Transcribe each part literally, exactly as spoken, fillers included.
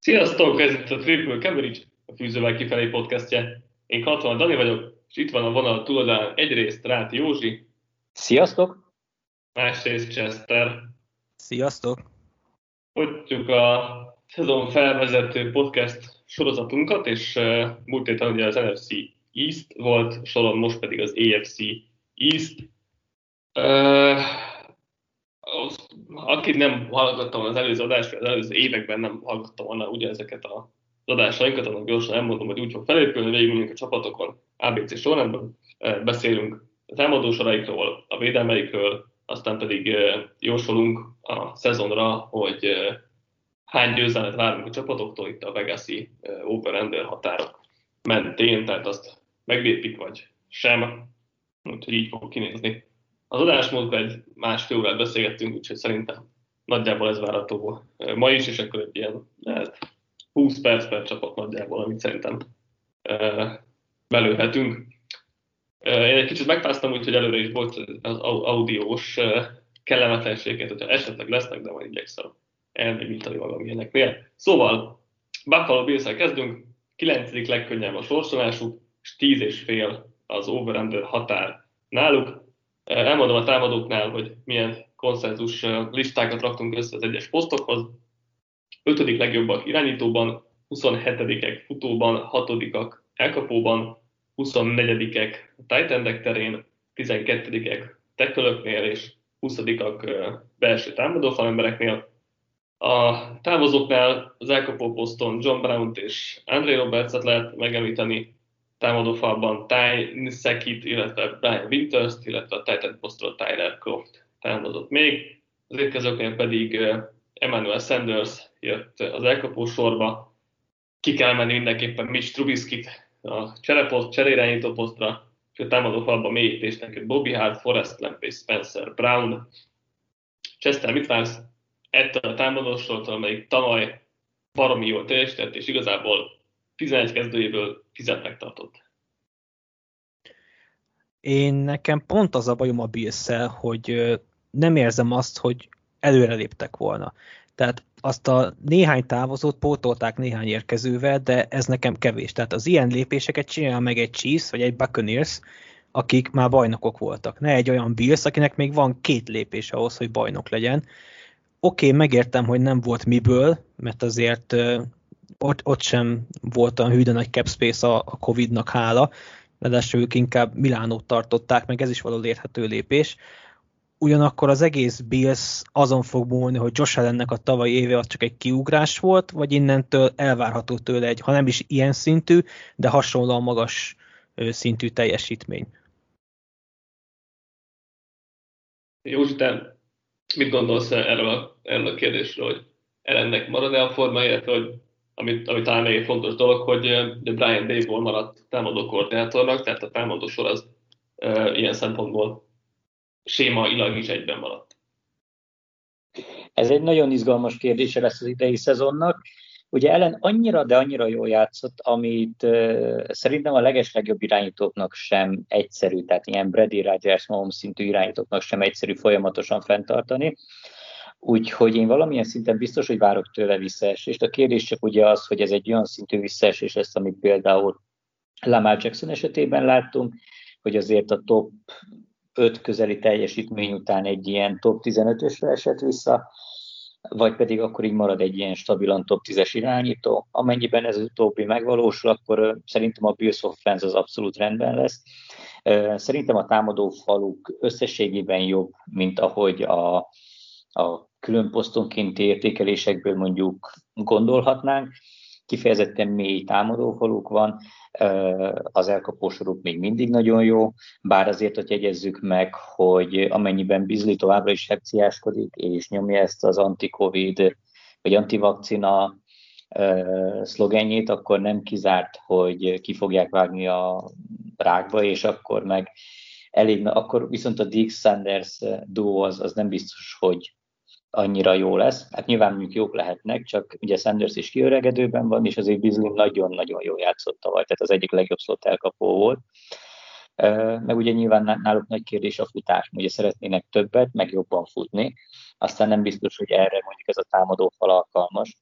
Sziasztok, ez itt a Triple Coverage, a Fűzővel kifelé podcastje. Én Katona Dani vagyok, és itt van a vonal túloldalán egyrészt Ráti Józsi, Sziasztok! másrészt Chester. Sziasztok! Folytatjuk a szezon felvezető podcast sorozatunkat, és uh, múlt héten ugye az en ef cé East volt, soron most pedig az á ef cé East. Uh, az, akit nem hallgattam az előző adást, az előző években nem hallgattam volna ugye ezeket a az adásainkat, annak gyorsan elmondom, hogy úgy fog felépülni, végigmegyünk a csapatokon, á bé cé sorrendben, beszélünk a támadósoraikról, a védelmeikről, aztán pedig jósolunk a szezonra, hogy hány győzelmet várunk a csapatoktól itt a Vegas-i over-under határok mentén, tehát azt meglépik vagy sem, úgyhogy így fog kinézni. Az adásmódban egy másfél órát beszélgettünk, úgyhogy szerintem nagyjából ez várható ma is, és akkor egy ilyen hát, húsz perc per csapat nagyjából, amit szerintem uh, belőhetünk. Uh, én egy kicsit megpáztam, úgyhogy előre is volt az audiós uh, kellemetlenséget, hogyha esetleg lesznek, de majd igyekszem elnémítani magam ilyeneknél. Szóval, Buffalo Bills-el kezdünk, kilencedik legkönnyebb a sorsolásuk, és tíz és fél az over-under határ náluk. Uh, elmondom a támadóknál, hogy milyen konszenzus uh, listákat raktunk össze az egyes posztokhoz. ötödik legjobbak irányítóban, huszonhetedikek futóban, hatodikak elkapóban, huszonnegyedikek tight endek terén, tizenkettedikek tackle-öknél és huszadikak belső támadófalembereknél. A távozóknál az elkapó poszton John Brown-t és Andre Roberts-et lehet megemlíteni, támadófalban Ty Nsekit, illetve Brian Winters-t, illetve a tight end posztról Tyler Croft támozott még. Az érkezőknél pedig Emmanuel Sanders jött az elkapó sorba. Ki kell menni mindenképpen Mitch Trubiskit a cserepost, cseréirányító posztra, és a támadó falban mélyítésnek jött Bobby Hart, Forrest Lamp és Spencer Brown. Chester, mit vársz ettől a támadósortól, amelyik tavaly baromi jól teljesített, és igazából tizenegy kezdőjéből tízet megtartott? Én nekem pont az a bajom a Bills-szel, hogy nem érzem azt, hogy előre léptek volna. Tehát azt a néhány távozót pótolták néhány érkezővel, de ez nekem kevés. Tehát az ilyen lépéseket csinál meg egy Chiefs vagy egy Buccaneers, akik már bajnokok voltak. Ne egy olyan Bills, akinek még van két lépés ahhoz, hogy bajnok legyen. Oké, okay, megértem, hogy nem volt miből, mert azért uh, ott, ott sem volt olyan hűde nagy cap space a, a Covidnak hála, de ők inkább Milánót tartották, meg ez is való érthető lépés. Ugyanakkor az egész Bills azon fog múlni, hogy Josh Allennek a tavalyi éve az csak egy kiugrás volt, vagy innentől elvárható tőle egy, ha nem is ilyen szintű, de hasonlóan magas szintű teljesítmény. Józsi, te mit gondolsz erről a, erről a kérdésről, hogy Allennek marad-e a forma, illetve hogy amit, amit talán még egy fontos dolog, hogy de Brian Daboll maradt támadó koordinátornak, tehát a támadó sor az e, ilyen szempontból sémailag is egyben maradt. Ez egy nagyon izgalmas kérdése lesz az idei szezonnak. Ugye Allen annyira, de annyira jól játszott, amit uh, szerintem a legeslegjobb irányítóknak sem egyszerű, tehát ilyen Brady, Rodgers, Mahomes szintű irányítóknak sem egyszerű folyamatosan fenntartani. Úgyhogy én valamilyen szinten biztos, hogy várok tőle visszaesést. A kérdés csak ugye az, hogy ez egy olyan szintű visszaesés lesz, amit például Lamar Jackson esetében láttunk, hogy azért a top öt közeli teljesítmény után egy ilyen top tizenötösre esett vissza, vagy pedig akkor így marad egy ilyen stabilan top tízes irányító. Amennyiben ez az utóbbi megvalósul, akkor szerintem a Bills offense az abszolút rendben lesz. Szerintem a támadó faluk összességében jobb, mint ahogy a, a külön posztonkénti értékelésekből mondjuk gondolhatnánk. Kifejezetten mély támadófaluk van, az elkapósoruk még mindig nagyon jó, bár azért, hogy jegyezzük meg, hogy amennyiben Beasley továbbra is hepciáskodik, és nyomja ezt az anti-covid vagy antivakcina szlogenjét, akkor nem kizárt, hogy ki fogják vágni a rákba, és akkor meg elég, akkor viszont a Diggs-Sanders duo az, az nem biztos, hogy annyira jó lesz. Hát nyilván mondjuk jók lehetnek, csak ugye Sanders is kiöregedőben van, és azért Beasley nagyon-nagyon jól játszott tavaly, tehát az egyik legjobb slot elkapó volt. Meg ugye nyilván náluk nagy kérdés a futás, ugye szeretnének többet, meg jobban futni, aztán nem biztos, hogy erre mondjuk ez a támadó fal alkalmas.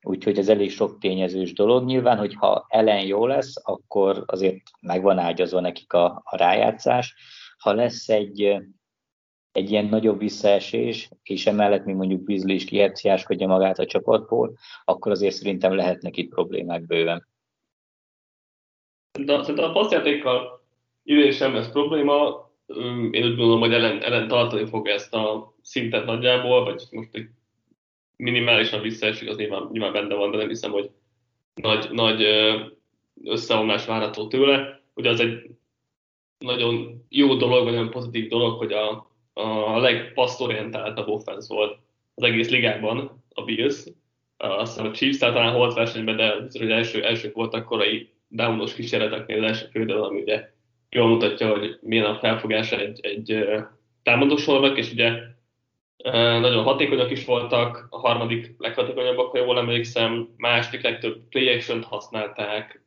úgyhogy ez elég sok tényezős dolog. Nyilván, hogyha Allen jó lesz, akkor azért megvan ágyazva nekik a, a rájátszás. Ha lesz egy, egy ilyen nagyobb visszaesés, és emellett még mondjuk Beasley is kiherciáskodja magát a csapatból, akkor azért szerintem lehetnek itt problémák bőven. De szerintem a passzjátékkal idén sem lesz probléma. Én úgy gondolom, hogy ellen, ellen tartani fog ezt a szintet nagyjából, vagy most egy minimálisan visszaesik, az nyilván, nyilván benne van, de nem hiszem, hogy nagy, nagy összeomlás várható tőle. Ugye az egy nagyon jó dolog, vagy nagyon pozitív dolog, hogy a, a legpasszorientáltabb offense volt az egész ligában a Bills. Azt hiszem a Chiefs talán holt versenyben, de biztos, hogy első, elsők voltak korai downos kísérleteknél az első félidőben, ami ugye jól mutatja, hogy milyen a felfogása egy, egy támadósornak, és ugye nagyon hatékonyak is voltak, a harmadik leghatékonyabbak, ha jól emlékszem, második legtöbb play action-t használták,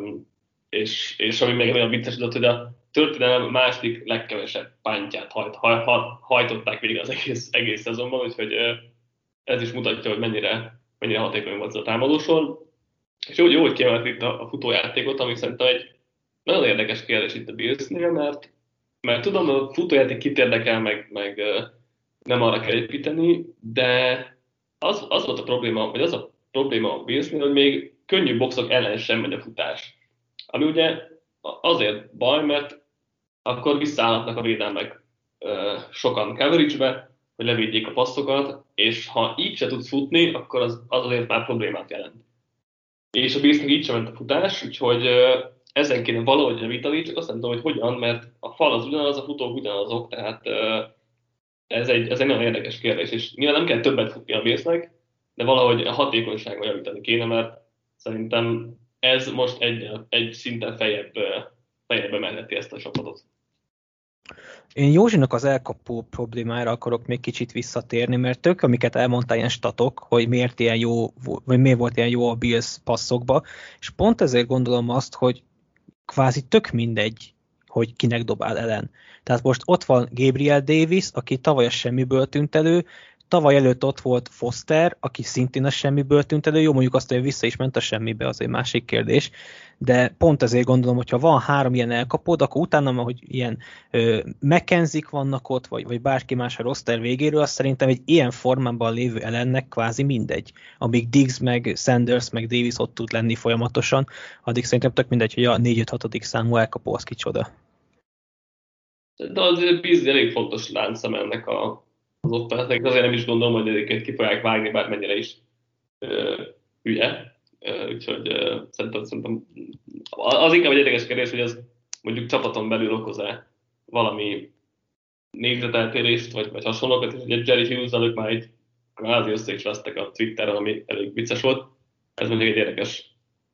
és, és ami még olyan vicces, hogy a történelem második legkevesebb pántját hajt, haj, haj, hajtották végig az egész, egész szezonban, úgyhogy ez is mutatja, hogy mennyire, mennyire hatékony volt ez a támadósor. És jó, jó hogy kiemelt itt a, a futójátékot, ami szerintem egy nagyon érdekes kérdés itt a Billsnél, mert, mert tudom, hogy a futójáték kit érdekel, meg, meg nem arra kell építeni, de az, az volt a probléma, vagy az a probléma a Billsnél, hogy még könnyű boxok ellen sem megy a futás. Ami ugye azért baj, mert akkor visszaállhatnak a védelmek sokan coverage-be, hogy levédjék a passzokat, és ha így se tudsz futni, akkor az, az azért már problémát jelent. És a Billsnek így sem ment a futás, úgyhogy ezen kéne valahogy javítani, csak azt nem tudom, hogy hogyan, mert a fal az ugyanaz, a futók ugyanazok, tehát ez egy, ez egy nagyon érdekes kérdés, és nyilván nem kell többet futni a Billsnek, de valahogy a hatékonyságon javítani kéne, mert szerintem ez most egy, egy szinten feljebb, feljebb emelheti ezt a csapatot. Én Józsinak az elkapó problémára akarok még kicsit visszatérni, mert tök, amiket elmondtál ilyen statok, hogy miért ilyen jó, vagy miért volt ilyen jó a Bills passzokba, és pont ezért gondolom azt, hogy kvázi tök mindegy, hogy kinek dobál ellen. Tehát most ott van Gabriel Davis, aki tavaly a semmiből tűnt elő, tavaly előtt ott volt Foster, aki szintén a semmiből tűnt elő, jó, mondjuk azt, hogy vissza is ment a semmibe, az egy másik kérdés, de pont ezért gondolom, hogyha van három ilyen elkapód, akkor utána, hogy ilyen McKenzie-k vannak ott, vagy, vagy bárki más a roster végéről, azt szerintem egy ilyen formában lévő ellennek kvázi mindegy. Amíg Diggs, meg Sanders, meg Davis ott tud lenni folyamatosan, addig szerintem tök mindegy, hogy a négy öt hatodik számú elkapó az kicsoda. De azért Beasley elég fontos láncszem ennek a az offense-nek, azért nem is gondolom, hogy egyébként ki fogják vágni, bármennyire is uh, hülye. Uh, úgyhogy uh, szerintem, szerintem az inkább egy érdekes kérdés, hogy ez mondjuk csapaton belül okoz-e valami nézeteltérést, vagy, vagy hasonlókat, és ugye Jerry Hughes-zal ők már egy kvázi össze is vesztek a Twitteren, ami elég vicces volt. Ez mondjuk egy érdekes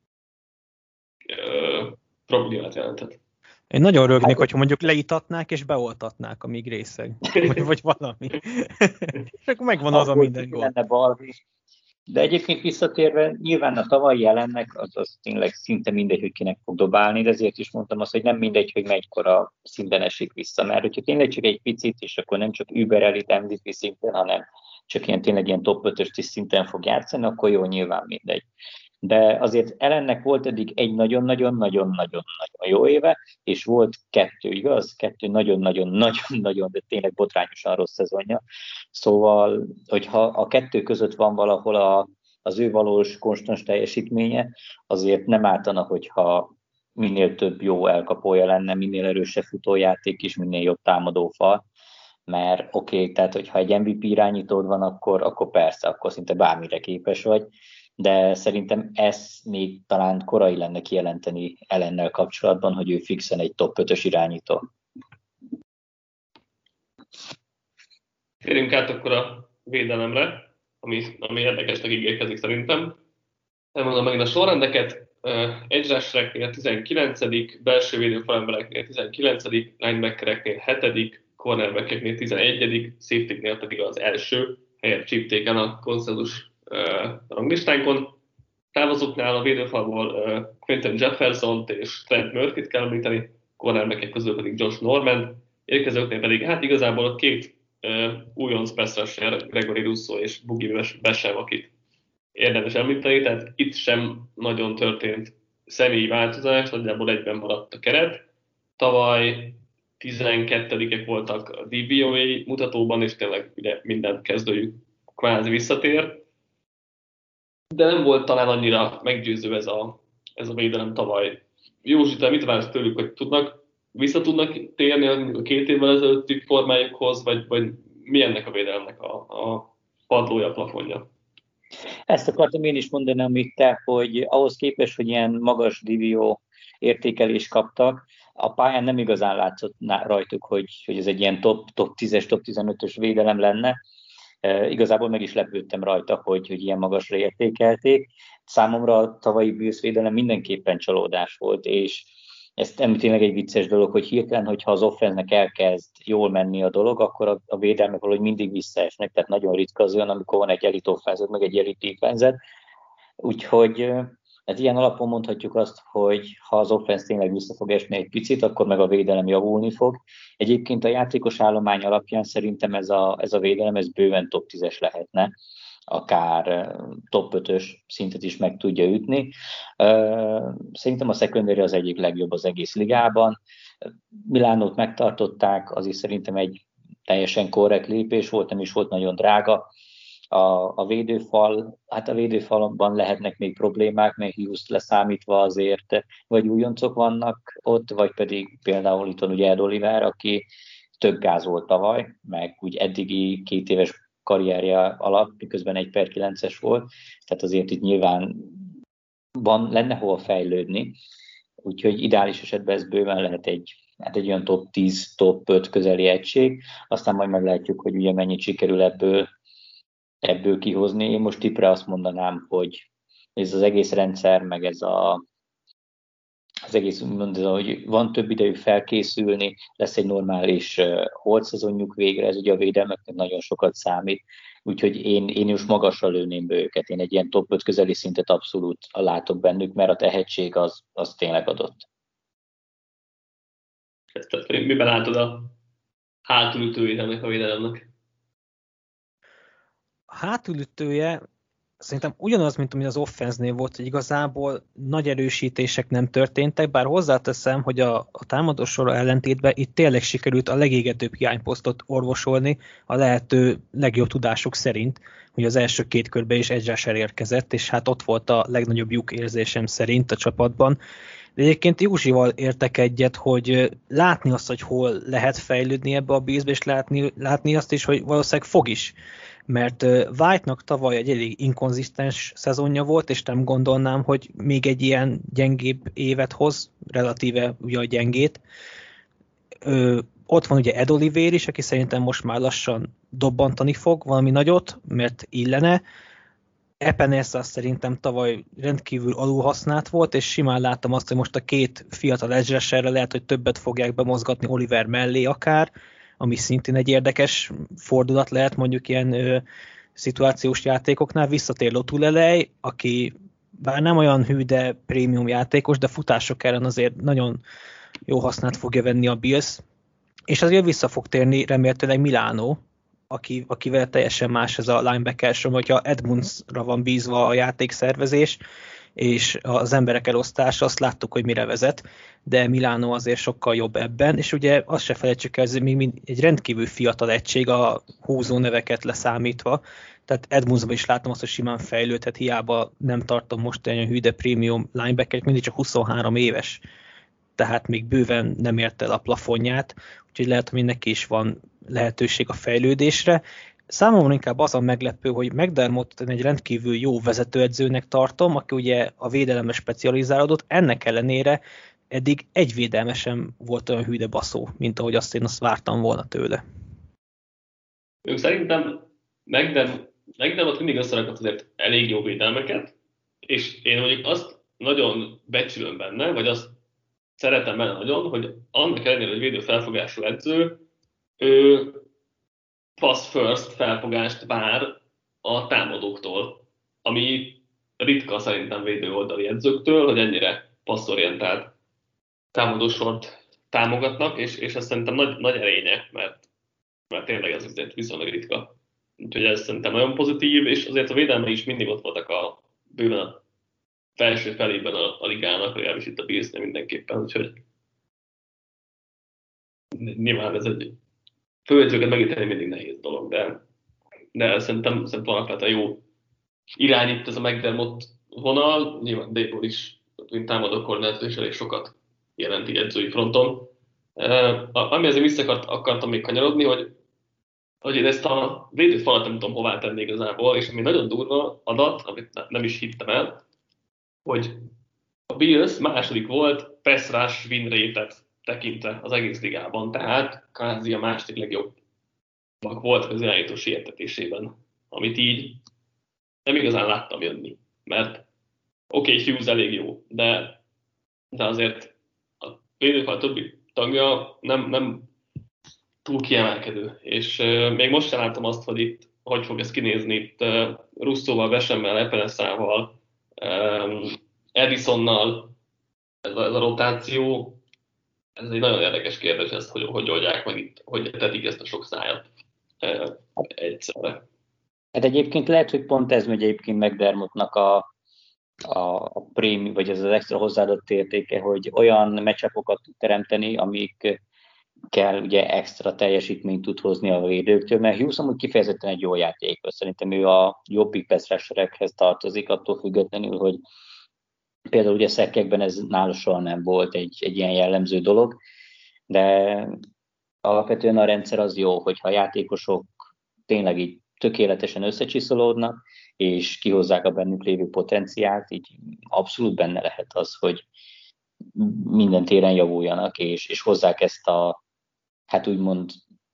uh, problémát jelentett. Én nagyon rögnék, hogyha mondjuk leítatnák és beoltatnák a még részeg, vagy, vagy valami. És akkor megvan az a minden gól. De egyébként visszatérve, nyilván a tavalyi jelennek az, az tényleg szinte mindegy, hogy kinek fog dobálni, de ezért is mondtam azt, hogy nem mindegy, hogy melykora szinten esik vissza, mert hogyha tényleg csak egy picit, és akkor nem csak Uber Elite em vé pé szinten, hanem csak ilyen tényleg ilyen top ötös szinten fog játszani, akkor jó, nyilván mindegy. De azért Allennek volt eddig egy nagyon-nagyon-nagyon-nagyon jó éve, és volt kettő, igaz? Kettő nagyon-nagyon-nagyon-nagyon, de tényleg botrányosan rossz szezonja. Szóval, hogyha a kettő között van valahol a, az ő valós konstans teljesítménye, azért nem ártana, hogyha minél több jó elkapója lenne, minél erősebb futójáték is, minél jobb támadófal. Mert oké, okay, tehát hogyha egy em vé pé irányítód van, akkor, akkor persze, akkor szinte bármire képes vagy. De szerintem ez még talán korai lenne kijelenteni Allennel kapcsolatban, hogy ő fixen egy top ötös irányító. Térjünk át akkor a védelemre, ami, ami érdekesnek ígérkezik szerintem. Elmondom megint a sorrendeket. Edge rushereknél tizenkilencedik, belső védőfalembereknél tizenkilencedik, linebackereknél hetedik, cornerbackeknél tizenegyedik, safetyknél pedig az első helyet csípték el a konszenzus Uh, ranglistánkon. Távozóknál a védőfalból uh, Quentin Jeffersont és Trent Murphy-t kell említeni, cornerbackek közül pedig Josh Norman, érkezőknél pedig hát igazából a két uh, újonc pass rusher, Gregory Rousseau és Boogie Basham, akit érdemes említeni, tehát itt sem nagyon történt személyi változás, nagyjából egyben maradt a keret. Tavaly tizenkettedikek voltak a dé vé o á mutatóban, és tényleg ugye minden kezdőjük kvázi visszatér. De nem volt talán annyira meggyőző ez a, ez a védelem tavaly. Józsi, te mit vársz tőlük, hogy tudnak, vissza tudnak térni a két évvel ezelőtti formájukhoz, vagy, vagy mi ennek a védelemnek a, a padlója, plafonja? Ezt akartam én is mondani, amit te, hogy ahhoz képest, hogy ilyen magas divió értékelést kaptak, a pályán nem igazán látszott rajtuk, hogy, hogy ez egy ilyen top, top tízes, top tizenötös védelem lenne. E, igazából meg is lepődtem rajta, hogy, hogy ilyen magasra értékelték. Számomra a tavalyi Bills védelem mindenképpen csalódás volt, és ez nem tényleg egy vicces dolog, hogy hirtelen, hogyha az offense-nek elkezd jól menni a dolog, akkor a, a védelmek valahogy mindig visszaesnek, tehát nagyon ritka az olyan, amikor van egy elite offense meg egy elite defense. Úgyhogy hát ilyen alapon mondhatjuk azt, hogy ha az offense tényleg vissza fog esni egy picit, akkor meg a védelem javulni fog. Egyébként a játékos állomány alapján szerintem ez a, ez a védelem ez bőven top tízes lehetne, akár top ötös szintet is meg tudja ütni. Szerintem a secondary az egyik legjobb az egész ligában. Milánót megtartották, az is szerintem egy teljesen korrekt lépés volt, nem is volt nagyon drága. A, a védőfal, hát a védőfalban lehetnek még problémák, mert Hughes leszámítva azért, vagy újoncok vannak ott, vagy pedig például itt van ugye Ed Oliver, aki több gáz volt tavaly, meg úgy eddigi két éves karrierje alatt, miközben egy per kilences volt, tehát azért itt nyilván van, lenne hol fejlődni, úgyhogy ideális esetben ez bőven lehet egy, hát egy olyan top tíz, top öt közeli egység, aztán majd meglátjuk, hogy ugye mennyit sikerül ebből, ebből kihozni. Én most tippre azt mondanám, hogy ez az egész rendszer, meg ez a az egész, mondom, hogy van több idejük felkészülni, lesz egy normális uh, holt szezonjuk végre, ez ugye a védelmeknek nagyon sokat számít, úgyhogy én, én is magasra lőném be őket, én egy ilyen top öt közeli szintet abszolút látok bennük, mert a tehetség az, az tényleg adott. Tehát miben látod a hátulütőjét ennek a védelemnek? A hátulütője szerintem ugyanaz, mint ami az offense-nél volt, hogy igazából nagy erősítések nem történtek, bár hozzáteszem, hogy a, a támadósor ellentétben itt tényleg sikerült a legégetőbb hiányposztot orvosolni a lehető legjobb tudásuk szerint, hogy az első két körben is edge rusher érkezett, és hát ott volt a legnagyobb lyuk érzésem szerint a csapatban. De egyébként Józsival értek egyet, hogy látni azt, hogy hol lehet fejlődni ebbe a Billsbe, és látni, látni azt is, hogy valószínűleg fog is. Mert White-nak tavaly egy elég inkonzisztens szezonja volt, és nem gondolnám, hogy még egy ilyen gyengébb évet hoz, relatíve ugye a gyengét. Ö, ott van ugye Ed Oliver is, aki szerintem most már lassan dobbantani fog valami nagyot, mert illene. Epenesa szerintem tavaly rendkívül alulhasznált volt, és simán láttam azt, hogy most a két fiatal edge rusherre lehet, hogy többet fogják bemozgatni Oliver mellé akár, ami szintén egy érdekes fordulat lehet mondjuk ilyen ö, szituációs játékoknál. Visszatér Lotulelei, aki bár nem olyan hű, de prémium játékos, de futások ellen azért nagyon jó hasznát fogja venni a Bills. És azért vissza fog térni remélhetőleg Milano, aki, akivel teljesen más ez a linebacker som, hogyha Edmundsra van bízva a játékszervezés, és az emberek elosztása, azt láttuk, hogy mire vezet, de Milano azért sokkal jobb ebben, és ugye azt se felejtsük el, ez még egy rendkívül fiatal egység a húzó neveket leszámítva, tehát Edmundsban is látom azt, hogy simán fejlődhet, hiába nem tartom most olyan hű, de prémium linebacker, mindig csak huszonhárom éves, tehát még bőven nem ért el a plafonját, úgyhogy lehet, hogy neki is van lehetőség a fejlődésre. Számomra inkább az a meglepő, hogy McDermott egy rendkívül jó vezetőedzőnek tartom, aki ugye a védelemre specializálódott, ennek ellenére eddig egy védelme sem volt olyan hű de baszó, mint ahogy azt én azt vártam volna tőle. Ők szerintem McDermott mindig összerakott azért elég jó védelmeket, és én mondjuk azt nagyon becsülöm benne, vagy azt szeretem benne nagyon, hogy annak ellenére, hogy védő felfogású edző, ő pass first felfogást vár a támadóktól, ami ritka szerintem védő oldali edzőktől, hogy ennyire passzorientált támadósort támogatnak, és, és ez szerintem nagy, nagy erénye, mert, mert tényleg ez azért viszonylag ritka. úgyhogy ez szerintem nagyon pozitív, és azért a védelme is mindig ott voltak a bőven a felső felében a, a ligának, legalábbis itt a Billsnél mindenképpen, úgyhogy nyilván ez egy főedzőket megítélni mindig nehéz dolog, de, de szerintem, szerintem alapvetően jó irányít ez a McDermott vonal, nyilván Dayball is, mint támadó koordinátor is elég sokat jelent így edzői fronton. Uh, ami azért vissza akart, akartam még kanyarodni, hogy, hogy én ezt a védőfalat nem tudom hová tenni igazából, és ami nagyon durva adat, amit nem is hittem el, hogy a Bills második volt pass rush win rate-et tekintve az egész ligában, tehát kvázi a második legjobb volt az irányító sietetésében, amit így nem igazán láttam jönni, mert oké, okay, Hughes elég jó, de, de azért a védőfal többi tagja nem, nem túl kiemelkedő, és uh, még most sem láttam azt, hogy itt hogy fog ez kinézni itt uh, Russzóval, Besemmel, Epeneszával, um, Edisonnal, ez a, ez a rotáció, ez egy nagyon érdekes kérdés, ezt, hogy hogy oldják meg itt, hogy tetik ezt a sok szájat uh, egyszerre. Hát egyébként lehet, hogy pont ez megy egyébként McDermottnak a, a, a prémi, vagy ez az extra hozzáadott értéke, hogy olyan meccsapokat tud teremteni, amik kell ugye extra teljesítményt tud hozni a védőktől, mert Hughes amúgy kifejezetten egy jó játékos. Szerintem ő a jobbik pass rusherekhez tartozik, attól függetlenül, hogy például ugye szekkekben ez nála soha nem volt egy, egy ilyen jellemző dolog, de alapvetően a rendszer az jó, hogyha a játékosok tényleg így tökéletesen összecsiszolódnak, és kihozzák a bennük lévő potenciált, így abszolút benne lehet az, hogy minden téren javuljanak, és, és hozzák ezt a, hát úgymond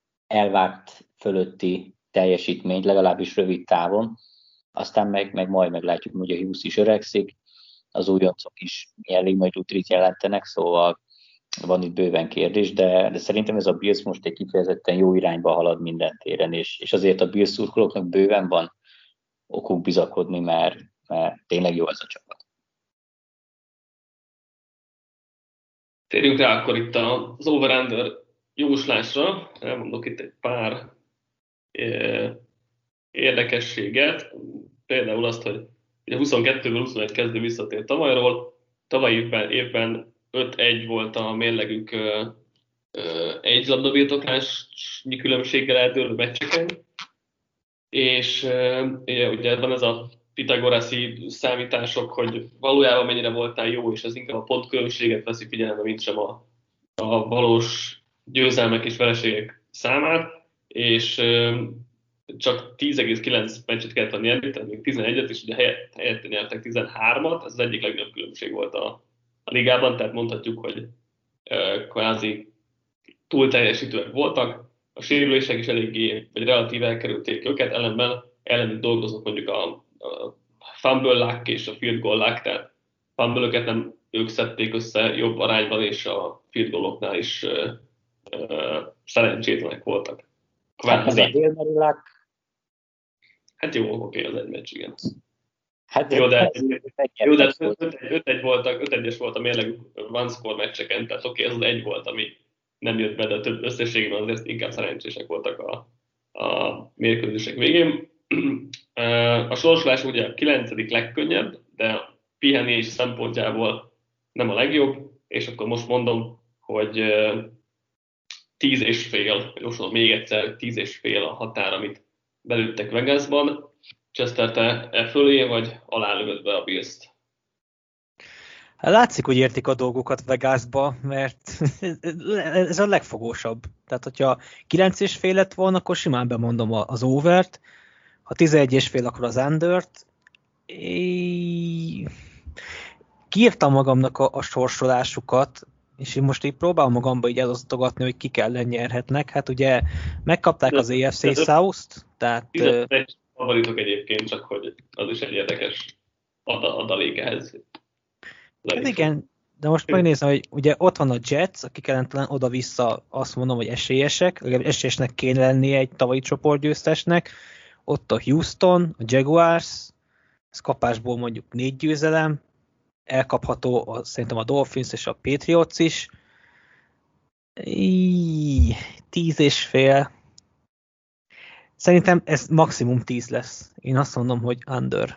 elvárt fölötti teljesítményt, legalábbis rövid távon, aztán meg, meg majd meglátjuk, hogy a Hughes is öregszik, az újoncok is elég nagy útrit jelentenek, szóval van itt bőven kérdés, de, de szerintem ez a Bills most egy kifejezetten jó irányba halad minden téren, és, és azért a Bills szurkolóknak bőven van okuk bizakodni, mert, mert tényleg jó ez a csapat. Térjünk rá akkor itt az over-under jóslásra. Elmondok itt egy pár érdekességet. Például azt, hogy ugye huszonkettőből huszonegy kezdő visszatért tavalyról. Tavalyi évben, évben öt egy volt a mérlegük egy labdabirtoklásnyi különbséggel eldőlő meccseken. És ugye, ugye van ez a pitagoraszi számítások, hogy valójában mennyire voltál jó, és ez inkább a pontkülönbséget veszi figyelembe, mint sem a, a valós győzelmek és vereségek számát, és csak tíz egész kilenc meccset kellett nyerni, tehát még tizenegyet, és ugye helyett, helyette nyertek tizenhármat, ez az egyik legnagyobb különbség volt a, a ligában, tehát mondhatjuk, hogy e, kvázi túl teljesítőek voltak, a sérülések is eléggé, vagy relatív elkerülték őket, ellenben ellenük dolgozott mondjuk a, a fumble luck és a field goal luck, tehát fumble-öket nem ők szedték össze jobb arányban, és a field goaloknál is uh, uh, szerencsétlenek voltak. Hát ez a Hail Mary luck. Hát jó, oké, az egy meccs, igen. Hát jó, de, jó, de öt egy voltak, öt egyes volt a mérlegük one score meccseken, tehát oké, ez az egy volt, ami nem jött be, de több összességében azért inkább szerencsések voltak a, a mérkőzések végén. A sorsolás ugye a kilencedik legkönnyebb, de a pihenés szempontjából nem a legjobb, és akkor most mondom, hogy tíz és fél, jósolom még egyszer, tíz és fél a határ, amit belőttek Vegasban. Chester, te e fölé vagy alá lövöd be a Bills-t? Hát látszik, hogy értik a dolgokat Vegasba, mert ez a legfogósabb. Tehát, hogyha kilenc és fél lett volna, akkor simán bemondom az overt, ha tizenegy és fél, akkor az undert. É... Kiírtam magamnak a, a sorsolásukat, és én most így próbálom magamba így elosztogatni, hogy kik ellen nyerhetnek. Hát ugye megkapták az á ef cé South-t, tehát... tizenegy favoritok egyébként, csak hogy az is egy érdekes adalék ehhez. Hát igen, de most megnézem, hogy ugye ott van a Jets, akik ellen oda-vissza azt mondom, hogy esélyesek, legalább esélyesnek kéne lennie egy tavalyi csoportgyőztesnek. Ott a Houston, a Jaguars, ez kapásból mondjuk négy győzelem, elkapható a, szerintem a Dolphins és a Patriots is. Íj, tíz és fél. Szerintem ez maximum tíz lesz. Én azt mondom, hogy under.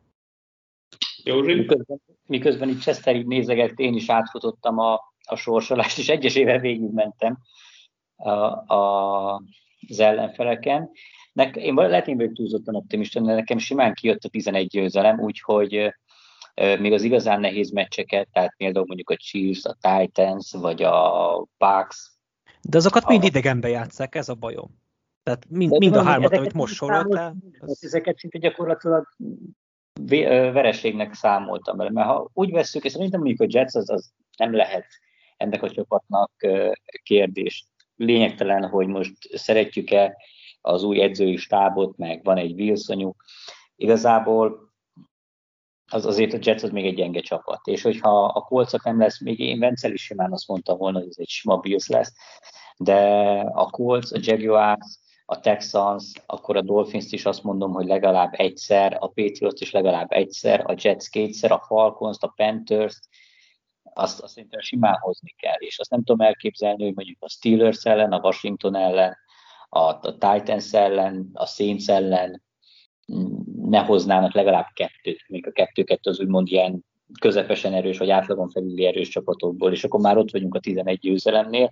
Miközben, miközben itt Chester így nézegett, én is átfutottam a, a sorsolást, és egyesével végigmentem a, a, az ellenfeleken. Nek, én lehet, én vagyok túlzottan optimista, de nekem simán kijött a tizenegy győzelem, úgyhogy euh, még az igazán nehéz meccseket, tehát például mondjuk a Chiefs, a Titans, vagy a Bucks. De azokat a, mind idegenbe játsszák, ez a bajom. Tehát mind, de mind a mondom, hármat, amit most soroltál. Az... Ezeket szinte gyakorlatilag vereségnek számoltam vele, mert ha úgy vesszük, és szerintem mondjuk a Jets az, az nem lehet ennek a csapatnak kérdés. Lényegtelen, hogy most szeretjük-e az új edzői stábot, meg van egy Wilsonjuk. Igazából az azért a Jets az még egy gyenge csapat, és hogyha a Colts nem lesz, még én Vencel is simán azt mondtam volna, hogy ez egy sima Bills lesz, de a Colts, a Jaguars, a Texans, akkor a Dolphins is azt mondom, hogy legalább egyszer, a Patriots is legalább egyszer, a Jets kétszer, a Falcons, a Panthers, azt, azt szerintem simán hozni kell, és azt nem tudom elképzelni, hogy mondjuk a Steelers ellen, a Washington ellen, a, a Titans ellen, a Saints ellen ne hoznának legalább kettőt, még a kettőket az úgymond ilyen közepesen erős, vagy átlagon felüli erős csapatokból, és akkor már ott vagyunk a tizenegy győzelemnél.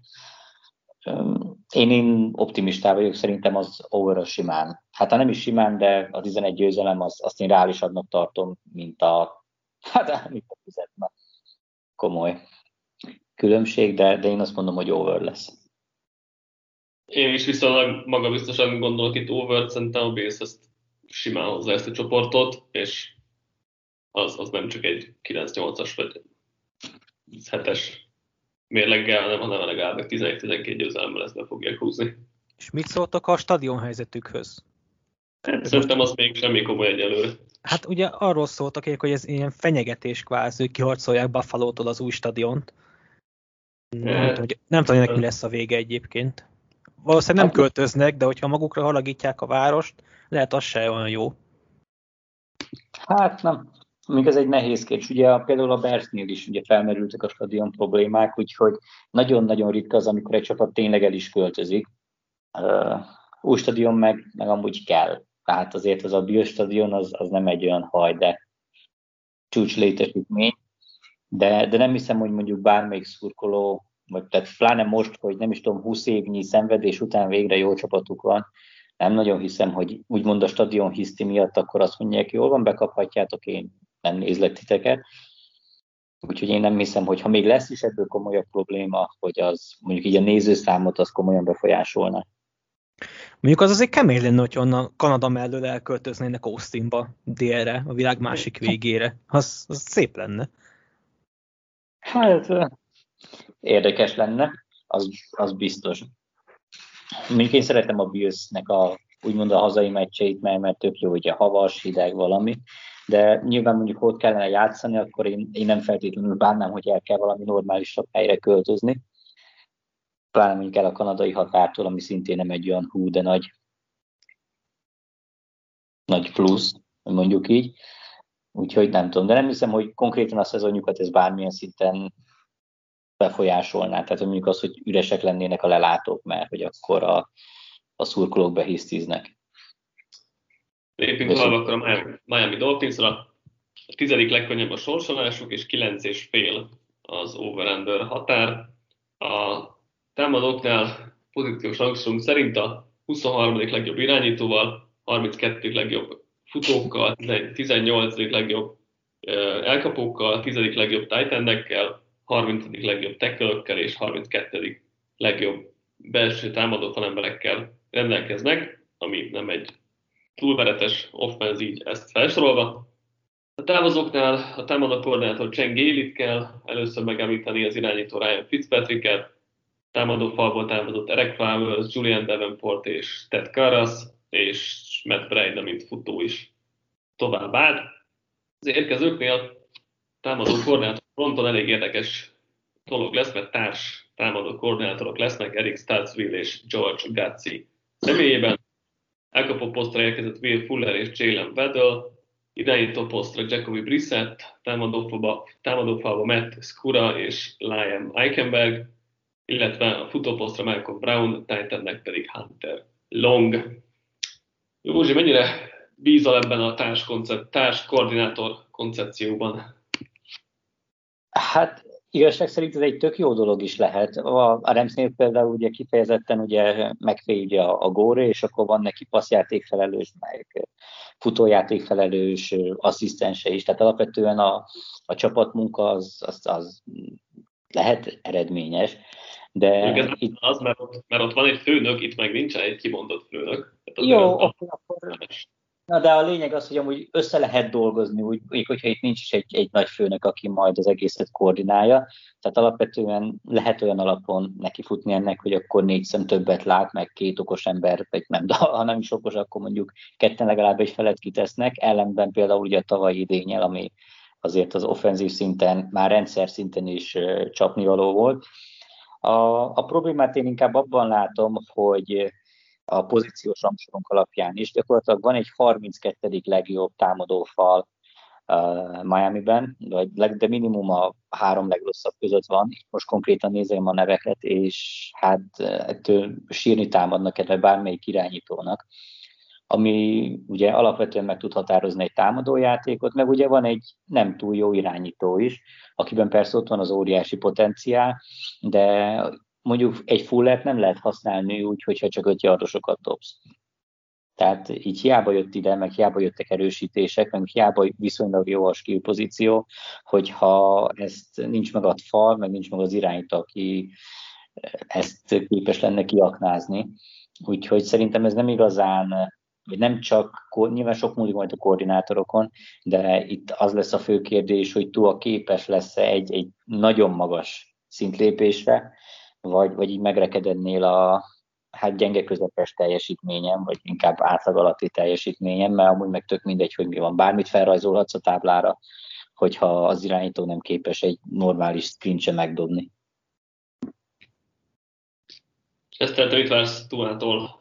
Én, én optimistá vagyok, szerintem az over simán. Hát ha nem is simán, de a tizenegy győzelem az, azt én reálisabbnak tartom, mint a, hát mint a tizenöt. Komoly különbség, de, de én azt mondom, hogy over lesz. Én is viszonylag magabiztosan gondolok itt over, szerintem a Bills ezt simán hozzá ezt a csoportot, és az, az nem csak egy kilenc nyolcas vagy hetes mérleggel, hanem, hanem legalább tizenegy-tizenkét győzelemmel ezt be fogják húzni. És mit szóltak a stadion helyzetükhöz? Hát, szerintem az még semmi komoly egyelőre. Hát ugye arról szóltak, hogy ez ilyen fenyegetés kvázi, hogy kiharcolják Buffalo-tól az új stadiont. Nem tudom, hogy, nem tudom, hogy mi lesz a vége egyébként. Valószínűleg nem költöznek, de hogyha magukra halagítják a várost, lehet az se olyan jó. Hát nem. Még ez egy nehéz kérdés. Ugye például a Bearsnél is ugye felmerültek a stadion problémák, úgyhogy nagyon-nagyon ritka az, amikor egy csapat tényleg el is költözik. Uh, új stadion meg, meg amúgy kell. Tehát azért az a Bills stadion az, az nem egy olyan haj, de csúcs létesítmény. De, de nem hiszem, hogy mondjuk bármelyik szurkoló, vagy tehát pláne most, hogy nem is tudom, húsz évnyi szenvedés után végre jó csapatuk van, nem nagyon hiszem, hogy úgymond a stadion hiszti miatt akkor azt mondják, jól van, bekaphatjátok, én nem nézlek titeket. Úgyhogy én nem hiszem, hogy ha még lesz is ebből komolyabb probléma, hogy az mondjuk így a nézőszámot az komolyan befolyásolna. Mondjuk az azért kemény lenne, hogy onnan Kanada mellől elköltöznének Austinba, délre, a világ másik végére. Az, az szép lenne. Hát érdekes lenne, az, az biztos. Mondjuk én szeretem a Billsnek a úgymond a hazai meccseit, mert, mert tök jó, hogy a havas, hideg valami, de nyilván mondjuk ott kellene játszani, akkor én, én nem feltétlenül bánnám, hogy el kell valami normálisabb helyre költözni. Pláne mondjuk el a kanadai határtól, ami szintén nem egy olyan hú, de nagy, nagy plusz, mondjuk így. Úgyhogy nem tudom, de nem hiszem, hogy konkrétan a szezonjukat ez bármilyen szinten befolyásolná. Tehát mondjuk az, hogy üresek lennének a lelátók, mert hogy akkor a, a szurkolók behisztiznek. Lépjünk tovább akkor a Miami Dolphinsra. A tizedik legkönnyebb a sorsolásuk, és kilenc és fél az over-under határ. A támadóknál pozíciós rangsorunk szerint a huszonharmadik legjobb irányítóval, harminckettedik legjobb futókkal, tizennyolcadik legjobb elkapókkal, tizedik legjobb tight endekkel, harmincadik legjobb tackle-ökkel és harminckettedik legjobb belső támadó falemberekkel rendelkeznek, ami nem egy túlveretes offenz, így ezt felsorolva. A távozóknál a támadó koordinátor Chen Gailey-t kell először megemlíteni, az irányító Ryan Fitzpatrick-et, támadó falból távozott Eric Flowers, Julian Davenport és Ted Karras, és Matt Breida, mint futó is tovább állt. Az érkezőknél támadó koordinátor fronton elég érdekes dolog lesz, mert társ támadó koordinátorok lesznek, Eric Stutzville és George Guzzi személyében. Elkapó posztra érkezett Will Fuller és Jalen Waddell, irányító posztra Jacoby Brissett, támadófalba, támadófalba Matt Skura és Liam Eichenberg, illetve a futóposztra Malcolm Brown, Titannek pedig Hunter Long. Józsi, mennyire bízol ebben a társ, koncept, társ koordinátor koncepcióban? Hát igazság szerint ez egy tök jó dolog is lehet. A, a Ramsnél például ugye kifejezetten ugye megfél a, a góra, és akkor van neki passzjáték felelős, meg futójáték felelős, asszisztense is. Tehát alapvetően a, a csapatmunka az, az, az lehet eredményes. De ez itt... az, mert ott, mert ott van egy főnök, itt meg nincsen egy kimondott főnök. Jó, az, akkor, akkor... Na, de a lényeg az, hogy amúgy össze lehet dolgozni, úgy, úgy hogyha itt nincs is egy, egy nagy főnök, aki majd az egészet koordinálja. Tehát alapvetően lehet olyan alapon nekifutni ennek, hogy akkor négy szem többet lát, meg két okos ember, vagy nem, de ha nem is okos, akkor mondjuk ketten legalább egy felet kitesznek. Ellenben például ugye a tavalyi idényel, ami azért az offenzív szinten, már rendszer szinten is uh, csapnivaló volt. A, a problémát én inkább abban látom, hogy a pozíciós rangsorunk alapján is. Gyakorlatilag van egy harminckettedik legjobb támadófal uh, Miamiben, de minimum a három legrosszabb között van. Most konkrétan nézem a neveket, és hát ettől sírni támadnak kedve bármelyik irányítónak, ami ugye alapvetően meg tud határozni egy támadójátékot, meg ugye van egy nem túl jó irányító is, akiben persze ott van az óriási potenciál, de mondjuk egy fullert nem lehet használni úgy, hogyha csak öt yardosokat dobsz. Tehát így hiába jött ide, meg hiába jöttek erősítések, meg hiába viszonylag jó a skill pozíció, hogyha ezt nincs meg a fal, meg nincs meg az irányító, aki ezt képes lenne kiaknázni. Úgyhogy szerintem ez nem igazán, vagy nem csak, nyilván sok múlik majd a koordinátorokon, de itt az lesz a fő kérdés, hogy Tua képes lesz-e egy, egy nagyon magas szintlépésre, vagy, vagy így megrekedednél a hát gyenge közepes teljesítményem, vagy inkább átlag alatti teljesítményem, mert amúgy meg tök mindegy, hogy mi van. Bármit felrajzolhatsz a táblára, hogyha az irányító nem képes egy normális sprintse megdobni. Ezt tehát mit vársz Tuától?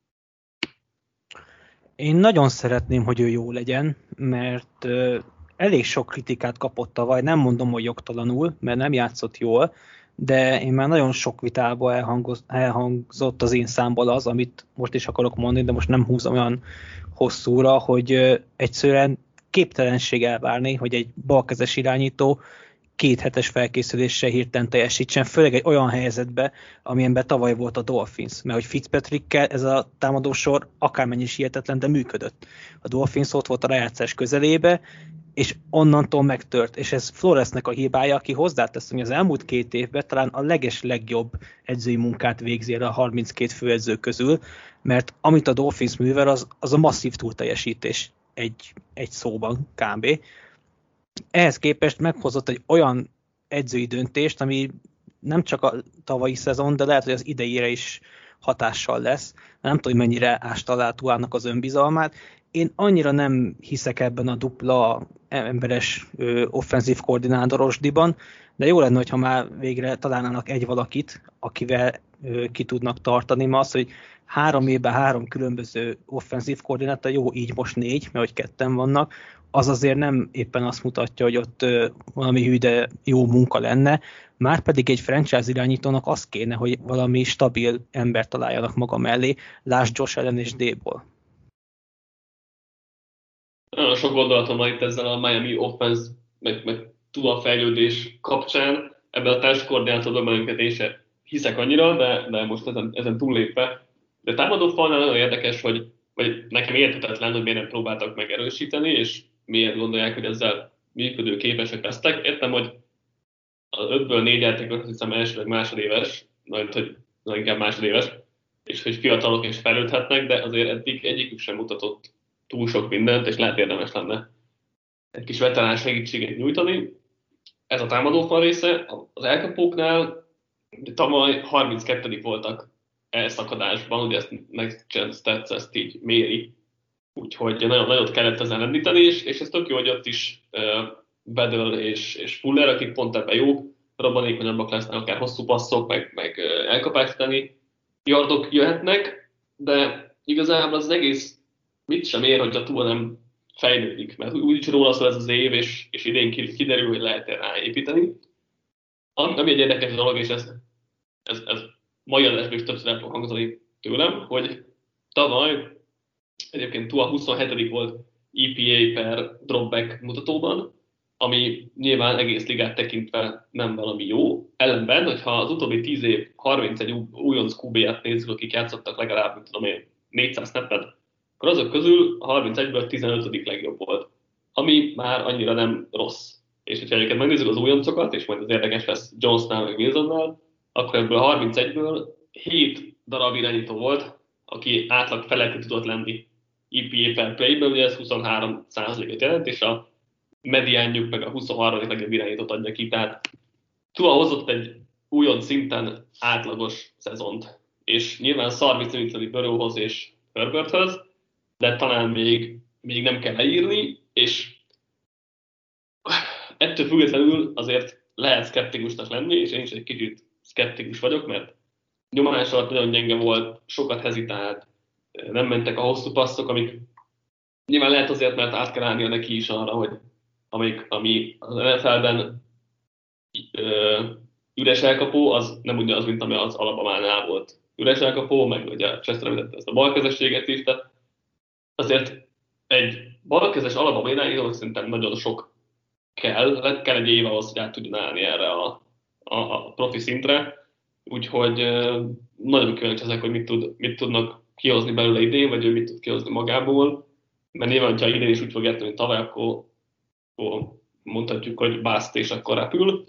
Én nagyon szeretném, hogy ő jó legyen, mert elég sok kritikát kapott tavaly, nem mondom, hogy jogtalanul, mert nem játszott jól, de én már nagyon sok vitába elhangzott az én számból az, amit most is akarok mondani, de most nem húzom olyan hosszúra, hogy egyszerűen képtelenség elvárni, hogy egy balkezes irányító két hetes felkészüléssel hirtelen teljesítsen, főleg egy olyan helyzetbe, amilyenben tavaly volt a Dolphins, mert hogy Fitzpatrickkel ez a támadósor akármennyi is hihetetlen, de működött. A Dolphins ott volt a rájátszás közelébe, és onnantól megtört, és ez Floresnek a hibája, aki hozzátesz, hogy az elmúlt két évben talán a leges legjobb edzői munkát végzi el a harminckét főedző közül, mert amit a Dolphins művel, az, az a masszív túlteljesítés egy, egy szóban kb. Ehhez képest meghozott egy olyan edzői döntést, ami nem csak a tavalyi szezon, de lehet, hogy az idejére is hatással lesz. Nem tudom, hogy mennyire ásta alá Tuának az önbizalmát. Én annyira nem hiszek ebben a dupla emberes ö, offenzív koordinátorosdiban, de jó lenne, hogyha már végre találnának egy valakit, akivel ö, ki tudnak tartani, mert az, hogy három évben három különböző offenzív koordinátor, jó, így most négy, mert hogy ketten vannak, az azért nem éppen azt mutatja, hogy ott ö, valami hű, de jó munka lenne, márpedig egy franchise irányítónak az kéne, hogy valami stabil embert találjanak maga mellé, lásd Josh Allen és Dable. Nagyon sok gondolatom van itt ezzel a Miami offense, meg, meg Tua fejlődés kapcsán. Ebben a társkoordinátorban belünket én sem hiszek annyira, de, de most ezen, ezen túllépve. De támadó falnál nagyon érdekes, hogy vagy nekem érthetetlen, hogy miért nem próbáltak megerősíteni, és miért gondolják, hogy ezzel működő képesek lesznek. Értem, hogy az ötből négy játékos, azt hiszem elsőleg másodéves, majd hogy na, inkább másodéves, és hogy fiatalok és fejlődhetnek, de azért eddig egyikük sem mutatott túl sok mindent, és lehet érdemes lenne egy kis veterán segítséget nyújtani. Ez a támadófal része. Az elkapóknál tavaly harminckettedik voltak elszakadásban, ugye ezt Next Stats ezt így méri. Úgyhogy nagyon nagyot kellett ezen említeni, és, és ez tök jó, hogy ott is uh, Bedell és, és Fuller, akik pont ebben jók, robbanékonyabbak lesznek, akár hosszú passzok, meg, meg uh, elkapástani yardok jöhetnek, de igazából az egész mit sem ér, hogy a Tua nem fejlődik, mert úgyis róla szól ez az év, és, és idén kiderül, hogy lehet-e ráépíteni. Ami egy érdekes dolog, és ez, ez, ez mai adásban is többször el fog hangzani tőlem, hogy tavaly Egyébként Tua huszonhetedik volt E P A per dropback mutatóban, ami nyilván egész ligát tekintve nem valami jó. Ellenben, hogyha az utóbbi tíz év harmincegy újonc Q B-et nézzük, akik játszottak legalább, mint tudom én, négyszáz snappet, akkor azok közül a harmincegyből tizenötödik legjobb volt, ami már annyira nem rossz. És hogyha egyébként megnézzük az újoncokat, és majd az érdekes lesz Jonesnál, meg Wilsonnál, akkor ebből a harmincegyből hét darab irányító volt, aki átlag felett tudott lenni E P A per play-ből, ugye ez huszonhárom százalékot jelent, és a mediánjuk meg a huszonharmadik legjobb irányítót adja ki, tehát Tua hozott egy újon szinten átlagos szezont, és nyilván szar viszonyítani Burrowhoz és Herberthöz, de talán még, még nem kell leírni, és ettől függetlenül azért lehet szkeptikusnak lenni, és én is egy kicsit szkeptikus vagyok, mert nyomás alatt nagyon gyenge volt, sokat hezitált, nem mentek a hosszú passzok, amik nyilván lehet azért, mert át kell állnia neki is arra, hogy amik, ami az N F L-ben ö, üres elkapó, az nem ugyanaz, mint ami az Alabamánál volt üres elkapó, meg ugye Chester említette ezt a balkezességet is, tehát azért egy balkezes Alabama irányítónak szerintem nagyon sok kell, kell egy év ahhoz, hogy át tudjon állni erre a, a, a profi szintre, úgyhogy ö, nagyon kíváncsi ezek, hogy mit, tud, mit tudnak kihozni belőle idén, vagy ő mit tud kihozni magából, mert nyilván, ha idén is úgy fog érteni, mint tavaly, akkor, akkor mondhatjuk, hogy bászt és akkor repül.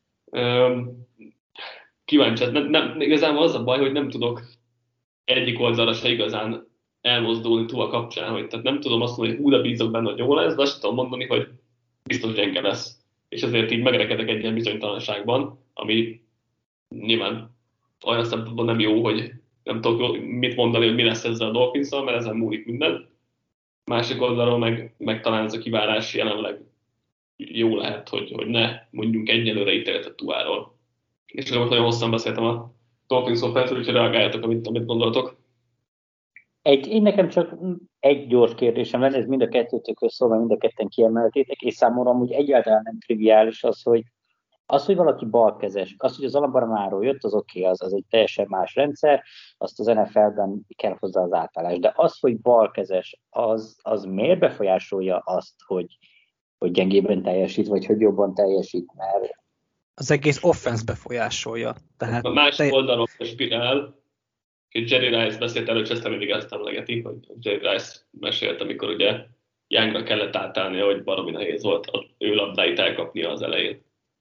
Kíváncsi, nem, nem, igazán az a baj, hogy nem tudok egyik oldalra se igazán elmozdulni túl a kapcsán, hogy tehát nem tudom azt mondani, hogy hú, de bízok benne, hogy jó lesz, de azt tudom mondani, hogy biztos gyenge lesz. És ezért így megrekedek egy ilyen bizonytalanságban, ami nyilván olyan szempontból nem jó, hogy nem tudok mit mondani, hogy mi lesz ezzel a Dolphins-szal, mert ezen múlik minden. Másik oldalról meg, meg talán ez a kivárás jelenleg jó lehet, hogy, hogy ne mondjunk egyelőre ítéletet Tuáról. És most nagyon hosszan beszéltem a Dolphins offense-ről, úgyhogy reagáljatok, amit, amit gondoltok. Egy, én nekem csak egy gyors kérdésem lenne, ez mind a kettőtök szólva, mind a ketten kiemeltétek, és számomra amúgy egyáltalán nem triviális az, hogy az, hogy valaki balkezes, az, hogy az Alabamáról jött, az oké, okay, az, az egy teljesen más rendszer, azt az N F L-ben kell hozzá az átállás. De az, hogy balkezes, az, az miért befolyásolja azt, hogy, hogy gyengébben teljesít, vagy hogy jobban teljesít, mert... Az egész offense befolyásolja. Tehát a másik te... oldalon a spirál, és Jerry Rice beszélt előtt, és ezt mindig ezt emlegeti, hogy Jerry Rice mesélt, amikor ugye Youngra kellett átállni, hogy baromi nehéz volt az ő labdáit elkapnia az elején.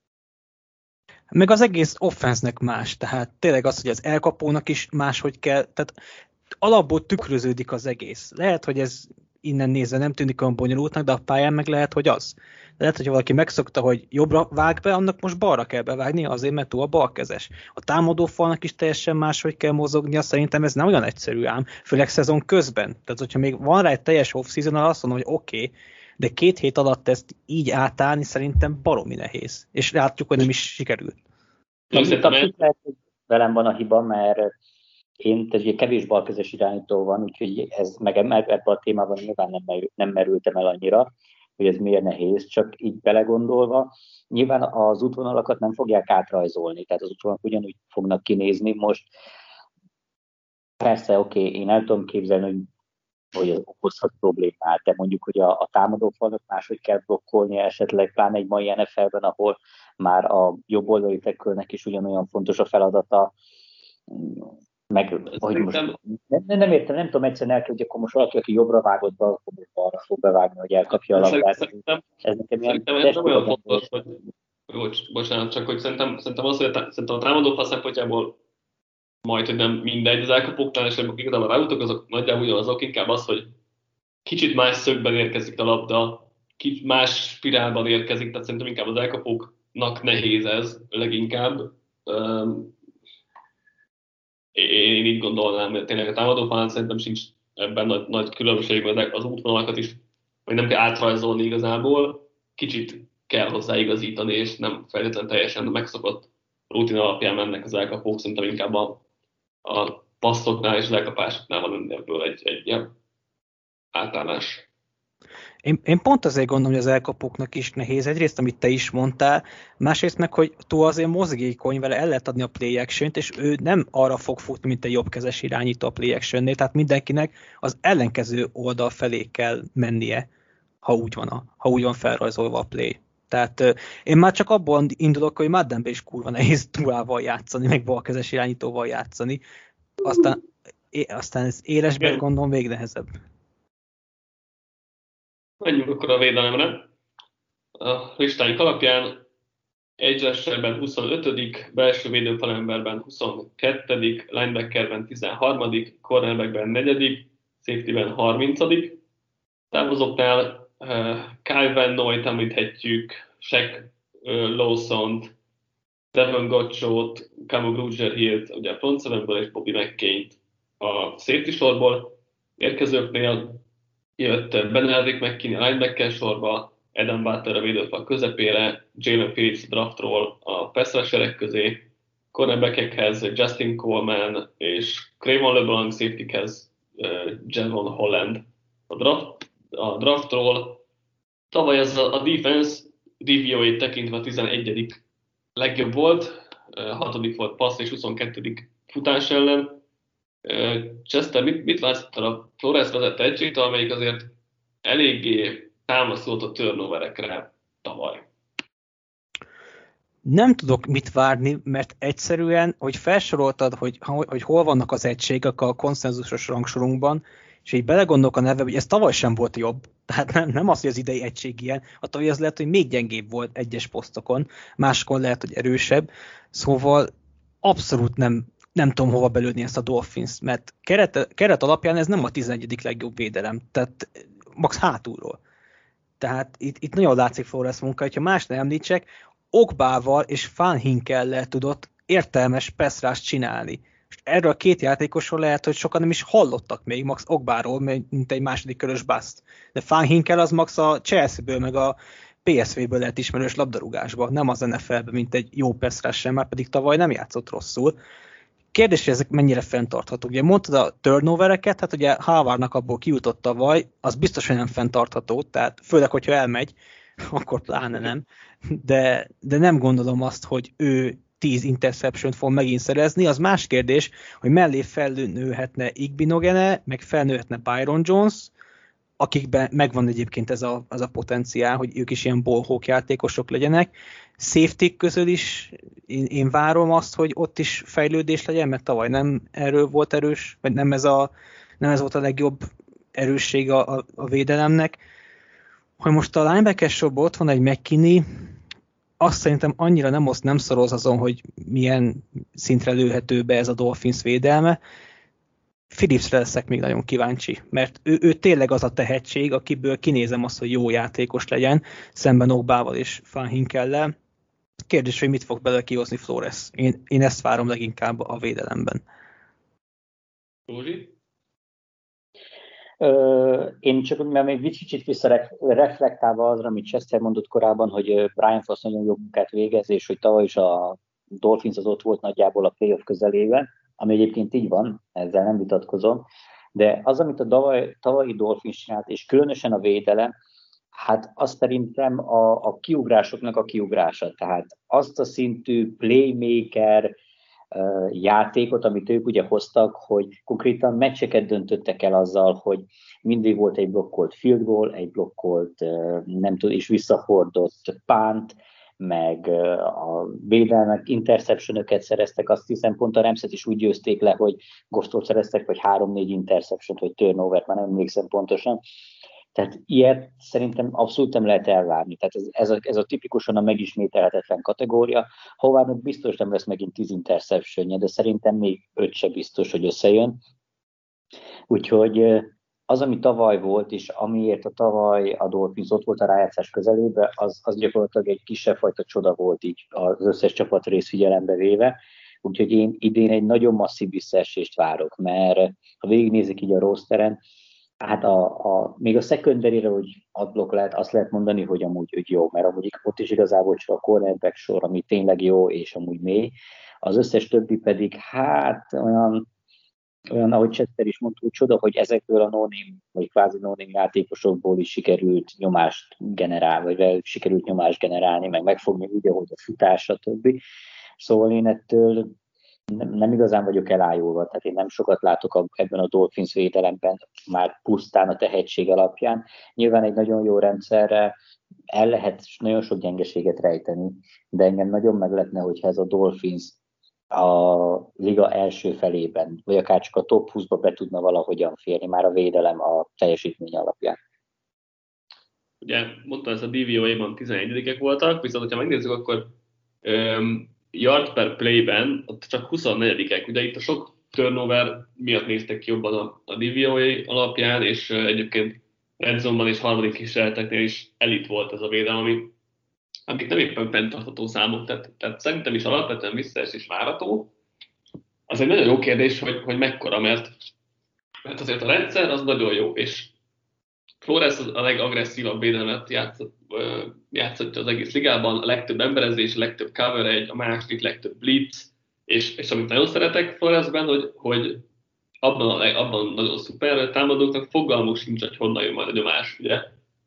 Meg az egész offense-nek más, tehát tényleg az, hogy az elkapónak is máshogy kell, tehát alapból tükröződik az egész. Lehet, hogy ez innen nézve nem tűnik olyan bonyolultnak, de a pályán meg lehet, hogy az. De lehet, hogy valaki megszokta, hogy jobbra vág be, annak most balra kell bevágni, azért, mert túl a balkezes. A támadó falnak is teljesen máshogy kell mozognia, szerintem ez nem olyan egyszerű ám, főleg szezon közben. Tehát, hogyha még van rá egy teljes off-season, azt mondom, hogy oké, okay, de két hét alatt ezt így átállni szerintem baromi nehéz. És látjuk, hogy nem is sikerült. Lehet, hogy velem van a hiba, mert én, tehát ugye kevés balkezes irányító van, úgyhogy ez meg ebben a témában nyilván nem, merül, nem merültem el annyira, hogy ez miért nehéz, csak így belegondolva, nyilván az útvonalakat nem fogják átrajzolni, tehát az útvonalak ugyanúgy fognak kinézni. Most persze, oké, okay, én el tudom képzelni, hogy, hogy ez okozhat problémát, de mondjuk, hogy a, a támadófalnak máshogy kell blokkolni esetleg, pláne egy mai N F L-ben, ahol már a jobb oldali tekölnek is ugyanolyan fontos a feladata, meg, hogy most nem, nem értem, nem tudom egyszerűen elkezdeni, hogy akkor most valaki, aki jobbra vágott be, akkor balra fog bevágni, hogy elkapja a labdát. Szerintem ez nekem ilyen nem olyan fontos, hogy bocs, bocsánat, csak hogy szerintem, szerintem az, hogy a, szerintem a támadófal szempontjából majd, hogy nem mindegy, az elkapóknál, és amikor igazából ráutok, azok nagyjából ugyanazok, inkább az, hogy kicsit más szögben érkezik a labda, kicsit más spirálban érkezik, tehát szerintem inkább az elkapóknak nehéz ez leginkább. Én így gondolnám, hogy tényleg a támadófalán szerintem sincs ebben nagy, nagy különbség, mert az útvonalakat is, hogy nem kell átrajzolni igazából, kicsit kell hozzáigazítani, és nem feltétlenül teljesen megszokott rutin alapján mennek az elkapók, szerintem inkább a, a passzoknál és az elkapásoknál van ebből egy, egy ilyen átállás. Én, én pont azért gondolom, hogy az elkapóknak is nehéz. Egyrészt, amit te is mondtál, másrészt meg, hogy Tua azért mozgékony, vele el lehet adni a play action-t, és ő nem arra fog futni, mint egy jobbkezes irányító a play action-nél, tehát mindenkinek az ellenkező oldal felé kell mennie, ha úgy van, a, ha úgy van felrajzolva a play. Tehát euh, én már csak abból indulok, hogy Maddenben is kurva nehéz Tuával játszani, meg balkezes irányítóval játszani. Aztán, é, aztán ez élesben gondolom még nehezebb. Menjünk akkor a védelemre. A listáink alapján edge rusherben huszonötödik, belső védőfalemberben huszonkettedik, linebackerben tizenharmadik, cornerbackben negyedik, safetyben harmincadik. Távozóknál uh, Kyle Van Noy-t említhetjük, Shaq uh, Lawson-t, Devon Gotchot, Camo Grugier-Hillt, ugye a front sevenből, és Bobby McCain-t a safety sorból. Érkezőknél jött Benedict McKinney a linebacker sorba, Adam Butler a védőfal közepére, Jalen Phillips draftról a pass rusherek közé, cornerbackekhez Justin Coleman és Cravon LeBlanc, safetykhez uh, Javon Holland a, draft, a draftról. Tavaly ez a, a defense D V O-ét tekintve a tizenegyedik legjobb volt, uh, hatodik volt passz és huszonkettődik futás ellen. Chester, mit, mit látszottál a Flores vezette egységtől, amelyik azért eléggé támasztott a turnoverekre tavaly? Nem tudok mit várni, mert egyszerűen, hogy felsoroltad, hogy, hogy hol vannak az egységek a konszenzusos rangsorunkban, és így belegondolok a neve, hogy ez tavaly sem volt jobb. Tehát nem, nem az, hogy az idei egység ilyen, a tavaly az lehet, hogy még gyengébb volt egyes posztokon, máskon lehet, hogy erősebb. Szóval abszolút nem nem tudom hova belőni ezt a Dolphins, mert keret, keret alapján ez nem a tizenegyedik legjobb védelem, tehát max hátulról. Tehát itt, itt nagyon látszik Flores munka, hogyha más nem említsek, Ogbával és Van Hinkellel tudott értelmes pass-rush csinálni. És erről a két játékosról lehet, hogy sokan nem is hallottak még Max Ogbáról, mint egy második körös bust. De Van Hinkel az Max a Chelsea-ből, meg a P S V-ből lehet ismerős labdarúgásban, nem az N F L-ben, mint egy jó pass-rusher, már pedig tavaly nem játszott rosszul. Kérdés, hogy ezek mennyire fenntarthatók. Ugye mondtad a turnovereket, hát ugye Harvardnak abból kijutott tavaly, az biztos, hogy nem fenntartható, tehát főleg, hogyha elmegy, akkor pláne nem. De, de nem gondolom azt, hogy ő tíz interception-t fog megint szerezni. Az más kérdés, hogy mellé felnőhetne Igbinogene, meg felnőhetne Byron Jones, akikben megvan egyébként ez a, az a potenciál, hogy ők is ilyen ballhawk játékosok legyenek. Safety közül is én, én várom azt, hogy ott is fejlődés legyen, mert tavaly nem erről volt erős, vagy nem ez, a, nem ez volt a legjobb erősség a, a, a védelemnek. Hogy most a linebacker sorban ott van egy McKinney, azt szerintem annyira nem oszt, nem szoroz azon, hogy milyen szintre lőhető be ez a Dolphins védelme. Phillipsre leszek még nagyon kíváncsi, mert ő, ő tényleg az a tehetség, akiből kinézem azt, hogy jó játékos legyen, szemben Ogbával és Van Hinkellel. Kérdés, hogy mit fog belőle kihozni Flores. Én, én ezt várom leginkább a védelemben. Rózsi? Ö, én csak mert még kicsit visszareflektálva azra, amit Chester mondott korábban, hogy Brian Foss nagyon jó munkát végez, és hogy tavaly is a Dolphins az ott volt nagyjából a playoff közelében, ami egyébként így van, ezzel nem vitatkozom, de az, amit a tavaly, tavalyi Dolphins csinált, és különösen a védelem, hát az szerintem a, a kiugrásoknak a kiugrása. Tehát azt a szintű playmaker uh, játékot, amit ők ugye hoztak, hogy konkrétan meccseket döntöttek el azzal, hogy mindig volt egy blokkolt field goal, egy blokkolt, uh, nem tud, és visszafordott punt, meg a védelmek interceptionöket szereztek, azt hiszem pont a Ramset is úgy győzték le, hogy Goff-tól szereztek, vagy három-négy interception, vagy turnovert, már nem emlékszem pontosan. Tehát ilyet szerintem abszolút nem lehet elvárni. Tehát ez, ez, a, ez a tipikusan a megismételhetetlen kategória. Howardnak biztos nem lesz megint tíz interceptionje, de szerintem még öt se biztos, hogy összejön. Úgyhogy az, ami tavaly volt, és amiért a tavaly a Dolphins ott volt a rájátszás közelében, az, az gyakorlatilag egy kisebb fajta csoda volt így az összes csapat rész figyelembe véve. Úgyhogy én idén egy nagyon masszív visszaesést várok, mert ha végignézik így a rosteren, hát a, a, még a secondary-re, hogy adblock lehet, azt lehet mondani, hogy amúgy hogy jó, mert amúgy ott is igazából csak a cornerback sor, ami tényleg jó, és amúgy mély. Az összes többi pedig, hát olyan olyan, ahogy Chester is mondta, csoda, hogy ezekből a no-name, vagy kvázi no-name játékosokból is sikerült nyomást generálni, vagy sikerült nyomást generálni, meg megfogni úgy, ahogy a futás, stb. Szóval én ettől nem, nem igazán vagyok elájulva, tehát én nem sokat látok ebben a Dolphins védelemben, már pusztán a tehetség alapján. Nyilván egy nagyon jó rendszerre el lehet nagyon sok gyengeséget rejteni, de engem nagyon meglepne, hogyha ez a Dolphins a liga első felében, vagy akár csak a top húszba be tudna valahogyan férni, már a védelem a teljesítmény alapján. Ugye mondtam, ez a D V O A-ban tizenegyedikek voltak, viszont ha megnézzük, akkor um, yard per play-ben ott csak huszonnegyedikek. Ugye itt a sok turnover miatt néztek ki jobban a, a D V O A alapján, és uh, egyébként red zone-ban és harmadik kísérleteknél is elit volt ez a védelem, ami, amik nem éppen fenntartható számok, tehát, tehát szerintem is alapvetően visszaesés várható. Az egy nagyon jó kérdés, hogy, hogy mekkora, mert, mert azért a rendszer az nagyon jó, és Flores a legagresszívabb védelmet játszott, játszott az egész ligában, a legtöbb emberezés, a legtöbb coverage, a második legtöbb blitz, és, és amit nagyon szeretek Floresben, hogy, hogy abban, a, abban nagyon szuper támadóknak fogalmuk sincs, hogy honnan jön majd a nyomás. Ugye?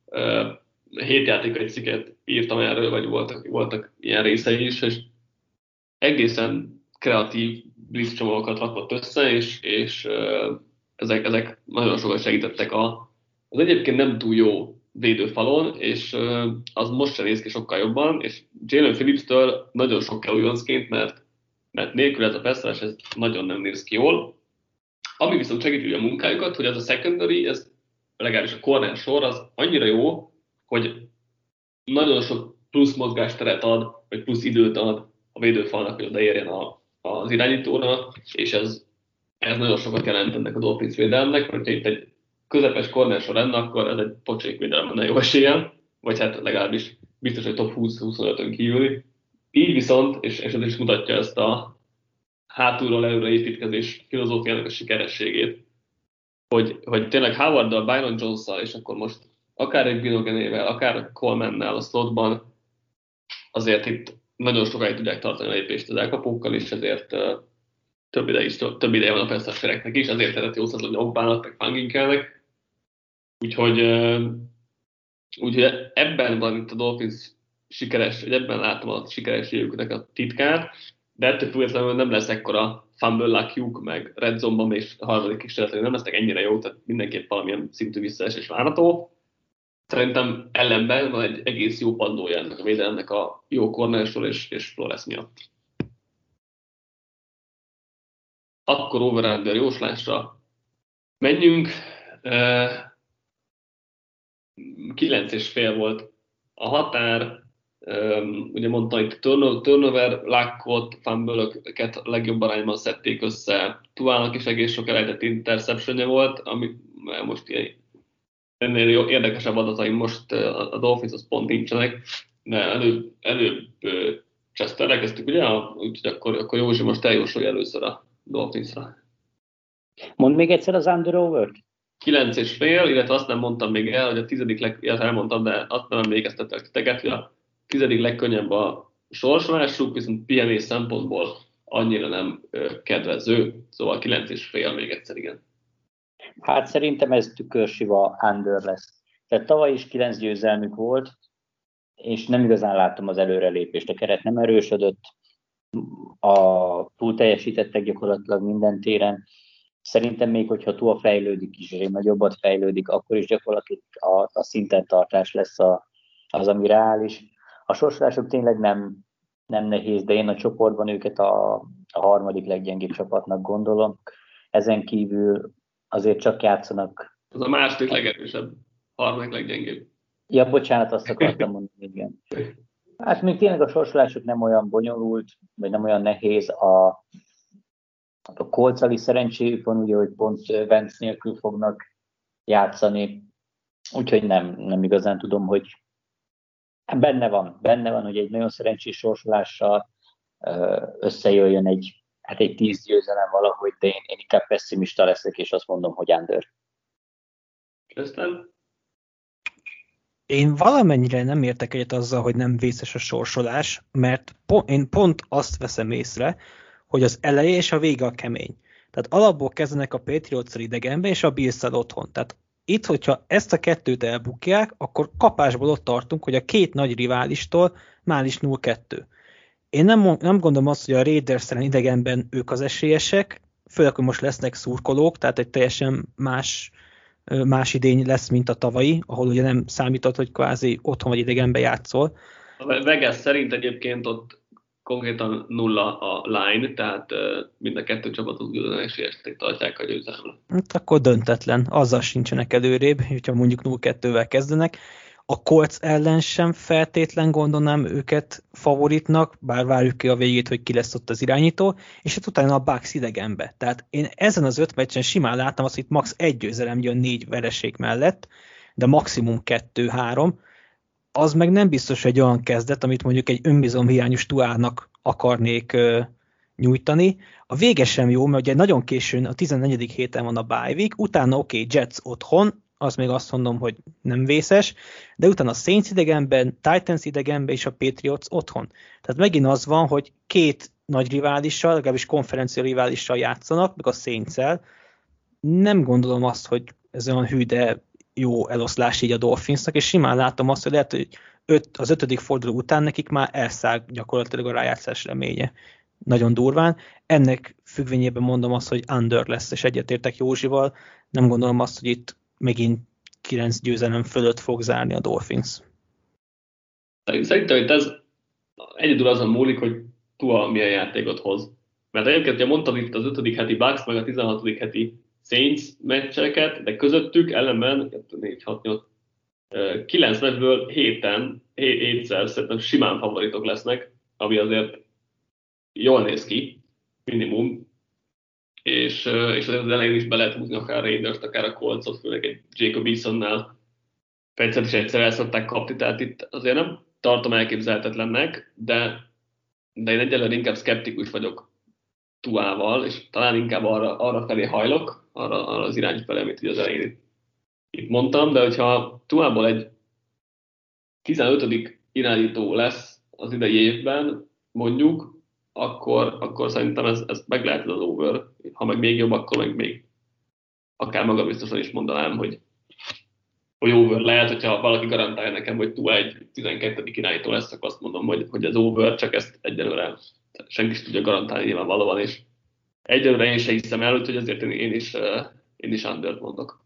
Hét játékai cikket írtam erről, vagy voltak, voltak ilyen részei is, és egészen kreatív blitz csomagokat rakott össze, és, és ezek, ezek nagyon sokat segítettek a az egyébként nem túl jó védőfalon, és az most sem néz ki sokkal jobban, és Jalen Phillips-től nagyon sok kell újoncként, mert, mert nélkül ez a passzolás, ez nagyon nem néz ki jól. Ami viszont segíti a munkájukat, hogy az a secondary, ez legalábbis a corner sor, az annyira jó, hogy nagyon sok plusz mozgásteret ad, vagy plusz időt ad a védőfalnak, hogy odaérjen a, az irányítóra, és ez, ez nagyon sokat jelent ennek a Dolphins védelemnek, mert itt egy közepes corner sor lenne, akkor ez egy pocsék védelem lenne jó esélyen, vagy hát legalábbis biztos, hogy top húsz-huszonötön kívüli. Így viszont, és, és ez is mutatja ezt a hátulról előre építkezés filozófiának a sikerességét, hogy, hogy tényleg Howarddal, Byron Jones-szal, és akkor most akár egy Binogenével, akár Colemannel a slotban, azért itt nagyon sokáig tudják tartani a lépést az elkapókkal, és ezért uh, több, ide is, több ideje van a persze is, ezért lehet jó szezonni Ogbának, meg Fanginkelnek. Úgyhogy, uh, úgyhogy ebben van itt a Dolphins sikeres, vagy ebben látom a sikerességüknek a titkát, de ettől függetlenül nem lesz ekkora fumble-luckjuk, meg red zone-ban és a harmadik kísérletek nem lesznek ennyire jó, tehát mindenképp valamilyen szintű visszaesés várható. Szerintem ellenben van egy egész jó padlója ennek a védelemnek a jó cornersor és, és Flores miatt. Akkor over-under jóslásra menjünk. Kilenc és fél volt a határ. Ugye mondtam, hogy turnover, luckot, fumble-öket a legjobb arányban szedték össze. Tuának is egész sok elejtett interceptionje volt, ami most ilyen ennél érdekesebb adataim most a Dolphins-hoz pont nincsenek, de előbb, előbb Chester elkezdtük, ugye? Úgyhogy akkor, akkor Józsi most eljósolj először a Dolphinsra. Mondd még egyszer az under-over-t. Kilenc és fél, illetve azt nem mondtam még el, hogy a tizedik leg, illetve elmondtam, de azt nem emlékeztettek titeket, hogy a tizedik legkönnyebb a sorsolásuk, viszont pihenés szempontból annyira nem kedvező, szóval kilenc és fél még egyszer, igen. Hát szerintem ez tükörsiva under lesz. Tehát tavaly is kilenc győzelmük volt, és nem igazán láttam az előrelépést. A keret nem erősödött, a túl teljesítettek gyakorlatilag minden téren. Szerintem még, hogyha túl fejlődik is, és nagyobbat fejlődik, akkor is gyakorlatilag a, a szinten tartás lesz a, az, ami reális. A sorsolások tényleg nem, nem nehéz, de én a csoportban őket a, a harmadik leggyengébb csapatnak gondolom. Ezen kívül azért csak játszanak. Az a második legerősebb, harmadik leggyengébb. Ja, bocsánat, azt akartam mondani, igen. Hát még tényleg a sorsolások nem olyan bonyolult, vagy nem olyan nehéz. A, a Colts-al is szerencséjük van, ugye, hogy pont Wentz nélkül fognak játszani. Úgyhogy nem, nem igazán tudom, hogy benne van, benne van, hogy egy nagyon szerencsés sorsolással összejöjjön egy, hát egy tíz győzelem valahogy, de én, én inkább pessimista leszek, és azt mondom, hogy under. Köszönöm. Én valamennyire nem értek egyet azzal, hogy nem vészes a sorsolás, mert po- én pont azt veszem észre, hogy az eleje és a vége a kemény. Tehát alapból kezdenek a Patriots-szal idegenbe, és a Bills-szel otthon. Tehát itt, hogyha ezt a kettőt elbukják, akkor kapásból ott tartunk, hogy a két nagy riválistól már is nulla kettő. Én nem, nem gondolom azt, hogy a Raiders-ellen idegenben ők az esélyesek, főleg, hogy most lesznek szurkolók, tehát egy teljesen más, más idény lesz, mint a tavalyi, ahol ugye nem számított, hogy kvázi otthon vagy idegenben játszol. A Vegas szerint egyébként ott konkrétan nulla a line, tehát mind a kettő csapatot ugyanaz esélyesnek tartják a győzelemre. Hát akkor döntetlen, azzal sincsenek előrébb, hogyha mondjuk nulla kettővel kezdenek. A Colts ellen sem feltétlen gondolnám őket favoritnak, bár várjuk ki a végét, hogy ki lesz ott az irányító, és hát utána a Bucks idegenbe. Tehát én ezen az öt meccsen simán láttam azt, hogy max. egy győzelem jön négy vereség mellett, de maximum kettő-három. Az meg nem biztos, hogy egy olyan kezdet, amit mondjuk egy önbizalomhiányos Tuának akarnék ö, nyújtani. A vége sem jó, mert ugye nagyon későn, a tizennegyedik héten van a bye week, utána oké, okay, Jets otthon, az még azt mondom, hogy nem vészes, de utána a Saints idegenben, Titans idegenben és a Patriots otthon. Tehát megint az van, hogy két nagy riválissal, legalábbis konferencia riválissal játszanak, meg a Saints-el. Nem gondolom azt, hogy ez olyan hű, de jó eloszlás így a Dolphinsnak, és simán látom azt, hogy lehet, hogy öt, az ötödik forduló után nekik már elszáll gyakorlatilag a rájátszás reménye. Nagyon durván. Ennek függvényében mondom azt, hogy under lesz, és egyetértek Józsival. Nem gondolom azt, hogy itt megint kilenc győzelem fölött fog zárni a Dolphins. Szerintem itt ez egyedül azon múlik, hogy Tua milyen játékot hoz. Mert egyébként, ugye mondtam itt az ötödik heti Bucks, meg a tizenhatodik heti Saints meccseket, de közöttük ellenben kettő, négy, hat, nyolc, kilenc meccsből héten, hétszer szerintem simán favoritok lesznek, ami azért jól néz ki, minimum. És, és azért az elején is be lehet húzni akár a Raiders-t, akár a Colts-ot, főleg egy Jacob Easonnál Fegyszert is egyszer el szokták kapni, tehát itt azért nem tartom elképzelhetetlennek, de, de én egyelőre inkább szkeptikus vagyok Tuával, és talán inkább arra, arra felé hajlok, arra, arra az irány felé, amit ugye az elején itt mondtam, de hogyha Tuából egy tizenötödik irányító lesz az idei évben, mondjuk, akkor, akkor szerintem ez, ez meg lehet az over. Ha meg még jobb, akkor meg még akár magabiztosan is mondanám, hogy, hogy over lehet, hogyha valaki garantálja nekem, hogy Tua egy tizenkettedik irányító lesz, akkor azt mondom, hogy, hogy ez over, csak ezt egyelőre senki is tudja garantálni nyilvánvalóan, és egyelőre én se hiszem el, hogy azért én, én is, én is undert mondok.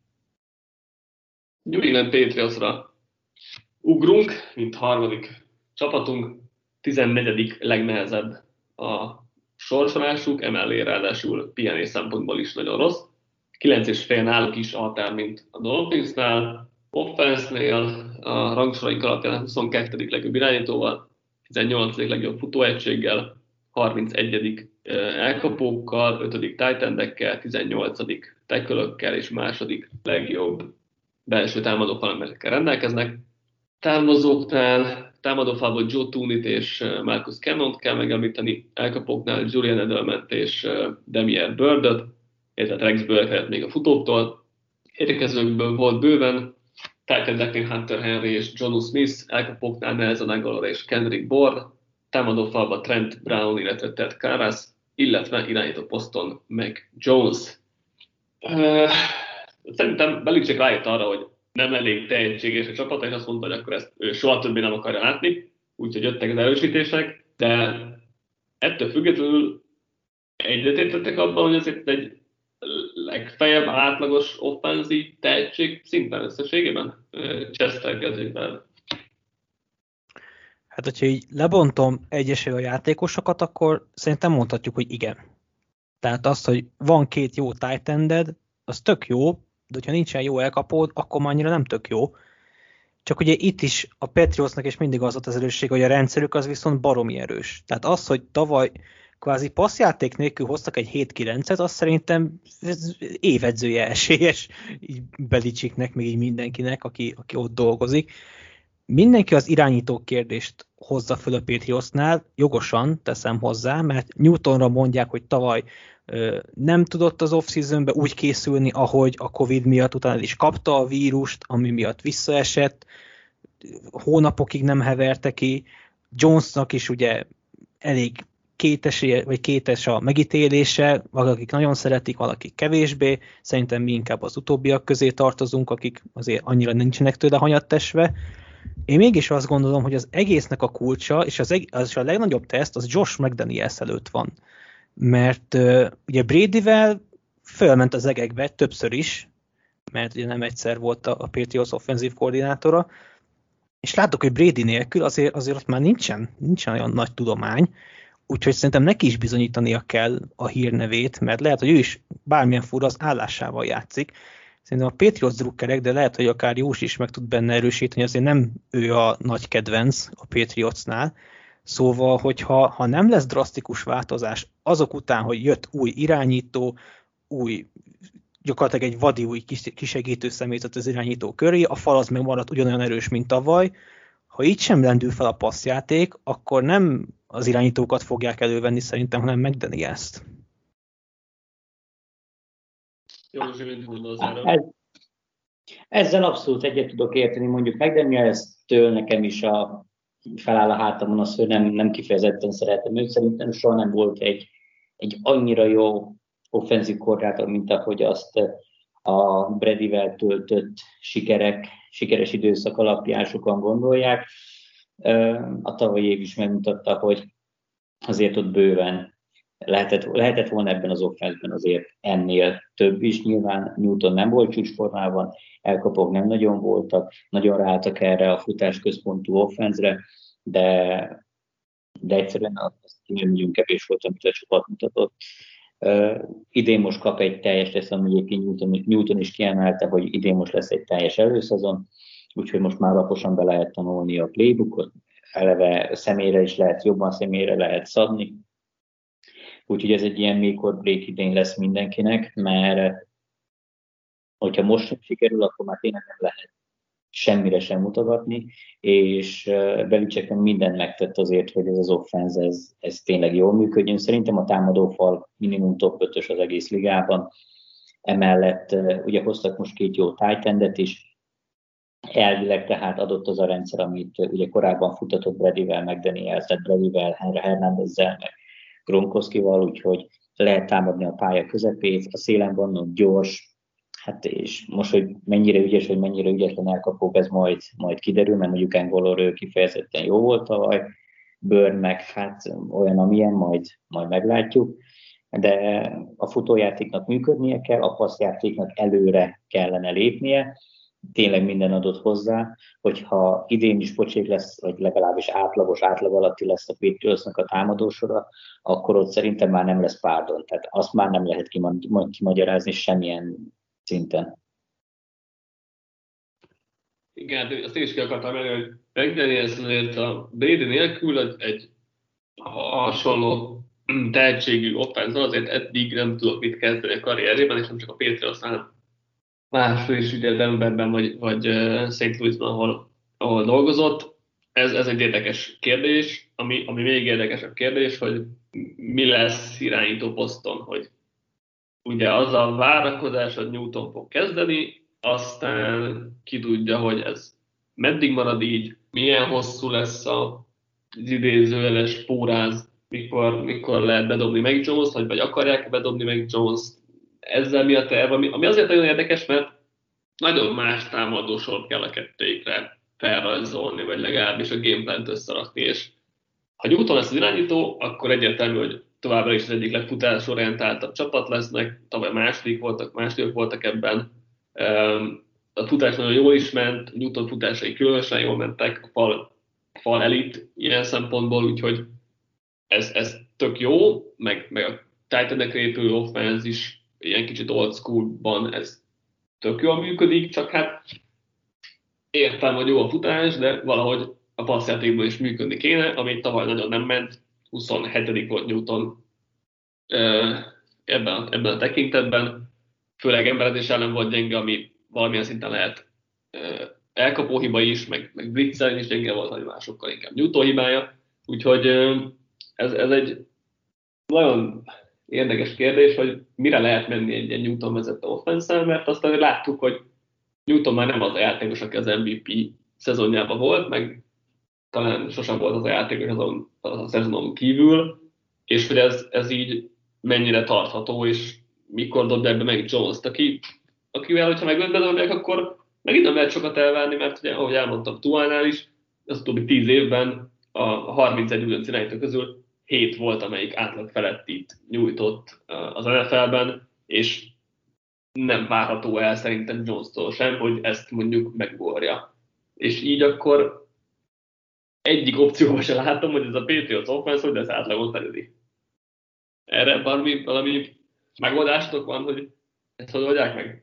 New England Patriotsra ugrunk, mint harmadik csapatunk, tizennegyedik legnehezebb a sorsolásuk, emellé ráadásul pihenés szempontból is nagyon rossz. kilenc és fél náluk is a határ, mint a Dolphinsnál. Offense-nél a rangsoraink alapján huszonkettedik legjobb irányítóval, tizennyolcadik legjobb futóegységgel, harmincegyedik elkapókkal, ötödik tight endekkel, tizennyolcadik tackle-ökkel és második legjobb belső támadó falamerekkel rendelkeznek. Támadóknál, támadófalból Joe Tooney-t és Marcus Cannont kell megemlíteni, elkapóknál Julian Edelment és Damier Birdot, illetve Rex Burkhead még a futóktól. Érkezőkből volt bőven, tight endeknél Hunter Henry és Jonnu Smith, elkapóknál Nelson Aguilar és Kendrick Bourne, támadófalban Trent Brown, illetve Ted Karras, illetve irányító poszton Mac Jones. Uh, szerintem Belichick rájött arra, hogy nem elég tehetséges a csapata, és azt mondta, hogy akkor ezt ő soha többé nem akarja látni, úgyhogy jöttek az erősítések, de ettől függetlenül egyetértettek abban, hogy azért egy legfeljebb átlagos offenzív tehetség szinten összességében Chester kezében. Hát, hogyha így lebontom egyesével a játékosokat, akkor szerintem mondhatjuk, hogy igen. Tehát azt, hogy van két jó tight ended, az tök jó, de hogyha nincsen jó elkapód, akkor már annyira nem tök jó. Csak ugye itt is a Patriotsnak is mindig az volt az erősség, hogy a rendszerük az viszont baromi erős. Tehát az, hogy tavaly kvázi passzjáték nélkül hoztak egy hét kilencet, az szerintem évedzője esélyes így Belichicknek, még így mindenkinek, aki, aki ott dolgozik. Mindenki az irányító kérdést hozza föl a Patriotsnál, jogosan teszem hozzá, mert Newtonra mondják, hogy tavaly ö, nem tudott az off-seasonbe úgy készülni, ahogy a Covid miatt utána is kapta a vírust, ami miatt visszaesett, hónapokig nem heverte ki. Jonesnak is ugye elég kétes, vagy kétes a megítélése, valakik nagyon szeretik, valakik kevésbé, szerintem mi inkább az utóbbiak közé tartozunk, akik azért annyira nincsenek tőle hanyattesve. Én mégis azt gondolom, hogy az egésznek a kulcsa, és az, eg- az a legnagyobb teszt, az Josh McDaniels előtt van. Mert uh, ugye Bradyvel fölment az egekbe többször is, mert ugye nem egyszer volt a, a Patriots offenzív koordinátora, és láttuk, hogy Brady nélkül azért, azért ott már nincsen, nincsen olyan nagy tudomány, úgyhogy szerintem neki is bizonyítania kell a hírnevét, mert lehet, hogy ő is bármilyen fura az állásával játszik. Szerintem a Patriots drukkerek, de lehet, hogy akár Jós is meg tud benne erősíteni, azért nem ő a nagy kedvenc a Patriotsnál. Szóval, hogyha ha nem lesz drasztikus változás azok után, hogy jött új irányító, új, gyakorlatilag egy vadi új kisegítő személyzet az irányító köré, a fal az meg maradt ugyanolyan erős, mint tavaly. Ha így sem lendül fel a passzjáték, akkor nem az irányítókat fogják elővenni szerintem, hanem McDaniels-t. Jó, mit gondolsz erről? Ezzel abszolút egyet tudok érteni, mondjuk McDaniels-től nekem is a feláll a hátamon az, hogy nem, nem kifejezetten szeretem őt, szerintem soha nem volt egy, egy annyira jó offenzív koordinátor, mint ahogy azt a Bradyvel töltött sikerek, sikeres időszak alapján sokan gondolják. A tavalyi év is megmutatta, hogy azért ott bőven lehetett, lehetett volna ebben az offenzben azért ennél több is. Nyilván Newton nem volt csúcsformában, elkapók nem nagyon voltak, nagyon ráálltak erre a futásközpontú offenzre, de, de egyszerűen azt nagyon kevés volt, amit a csapat mutatott. Uh, idén most kap egy teljes lesz, ami egyébként Newton, Newton is kiemelte, hogy idén most lesz egy teljes előszezon, úgyhogy most már alaposan be lehet tanulni a playbookot, eleve személyre is lehet, jobban személyre lehet szabni. Úgyhogy ez egy ilyen make or break idén lesz mindenkinek, mert hogyha most sem sikerül, akkor már tényleg nem lehet semmire sem mutogatni, és Belichick mindent megtett azért, hogy ez az offense, ez, ez tényleg jól működjön. Szerintem a támadófal minimum top ötös az egész ligában. Emellett ugye hoztak most két jó tight endet is, elvileg tehát adott az a rendszer, amit ugye korábban futatott Bradyvel, McDaniels, tehát Bradyvel, Hernándezzel, meg Gronkowskival, úgyhogy lehet támadni a pálya közepét, a szélen vannak gyors, hát és most, hogy mennyire ügyes, vagy mennyire ügyetlen elkapók, ez majd, majd kiderül, mert mondjuk Angolor kifejezetten jó volt tavaly, Burn meg hát olyan, amilyen, majd, majd meglátjuk, de a futójátéknak működnie kell, a passzjátéknak előre kellene lépnie, tényleg minden adott hozzá, hogyha idén is pocsék lesz, vagy legalábbis átlagos, átlag alatti lesz a Patriotsnak a támadósora, akkor ott szerintem már nem lesz párdon. Tehát azt már nem lehet kimagyarázni semmilyen szinten. Igen, azt én is ki akartam menni, hogy McDaniels azért a Brady nélkül egy hasonló tehetségű offense, azért eddig nem tudok mit kezdeni a karrierében, és nem csak a Patriotsnál, máshol is ugye Denverben vagy, vagy Saint Louisban, ahol, ahol dolgozott. Ez, ez egy érdekes kérdés, ami, ami még érdekesebb kérdés, hogy mi lesz irányító poszton, hogy ugye az a várakozás, hogy Newton fog kezdeni, aztán ki tudja, hogy ez meddig marad így, milyen hosszú lesz az idézőjeles póráz, mikor, mikor lehet bedobni meg Jones-t, vagy, vagy akarják bedobni meg Jones-t. Ezzel mi a terv, ami, ami azért nagyon érdekes, mert nagyon más támadósort kell a kettőikre felrajzolni, vagy legalábbis a gameplant összerakni, és ha Newton lesz az irányító, akkor egyértelmű, hogy továbbra is az egyik legfutásorientáltabb csapat lesznek, tavaly második voltak, másodikok voltak ebben. A futás nagyon jól is ment, Newton futásai különösen jól mentek, a fal, fal elit ilyen szempontból, úgyhogy ez, ez tök jó, meg, meg a Titanek épülő offense is ilyen kicsit old schoolban ez tök jól működik, csak hát értem, hogy jó a futás, de valahogy a passzjátékban is működni kéne, ami tavaly nagyon nem ment, huszonhetedik volt Newton ebben, ebben a tekintetben, főleg emberedés ellen volt gyenge, ami valamilyen szinten lehet elkapó hiba is, meg, meg blitzel is gyenge volt, vagy másokkal inkább Newton hibája, úgyhogy ez, ez egy nagyon érdekes kérdés, hogy mire lehet menni egy, egy Newton vezette offense-el, mert azt azért láttuk, hogy Newton már nem az a játékos, aki az em vé pé szezonjában volt, meg talán sosem volt az a játékos azon a szezonon kívül, és hogy ez, ez így mennyire tartható, és mikor dobják be meg Jones-t, aki, akivel, hogyha meg bedobják, akkor megint nem lehet sokat elvárni, mert ugye, ahogy elmondtam Tuánál is, az utóbbi tíz évben a harmincegy újonc irányító közül hét volt, amelyik átlag felett itt nyújtott az en ef el-ben, és nem várható el szerintem Jones-tól sem, hogy ezt mondjuk megugorja. És így akkor egyik opcióban se látom, hogy ez a Patriots offense, hogy ez átlagon felüli. Erre valami, valami megoldásotok van, hogy ezt hogy oldják meg?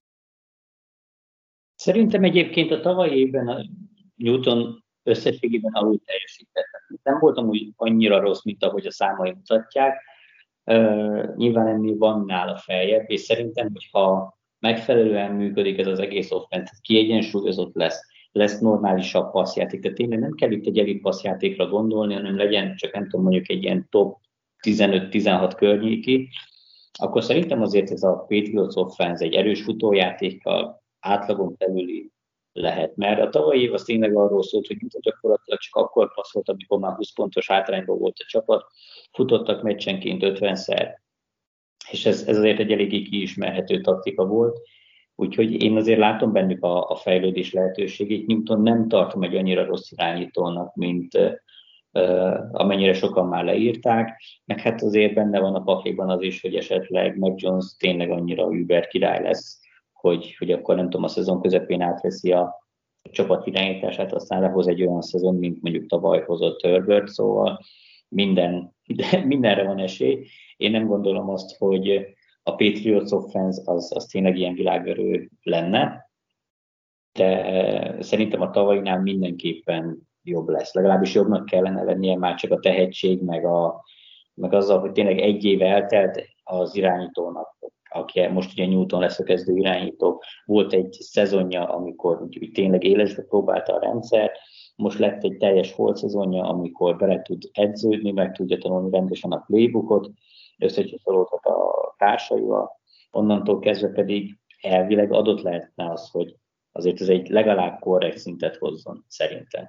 Szerintem egyébként a tavalyi évben a Newton összességében alul teljesített. Nem voltam úgy annyira rossz, mint ahogy a számai mutatják. Uh, nyilván ennél van nála feljebb, és szerintem, hogyha megfelelően működik ez az egész offense, kiegyensúlyozott lesz, lesz normálisabb passzjáték, tehát tényleg nem kell itt egy elit passzjátékra gondolni, hanem legyen csak nem tudom, mondjuk egy ilyen top tizenöt-tizenhat környéki, akkor szerintem azért ez a Patriots offense egy erős futójátékkal átlagon felüli lehet, mert a tavalyi év az tényleg arról szólt, hogy gyakorlatilag csak akkor passzolt, amikor már húsz pontos hátrányban volt a csapat, futottak meccsenként ötvenszer, és ez, ez azért egy eléggé kiismerhető taktika volt, úgyhogy én azért látom bennük a, a fejlődés lehetőségét. Newton nem tartom egy annyira rossz irányítónak, mint uh, amennyire sokan már leírták, meg hát azért benne van a pakliban az is, hogy esetleg Mac Jones tényleg annyira über király lesz, hogy, hogy akkor nem tudom, a szezon közepén átveszi a csapat irányítását, aztán lehoz egy olyan szezon, mint mondjuk tavaly hozott Herbert, szóval minden, de mindenre van esély. Én nem gondolom azt, hogy a Patriots offense az, az tényleg ilyen világverő lenne, de szerintem a tavainál mindenképpen jobb lesz. Legalábbis jobbnak kellene lennie már csak a tehetség, meg, a, meg azzal, hogy tényleg egy éve eltelt az irányítónak, aki most ugye Newton lesz a kezdő irányító, volt egy szezonja, amikor úgy, tényleg élesbe próbálta a rendszer, most lett egy teljes holt szezonja, amikor bele tud edződni, meg tudja tanulni rendesen a playbookot, összecsiszolódhat a társaival, onnantól kezdve pedig elvileg adott lehetne az, hogy azért ez egy legalább korrekt szintet hozzon, szerintem.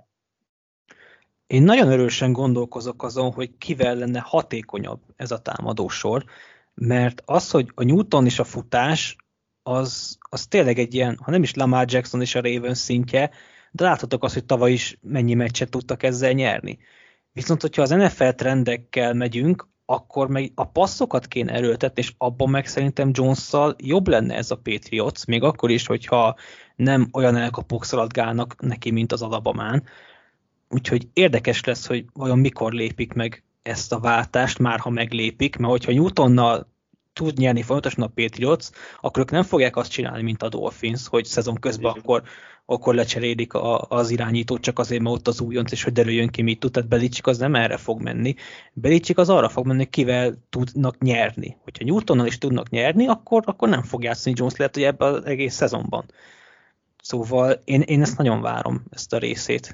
Én nagyon erősen gondolkozok azon, hogy kivel lenne hatékonyabb ez a támadósor, mert az, hogy a Newton és a futás, az, az tényleg egy ilyen, ha nem is Lamar Jackson és a Ravens szintje, de láthatok azt, hogy tavaly is mennyi meccset tudtak ezzel nyerni. Viszont, hogyha az en ef el trendekkel megyünk, akkor meg a passzokat kéne erőltetni, és abban meg szerintem Jones-szal jobb lenne ez a Patriots, még akkor is, hogyha nem olyan elkapók szaladgálnak neki, mint az Alabamán. Úgyhogy érdekes lesz, hogy vajon mikor lépik meg ezt a váltást, már ha meglépik, mert hogyha Newtonnal tud nyerni folyamatosan a Patriots, akkor ők nem fogják azt csinálni, mint a Dolphins, hogy szezon közben akkor, akkor lecserélik a, az irányítót csak azért, mert ott az újonc, és hogy derüljön ki, mit tud. Tehát Belichick az nem erre fog menni. Belichick az arra fog menni, kivel tudnak nyerni. Hogyha Newtonnal is tudnak nyerni, akkor, akkor nem fog játszani Jones, lehet, hogy ebben az egész szezonban. Szóval én, én ezt nagyon várom, ezt a részét.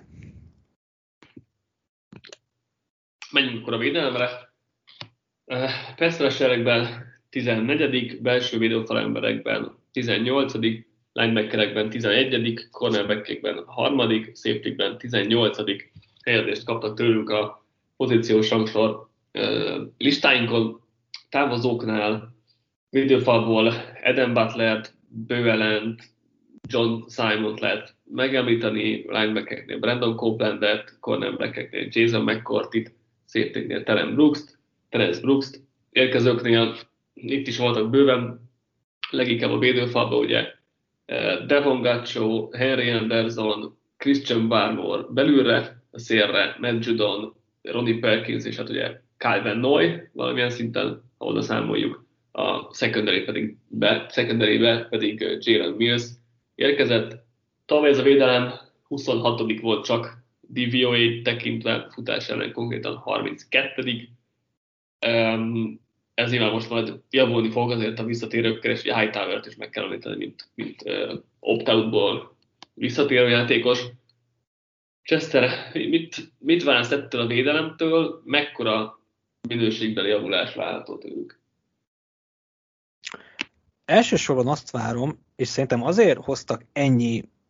Menjünk akkor a védelemre. Pass-rusherekben tizennegyedik, belső védőfalemberekben tizennyolcadik, linebackerekben tizenegyedik, cornerbackekben harmadik, safetykben tizennyolcadik helyezést kaptak tőlük a pozíciós rangsor listáinkon. Távozóknál védőfalból Adam Butlert, Beau Allent, John Simont lehet megemlíteni, linebackereknél Brandon Copelandet, cornerbackeknél Jason McCourtit, safetyknél Terence Brooks-t, Terence Brooks-t, érkezőknél itt is voltak bőven, leginkább a védőfalban ugye Devon Gaccio, Henry Anderson, Christian Barmore belülre, a szélre Matt Judon, Ronnie Perkins és hát ugye Kyle Van Noy valamilyen szinten, ahol számoljuk, a secondary pedig be, secondary-be pedig Jalen Mills érkezett. Tavaly ez a védelem huszonhatodik volt csak dé vé o á tekintve, futás ellen konkrétan harminckettedik Um, ez nyilván most majd javulni fog azért a visszatérőkkel, és ugye Hightower-t is meg kell említeni, mint, mint uh, opt-outból visszatérő játékos. Chester, mit, mit vársz ettől a védelemtől, mekkora minőségbeli javulás várható tőlük? Elsősorban azt várom, és szerintem azért hoztak ennyi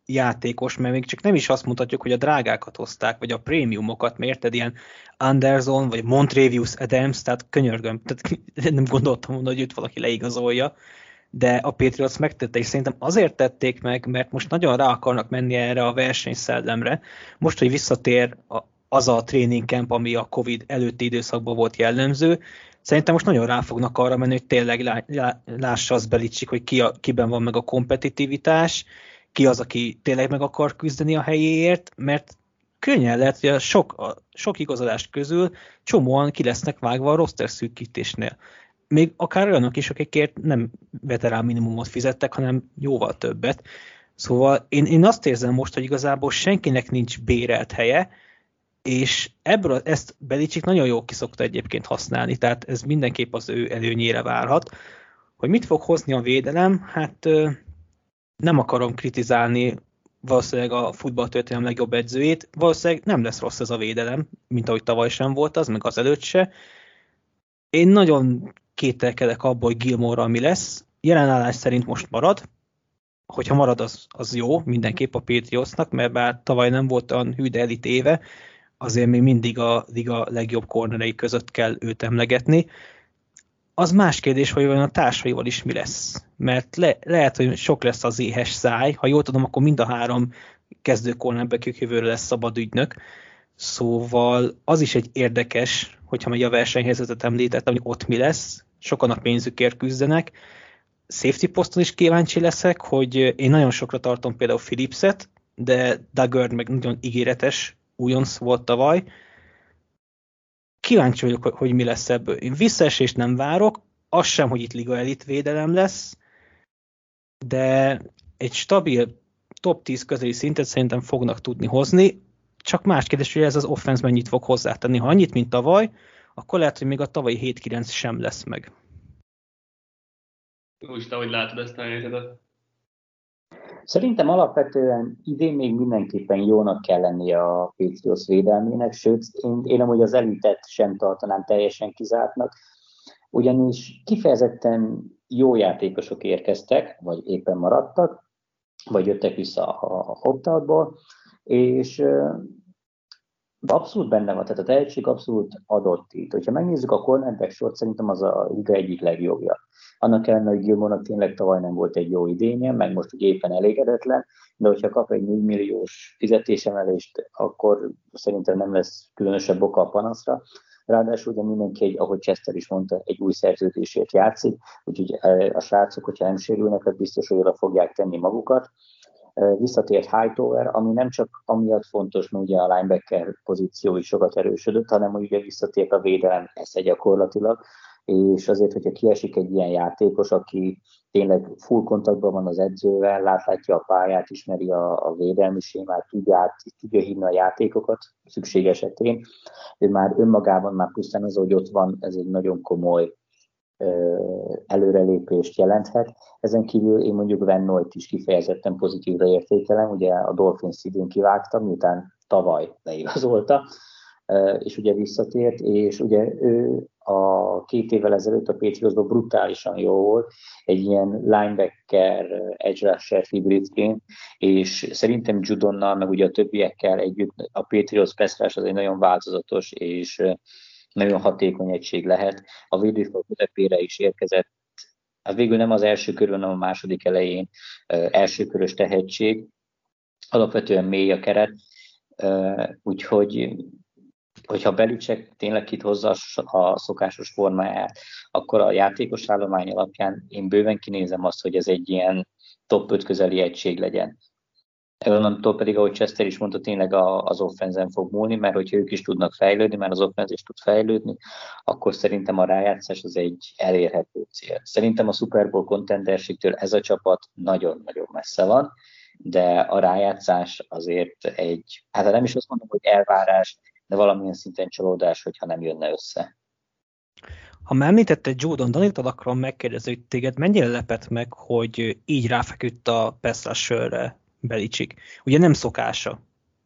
játékos, mert még csak nem is azt mutatjuk, hogy a drágákat hozták, vagy a prémiumokat, mert érted, ilyen Anderson, vagy Montrevious Adams, tehát könyörgöm, tehát nem gondoltam volna, hogy őt valaki leigazolja, de a Patriots megtette, és szerintem azért tették meg, mert most nagyon rá akarnak menni erre a versenyszellemre. Most, hogy visszatér a, az a training camp, ami a Covid előtti időszakban volt jellemző, szerintem most nagyon rá fognak arra menni, hogy tényleg lá, lá, lássa az Belichick, hogy ki a, kiben van meg a kompetitivitás, ki az, aki tényleg meg akar küzdeni a helyéért, mert könnyen lehet, hogy a sok, a sok igazolás közül csomóan ki lesznek vágva a roster szűkítésnél. Még akár olyanok is, akikért nem veterán minimumot fizettek, hanem jóval többet. Szóval én, én azt érzem most, hogy igazából senkinek nincs bérelt helye, és ebből ezt Belichick nagyon jól kiszokta egyébként használni, tehát ez mindenképp az ő előnyére várhat. Hogy mit fog hozni a védelem? Hát nem akarom kritizálni valószínűleg a futballtörténelem legjobb edzőjét, valószínűleg nem lesz rossz ez a védelem, mint ahogy tavaly sem volt az, meg az előtt se. Én nagyon kételkedek abból, hogy Gilmore-ral mi lesz. Jelenállás szerint most marad. Hogyha marad, az, az jó, mindenképp a Patriotsnak, mert bár tavaly nem volt olyan hű, de elit éve, azért még mindig a liga legjobb cornerei között kell őt emlegetni. Az más kérdés, hogy olyan a társaival is mi lesz. Mert le, lehet, hogy sok lesz az éhes száj. Ha jól tudom, akkor mind a három kezdő cornerback jövőre lesz szabad ügynök. Szóval az is egy érdekes, hogyha megy a versenyhelyzetet említettem, hogy ott mi lesz. Sokan a pénzükért küzdenek. Safety poszton is kíváncsi leszek, hogy én nagyon sokra tartom például Phillipset, de Duggar meg nagyon ígéretes újonc volt tavaly. Kíváncsi vagyok, hogy mi lesz ebből. Én visszaesést nem várok, az sem, hogy itt liga elit védelem lesz, de egy stabil top tíz közeli szintet szerintem fognak tudni hozni, csak más kérdés, hogy ez az offense mennyit fog hozzátenni. Ha annyit, mint tavaly, akkor lehet, hogy még a tavalyi hét kilenc sem lesz meg. Úgy, ahogy látod ezt a helyzetet? Szerintem alapvetően idén még mindenképpen jónak kell lennie a Patriots védelmének, sőt, én, én amúgy az elitet sem tartanám teljesen kizártnak, ugyanis kifejezetten jó játékosok érkeztek, vagy éppen maradtak, vagy jöttek vissza a, a opt-outból, és abszolút benne van, tehát a tehetség abszolút adott itt. Hogyha megnézzük a cornerback sort, szerintem az a liga egyik legjobbja. Annak ellenére, hogy Gilmore-nak tényleg tavaly nem volt egy jó idénye, meg most ugye éppen elégedetlen, de hogyha kap egy négy milliós fizetésemelést, akkor szerintem nem lesz különösebb oka a panaszra. Ráadásul ugye mindenki, egy, ahogy Chester is mondta, egy új szerződésért játszik, úgyhogy a srácok, hogyha nem sérülnek, az biztos, hogy oda fogják tenni magukat. Visszatért Hightower, ami nem csak amiatt fontos, mert ugye a linebacker pozíció is sokat erősödött, hanem hogy ugye visszatért a védelem esze gyakorlatilag, és azért, hogyha kiesik egy ilyen játékos, aki tényleg full kontaktban van az edzővel, látlátja a pályát, ismeri a, a védelmi sémát, tudja, át, tudja hívni a játékokat szükség esetén, ő már önmagában már pusztán az, hogy ott van, ez egy nagyon komoly előrelépést jelenthet. Ezen kívül én mondjuk Van Noyt is kifejezetten pozitívra értékelem, ugye a Dolphins idén kivágta, miután tavaly leigazolta, és ugye visszatért, és ugye ő a két évvel ezelőtt a Patriotsban brutálisan jó volt, egy ilyen linebacker, edge rusher hibridként, és szerintem Judonnal, meg ugye a többiekkel együtt a Patriots pass rush az egy nagyon változatos és nagyon hatékony egység lehet. A védőfal közepére is érkezett, az végül nem az első körön, hanem a második elején elsőkörös tehetség, alapvetően mély a keret, úgyhogy hogyha Belichick tényleg itt hozza a szokásos formáját, akkor a játékos állomány alapján én bőven kinézem azt, hogy ez egy ilyen top öt közeli egység legyen. Onnantól pedig, ahogy Chester is mondta, tényleg az offenzen fog múlni, mert hogyha ők is tudnak fejlődni, mert az offenz is tud fejlődni, akkor szerintem a rájátszás az egy elérhető cél. Szerintem a Super Bowl contenderségtől ez a csapat nagyon-nagyon messze van, de a rájátszás azért egy, hát nem is azt mondom, hogy elvárás, de valamilyen szinten csalódás, hogyha nem jönne össze. Ha már említetted Judon Danit, akarom megkérdezni, hogy téged mennyire lepett meg, hogy így ráfeküdt a pass rusherre Belichick. Ugye nem szokása.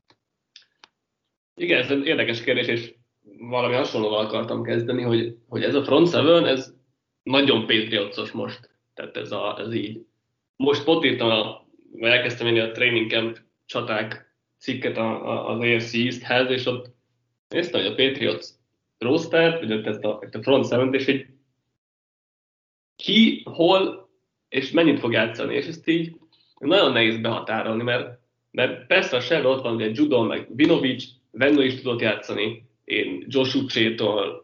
Igen, ez egy érdekes kérdés, és valami hasonlóval akartam kezdeni, hogy, hogy ez a front seven, ez nagyon Patriotsos most. Tehát ez, a, ez így. Most pont írtam a elkezdtem írni a Training Camp csaták cikket az á ef cé Easthez, és ott néztem, hogy a Patriots roster, vagy ezt a, a front seven, és egy ki, hol, és mennyit fog játszani, és ezt így nagyon nehéz behatárolni, mert, mert persze a Sherry ott van, ugye Judon, meg Vinovich, Venno is tudott játszani, én Josh Uche-tól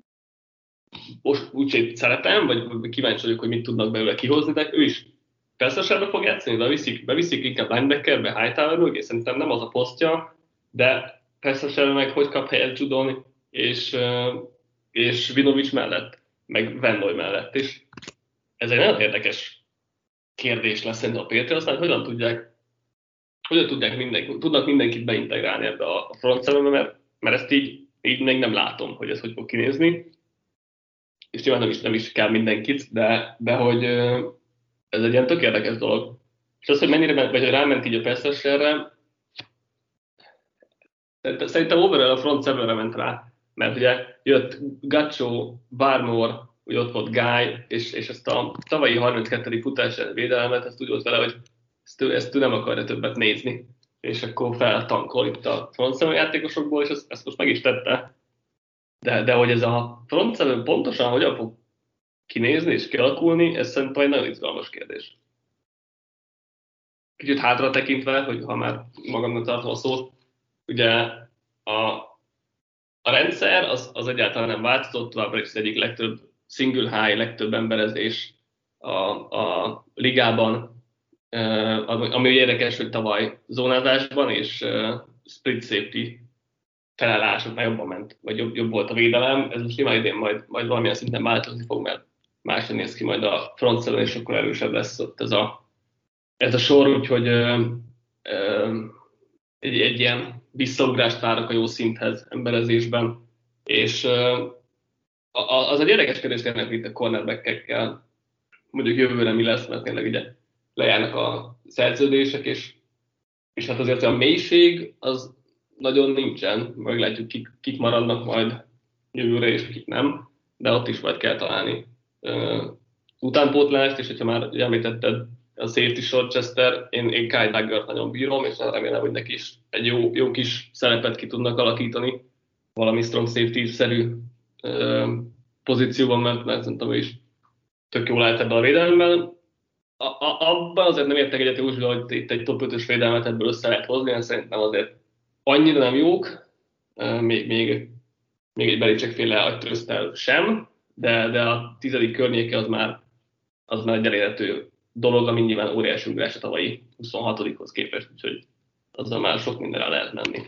Uche-t szeretem, vagy kíváncsi vagyok, hogy mit tudnak belőle kihozni, de ő is persze a Sherry fog játszani, beviszik, beviszik inkább linebackerbe, Hightower mögé, szerintem nem az a posztja, de persze a Sherry meg hogy kap helyet Judon, és, és Vinovich mellett, meg Venno mellett, és ez egy nagyon érdekes kérdés lesz szerintem a Patriotsnál, hogy hogyan tudják, hogyan tudják mindenki, tudnak mindenkit beintegrálni ebbe a front seven-be, mert, mert ezt így, így még nem látom, hogy ez hogy fog kinézni. És nyilván nem is, nem is kell mindenkit, de, de hogy ez egy ilyen tök érdekes dolog. És az, hogy mennyire ment, vagy hogy ráment így a pass rusherre, szerintem overall a front seven-re ment rá, mert ugye jött Gaccio, Barmore, úgy ott volt Guy, és, és ezt a tavalyi harminckettedik futás védelmet, ezt úgy volt vele, hogy ezt, ezt ő nem akarja többet nézni, és akkor feltankol itt a front seven játékosokból, és ezt, ezt most meg is tette. De, de hogy ez a front seven pontosan hogyan fog kinézni és kialakulni, ez szerintem egy nagyon izgalmas kérdés. Kicsit hátra tekintve, hogy ha már magamnak tartom a szót, ugye a, a rendszer az, az egyáltalán nem változott, továbbra is az egyik legtöbb single high, legtöbb emberezés a, a ligában, ami érdekes, hogy tavaly zónázásban és split safety felállásoknál jobban ment, vagy jobb, jobb volt a védelem. Ez most nyilván idén majd, majd valamilyen szinten változni fog, mert másra néz ki majd a front seven, és akkor erősebb lesz ott ez a, ez a sor, úgyhogy ö, ö, egy, egy ilyen visszaugrást várok a jó szinthez emberezésben, és ö, az egy érdekes kérdés tényleg itt a cornerback-ekkel, mondjuk jövőre mi lesz, mert tényleg ugye lejárnak a szerződések, és, és hát azért a mélység az nagyon nincsen, meglátjuk kik, kik maradnak majd jövőre, és kik nem, de ott is majd kell találni uh, utánpótlást, és hogyha már említetted a safety Rochester, én, én Kyle Duggart nagyon bírom, és remélem, hogy neki is egy jó, jó kis szerepet ki tudnak alakítani, valami strong safety-szerű uh, pozícióban, mert, mert szerintem ő is tök jól állt ebben a védelemben. A, a, abban azért nem értek egyet úgy, hogy itt egy top ötös védelmet ebből össze lehet hozni, mert szerintem azért annyira nem jók, még, még, még egy Belichick-féle agytrözttel sem, de, de a tizedik környéke az már, az már egy elérhető dolog, ami nyilván óriási ugrás a tavalyi huszonhatodikhoz képest, úgyhogy azzal már sok mindenre lehet menni.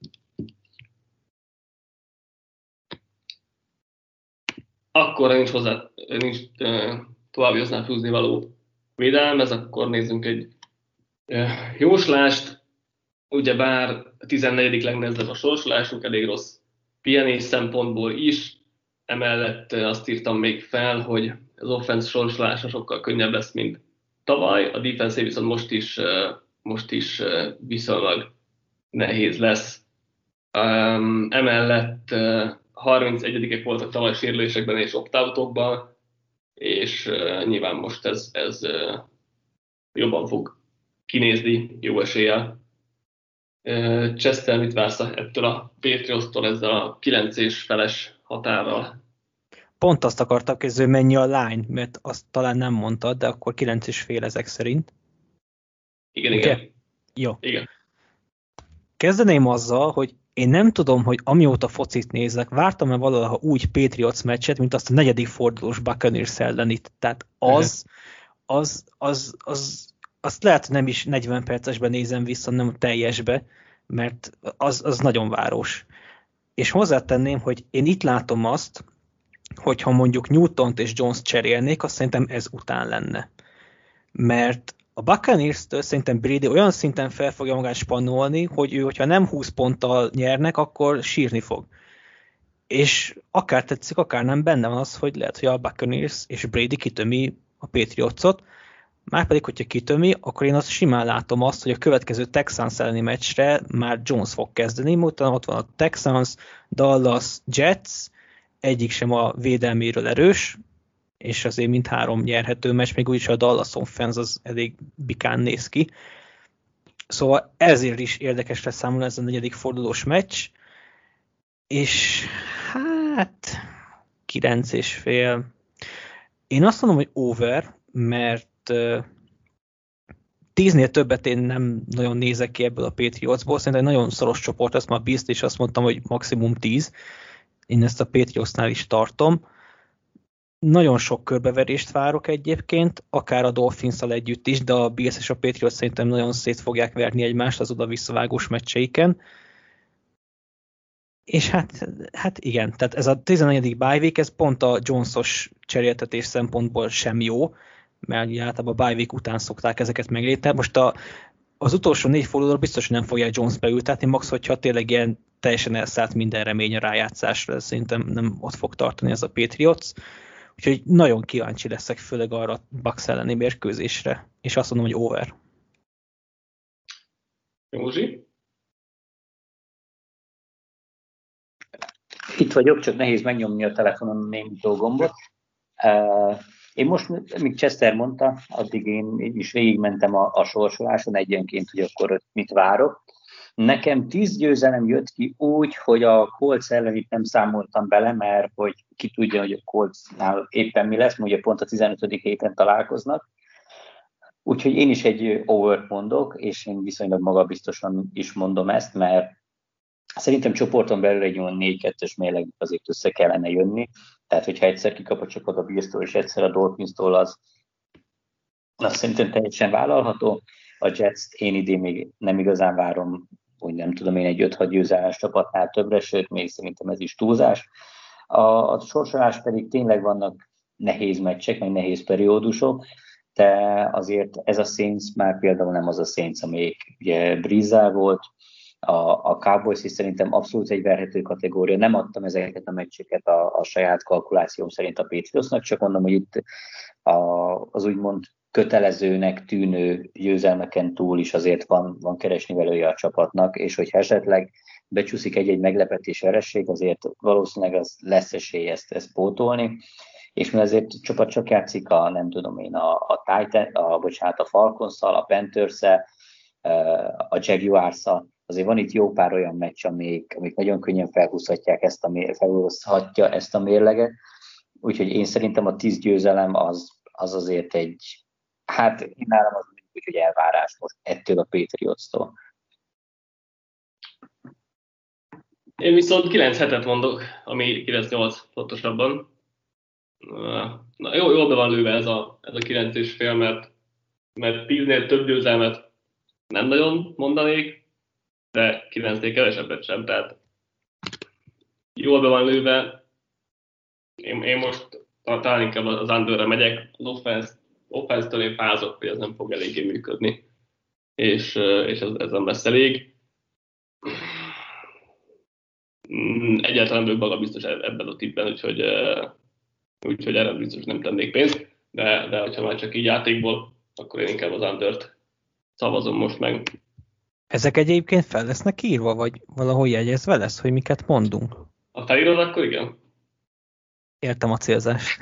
Akkor nincs hozzá, nincs további hozzá fűzni való védelemhez, akkor nézzünk egy jóslást. Ugyebár a tizennegyedik legnehezebb a sorsolásunk, elég rossz pihenés szempontból is. Emellett azt írtam még fel, hogy az offense sorsolása sokkal könnyebb lesz, mint tavaly. A defense viszont most is, most is viszonylag nehéz lesz. Emellett harmincegyedikek voltak tavaly sérülésekben és opt-outokban, és nyilván most ez, ez jobban fog kinézni jó eséllyel. Chester, mit vársz ettől a Patriots-tól ezzel a kilenc és feles határral? Pont azt akartam kezdeni, hogy mennyi a line, mert azt talán nem mondtad, de akkor kilenc és fél ezek szerint. Igen, okay? igen. Jó. Igen. Kezdeném azzal, hogy én nem tudom, hogy amióta focit nézek, vártam-e valaha úgy Patriots meccset, mint azt a negyedik fordulós Buccaneers ellen itt. Tehát az, az, az, az azt lehet, hogy nem is negyven percesben nézem vissza, nem teljesbe, mert az, az nagyon város. És hozzátenném, hogy én itt látom azt, hogyha mondjuk Newtont és Jones cserélnék, azt szerintem ez után lenne. Mert a Buccaneers-től szerintem Brady olyan szinten fel fogja magát spannolni, hogy ő, hogyha nem húsz ponttal nyernek, akkor sírni fog. És akár tetszik, akár nem, benne van az, hogy lehet, hogy a Buccaneers és Brady kitömi a Patriotsot. Márpedig, hogyha kitömi, akkor én azt simán látom azt, hogy a következő Texans elleni meccsre már Jones fog kezdeni, utána ott van a Texans, Dallas, Jets, egyik sem a védelméről erős, és azért mindhárom nyerhető meccs, még úgyis a Dallas offense az elég bikán néz ki. Szóval ezért is érdekes lesz számomra ez a negyedik fordulós meccs, és hát kilenc és fél. Én azt mondom, hogy over, mert tíznél többet én nem nagyon nézek ki ebből a Patriotsból, szerintem egy nagyon szoros csoport, azt már Beast, és azt mondtam, hogy maximum tíz. Én ezt a Patriotsnál is tartom. Nagyon sok körbeverést várok egyébként, akár a Dolphinszal együtt is, de a Bills és a Patriots szerintem nagyon szét fogják verni egymást az oda-visszavágós meccseiken. És hát, hát igen, tehát ez a tizennegyedik bye week, ez pont a Jones-os cseréltetés szempontból sem jó, mert általában a bye week után szokták ezeket meglépni. Most a, az utolsó négy fordulóra biztos, hogy nem fogják Jones beültetni, max, hogyha tényleg ilyen teljesen elszállt minden remény a rájátszásra, szerintem nem ott fog tartani ez a Patriots. Úgyhogy nagyon kíváncsi leszek, főleg arra a Bucks elleni mérkőzésre, és azt mondom, hogy over. Józsi? Itt vagyok, csak nehéz megnyomni a telefonon a némító gombot. Én most, míg Chester mondta, addig én, én is végigmentem a, a sorsoláson egyenként, hogy akkor mit várok. Nekem tíz győzelem jött ki úgy, hogy a Colts ellen itt nem számoltam bele, mert hogy ki tudja, hogy a Coltsnál éppen mi lesz, ugye pont a tizenötödik héten találkoznak. Úgyhogy én is egy over mondok, és én viszonylag magabiztosan is mondom ezt, mert szerintem csoporton belül egy olyan négy kettős mérleg azért össze kellene jönni. Tehát, hogyha egyszer kikap a csapat a Bills-től, és egyszer a Dolphins-tól, az, az szerintem teljesen vállalható. A Jets-t én idén még nem igazán várom, hogy nem tudom én, egy öt-hat győzelmes csapatnál többre, sőt, még szerintem ez is túlzás. A, a sorsolás pedig tényleg vannak nehéz meccsek, meg nehéz periódusok, de azért ez a Saints már például nem az a Saints, amelyik ugye Breeze volt, a, a Cowboys is szerintem abszolút egy verhető kategória. Nem adtam ezeket a meccseket a, a saját kalkulációm szerint a Patriotsnak, csak mondom, hogy itt a, az úgymond kötelezőnek tűnő győzelmeken túl is azért van, van keresnivelője a csapatnak, és hogyha esetleg becsúszik egy-egy meglepetés veresség, azért valószínűleg az lesz esély ezt, ezt pótolni, és mi azért a csapat csak játszik a, nem tudom én, a, a Titan, a, bocsánat, a Falcons-szal, a Panthers-szel, a Jaguars-szal, azért van itt jó pár olyan meccs, amik, amik nagyon könnyen felhúzhatják ezt a, felhúzhatja ezt a mérleget, úgyhogy én szerintem a tíz győzelem az, az azért egy, hát én nálam az úgy, hogy elvárás most ettől a Patriots-tól. Én viszont kilenc hetet mondok, ami kilenc nyolc pontosabban. Na, jó, jól be van lőve ez a, ez a kilenc és fél, mert, mert tíznél több győzelmet nem nagyon mondanék, de kilencnél kevesebbet sem, tehát jól be van lőve. Én, én most talán inkább az underre megyek, az offense, offense-től én fázok, hogy ez nem fog eléggé működni, és, és ez, ez nem lesz elég. Egyáltalán nem vagyok biztos ebben a tippben, úgyhogy, úgyhogy erre biztos nem tennék pénzt, de, de hogyha már csak így játékból, akkor én inkább az undert szavazom most meg. Ezek egyébként fel lesznek írva, vagy valahol jegyezve lesz, hogy miket mondunk? Ha felírod, akkor igen. Értem a célzást.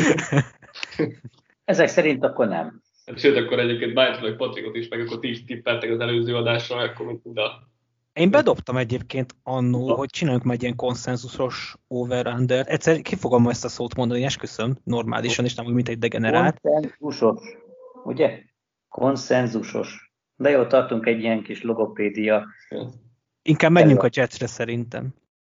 Ezek szerint akkor nem. Sőt, akkor egyébként bájtolok Patrikot is, meg akkor ti is tippeltek az előző adásra, akkor mint mind a... Én bedobtam egyébként annó, ha. hogy csináljunk majd ilyen konszenzusos over-under. Egyszer ki fogom ma ezt a szót mondani, esküszöm, normálisan, és nem úgy, mint egy degenerált. Konszenzusos, ugye? Konszenzusos. De jó, tartunk egy ilyen kis logopédia. Inkább menjünk a Jetsre szerintem.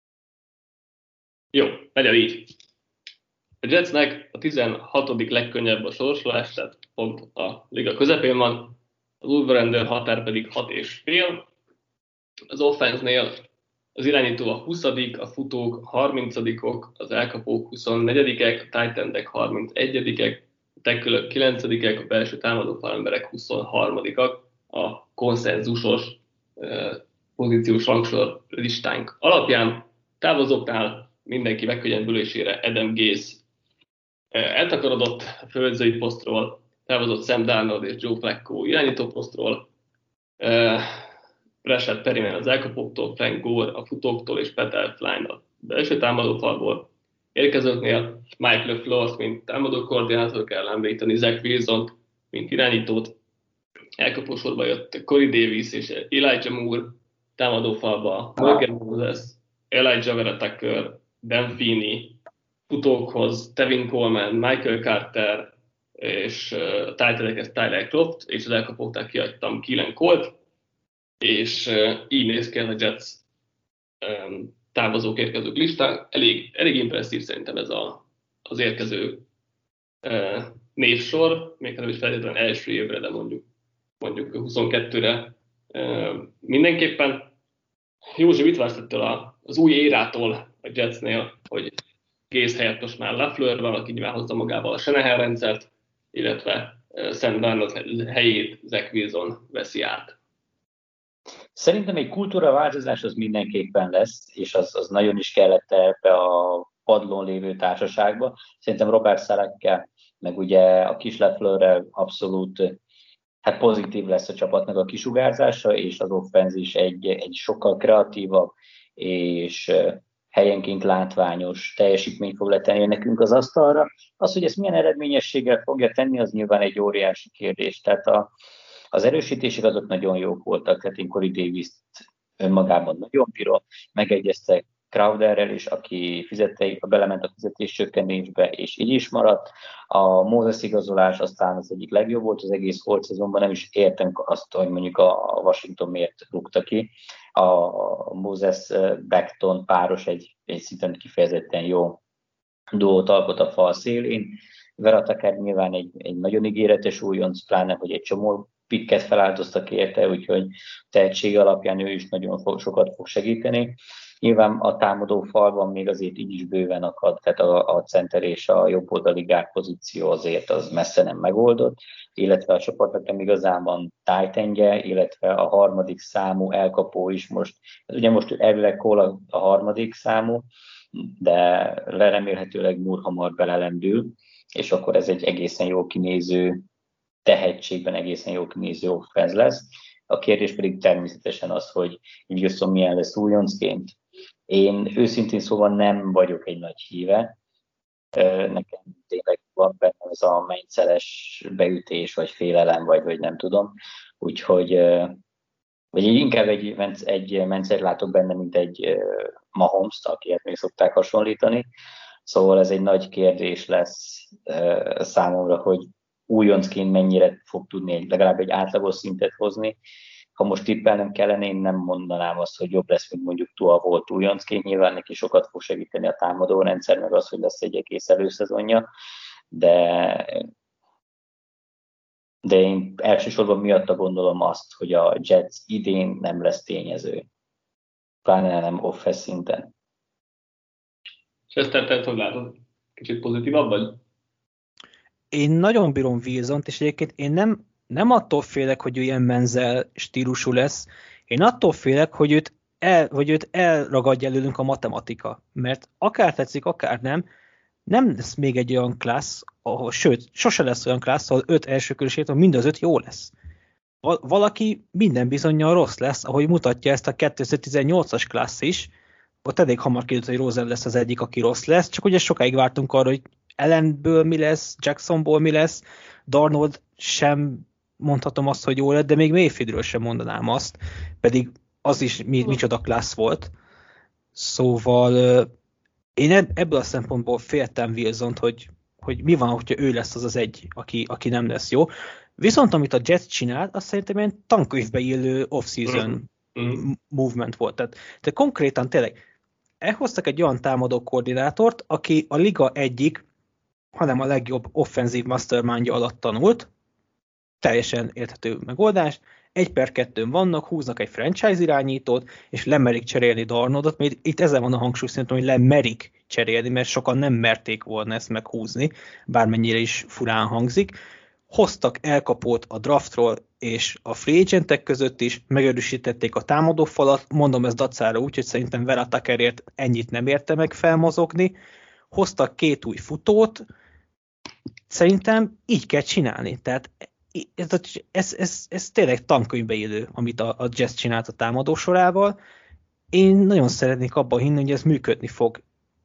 Jó, legyen így. A Jetsnek a tizenhatodik legkönnyebb a sorsolás, tehát pont a liga közepén van. Az over-under határ pedig hat és fél. Az offense-nél az irányító a huszadik, a futók harmincadikok, az elkapók huszonnegyedikek, a tight endek harmincegyedikek, a tackle-ök kilencedikek, a belső támadó falemberek huszonharmadikak a konszenzusos uh, pozíciós rangsor listánk alapján. Távozóknál mindenki megkönnyebbülésére Adam Gase uh, eltakarodott a főedzői posztról, távozott Sam Darnold és Joe Flacco irányító posztról, uh, Rashad Perriman az elkapóktól, Frank Gore a futóktól és Pat Elflein a belső támadófalból. érkezőknél. Mike LeFleur, mint támadó koordinátor, kell említeni, Zach Wilson, mint irányítót. Elkapósorba jött Corey Davis és Elijah Moore támadófalba, Morgan Moses, Elijah Vera Tucker, Dan Feeney, futókhoz Tevin Coleman, Michael Carter, és a uh, tájterekhez Tyler Croft, és az elkapóknál kiadtam Keelan Colt, és uh, így néz ki a Jets um, távozók, érkezők listán. Elég, elég impresszív szerintem ez a, az érkező uh, névsor, még nem is feltétlenül első évre, de mondjuk, mondjuk huszonkettőre uh, mindenképpen. Józsi, mit vársz ettől az új érától a Jetsnél, hogy kész helyett most már LaFleur van, aki nyilván hozza magával a Shanahan rendszert, illetve Sam Darnold helyét Zach Wilson veszi át? Szerintem egy kultúraváltozás az mindenképpen lesz, és az, az nagyon is kellett ebbe a padlón lévő társaságba. Szerintem Robert Salehkel, meg ugye a kis LaFleurrel abszolút hát pozitív lesz a csapatnak a kisugárzása, és az offenz is egy, egy sokkal kreatívabb és helyenként látványos teljesítményt fog letenni nekünk az asztalra. Az, hogy ezt milyen eredményességgel fogja tenni, az nyilván egy óriási kérdés. Tehát a, az erősítések azok nagyon jók voltak, tehát én Corey Davis-t önmagában nagyon bírom, megegyeztek Crowderrel is, aki fizette, belement a fizetéscsökkentésbe, és így is maradt. A Moses igazolás aztán az egyik legjobb volt az egész holt szezonban, nem is értem azt, hogy mondjuk a Washington miért rúgta ki. A Moses Beckton páros egy, egy szinten kifejezetten jó duót alkot a fal szélén. Vera Tucker nyilván egy, egy nagyon ígéretes újonc, pláne, hogy egy csomó pikket feláldoztak érte, úgyhogy tehetség alapján ő is nagyon fog, sokat fog segíteni. Nyilván a támadó falban még azért így is bőven akad, tehát a, a center és a jobb oldali gárd pozíció azért az messze nem megoldott, illetve a csapatnak nem igazán tight endje, illetve a harmadik számú elkapó is most, ugye most elvileg Cole a harmadik számú, de remélhetőleg Moore hamar belelendül, és akkor ez egy egészen jó kinéző, tehetségben egészen jó kinéző offense lesz. A kérdés pedig természetesen az, hogy Wilson milyen lesz újoncként. Én őszintén szóval nem vagyok egy nagy híve. Nekem tényleg van benne ez a mennyszeres beütés, vagy félelem, vagy, vagy nem tudom. Úgyhogy vagy inkább egy, egy mennyszert látok benne, mint egy Mahomes-t, akiért még szokták hasonlítani. Szóval ez egy nagy kérdés lesz számomra, hogy újoncként mennyire fog tudni egy, legalább egy átlagos szintet hozni. Ha most tippelnem kellene, én nem mondanám azt, hogy jobb lesz, mint mondjuk Tua volt újoncként. Nyilván neki sokat fog segíteni a támadó rendszer, meg az, hogy lesz egy egész előszezonja, de, de én elsősorban miatta gondolom azt, hogy a Jets idén nem lesz tényező. Pláne nem offense szinten. És ezt tetted, hogy látod? Kicsit pozitívabb vagy? Én nagyon bírom Wilsont, és egyébként én nem, nem attól félek, hogy ő ilyen Menzel stílusú lesz, én attól félek, hogy őt, el, hogy őt elragadja előlünk a matematika, mert akár tetszik, akár nem, nem lesz még egy olyan klassz, ahol, sőt, sose lesz olyan klassz, ahol öt elsőkörösét, ahol mind az öt jó lesz. Valaki minden bizonnyal rossz lesz, ahogy mutatja ezt a kétezer-tizennyolcas klassz is, ott elég hamar kiderült, hogy Rosen lesz az egyik, aki rossz lesz, csak ugye sokáig vártunk arra, hogy Allenből mi lesz, Jacksonból mi lesz, Darnold sem mondhatom azt, hogy jó lett, de még Mayfieldről sem mondanám azt, pedig az is mi, micsoda klassz volt. Szóval én ebből a szempontból féltem Wilsont, hogy, hogy mi van, hogyha ő lesz az az egy, aki, aki nem lesz jó. Viszont amit a Jets csinált, azt szerintem ilyen tankönyvbe illő off-season mm. movement volt. Tehát, tehát konkrétan tényleg elhoztak egy olyan támadó koordinátort, aki a liga egyik, hanem a legjobb offenzív mastermindja alatt tanult, teljesen érthető megoldás, egy per kettőn vannak, húznak egy franchise irányítót, és lemerik cserélni Darnoldot, mert itt ezen van a hangsúly szerintem, hogy lemerik cserélni, mert sokan nem merték volna ezt meghúzni, bármennyire is furán hangzik. Hoztak elkapót a draftról és a free agentek között is, megerősítették a támadófalat, mondom ezt dacára úgy, hogy szerintem Vera Tuckerért ennyit nem érte meg felmozogni, hoztak két új futót, szerintem így kell csinálni, tehát ez, ez, ez, ez tényleg tankönyvbe élő, amit a, a Jets csinált a támadó sorával. Én nagyon szeretnék abban hinni, hogy ez működni fog.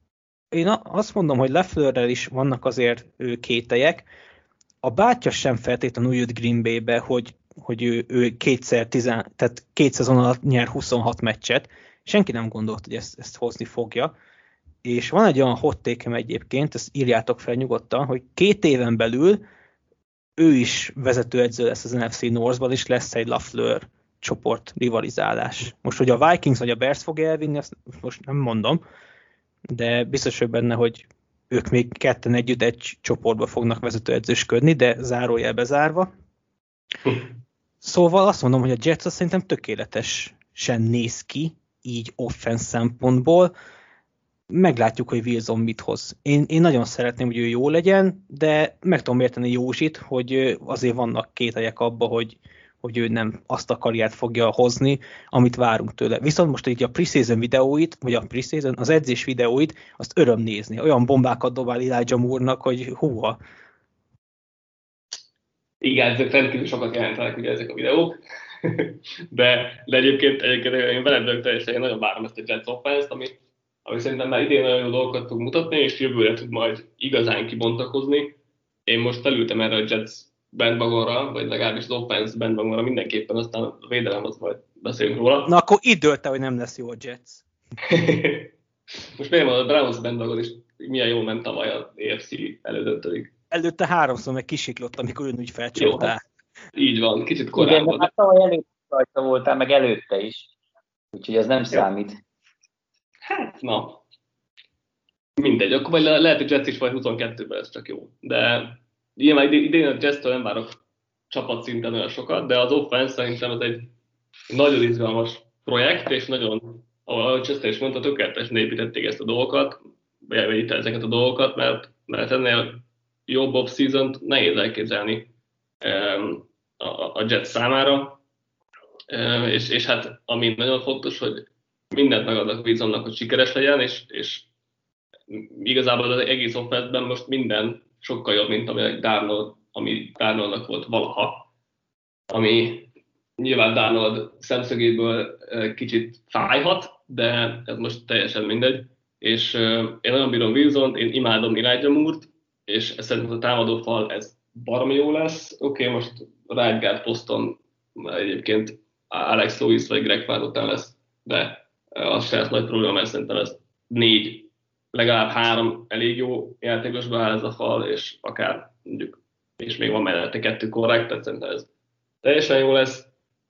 én azt mondom, hogy Lafleurrel is vannak azért kételyek. A bátyja sem feltétlenül jött Green Bay-be, hogy, hogy ő, ő kétszer, tizen, tehát két szezon alatt nyer huszonhat meccset. Senki nem gondolt, hogy ezt, ezt hozni fogja. És van egy olyan hot take-em egyébként, ezt írjátok fel nyugodtan, hogy két éven belül ő is vezetőedző lesz az en ef cé Northban, és lesz egy Lafleur csoport rivalizálás. Most, hogy a Vikings vagy a Bears fog elvinni, azt most nem mondom, de biztos vagyok benne, hogy ők még ketten együtt egy csoportba fognak vezetőedzősködni, de zárójelbe zárva. Szóval azt mondom, hogy a Jets azt szerintem tökéletesen néz ki, így offense szempontból. Meglátjuk, hogy Wilson mit hoz. Én, én nagyon szeretném, hogy ő jó legyen, de meg tudom érteni Józsit, hogy azért vannak kételyek abba, hogy, hogy ő nem azt a karriert fogja hozni, amit várunk tőle. Viszont most így a preseason videóit, vagy a preseason, az edzés videóit, azt öröm nézni. Olyan bombákat dobál Elijah Moore-nak, hogy húha. Igen, ezek rendkívül sokat jelentenek ugye ezek a videók, de, de egyébként, egyébként én veled vagyok teljesen, én nagyon várom ezt a Jets offense-t, ami, ami szerintem már idén nagyon jó dolgokat fog mutatni, és jövőre tud majd igazán kibontakozni. Én most felültem erre a Jets bandwagonra, vagy legalábbis az offense bandwagonra mindenképpen, aztán a védelem, az majd beszélünk róla. Na akkor itt dőlte, hogy nem lesz jó a Jets. Most miért van a Browns bandwagon is, milyen jól ment tavaly az á ef cé elődöntőig. Előtte háromszor meg kisiklott, amikor ön úgy felcsaptál. Így van, kicsit korábban. Igen, de hát tavaly előtt rajta voltál, meg előtte is. Úgyhogy ez nem ja. számít. Hát, na. Mindegy, akkor vagy lehet, hogy Jets is vagy huszonkettőben ez csak jó. De nyilván idén a Jetstől nem várok csapatszinten olyan sokat, de az offense szerintem ez egy nagyon izgalmas projekt, és nagyon, ahogy a Chester is mondta, tökéletesen építették ezt a dolgokat, vagy itt ezeket a dolgokat, mert, mert ennél jobb off-season-t nehéz elképzelni um, a, a Jets számára, um, és, és hát ami nagyon fontos, hogy mindent megadnak Wilsonnak, hogy sikeres legyen, és, és igazából az egész offense-ben most minden sokkal jobb, mint ami Darnold, ami Darnoldnak volt valaha, ami nyilván Darnold szemszögéből kicsit fájhat, de ez most teljesen mindegy, és én nagyon bírom Wilsont, én imádom Elijah Moore-t, és szerintem a támadófal ez baromi jó lesz. Oké, okay, most right guard poszton egyébként Alex Lewis vagy Greg Fard után lesz, de az se lesz nagy probléma, mert szerintem ez négy, legalább három elég jó játékosba áll ez a fal, és akár mondjuk, és még van mellette kettő korrekt, tehát szerintem ez teljesen jó lesz.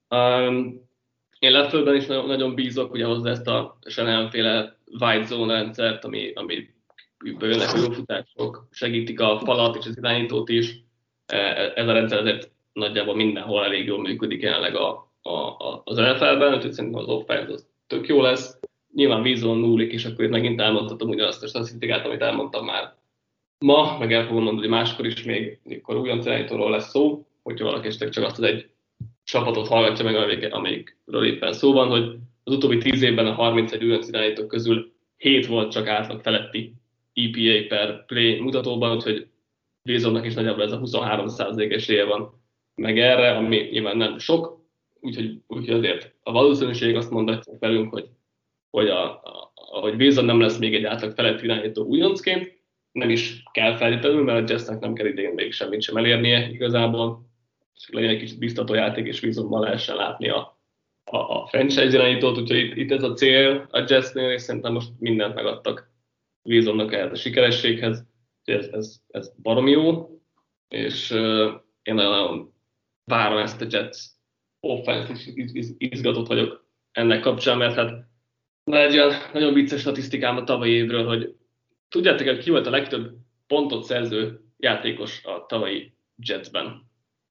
Um, én Lafleurben is nagyon, nagyon bízok, ugye hozzá ezt a Shanahan-féle white zone rendszert, ami, ami jönnek a jó futások, segítik a falat és az irányítót is. Ez a rendszer azért nagyjából mindenhol elég jól működik jelenleg a, a, a, az en ef el-ben, úgyhogy szerintem az offense az tök jó lesz. Nyilván Wilson múlik, és akkor itt megint elmondhatom ugyanazt a statisztikát, amit elmondtam már ma, meg el fogom mondani, hogy máskor is még, mikor újonc irányítóról lesz szó, hogyha valaki esetleg csak azt az egy csapatot hallgatja meg, amelyik, amelyikről éppen szó van, hogy az utóbbi tíz évben a harmincegy újonc irányítók közül hét volt csak átlag feletti é pé á per play mutatóban, úgyhogy Wilsonnak is nagyjából ez a huszonhárom százalék esélye van meg erre, ami nyilván nem sok, úgyhogy, úgyhogy azért a valószínűség azt mondatja velünk, hogy, hogy, a, a, hogy Wilson nem lesz még egy átlag feletti irányító újoncként, nem is kell feltétlenül, mert a Jetsnek nem kell idén még semmit sem elérnie igazából, és legyen egy kicsit biztató játék, és Wilsonban lehessen látni a, a, a franchise irányítót, úgyhogy itt, itt ez a cél a Jetsnél, és szerintem most mindent megadtak Wilsonnak ehhez a sikerességhez, ez, ez, ez baromi jó, és uh, én nagyon várom ezt a Jets offense, és iz, iz, izgatott vagyok ennek kapcsán, mert hát egy olyan nagyon vicces statisztikám a tavalyi évről, hogy tudjátok, hogy ki volt a legtöbb pontot szerző játékos a tavalyi Jetsben?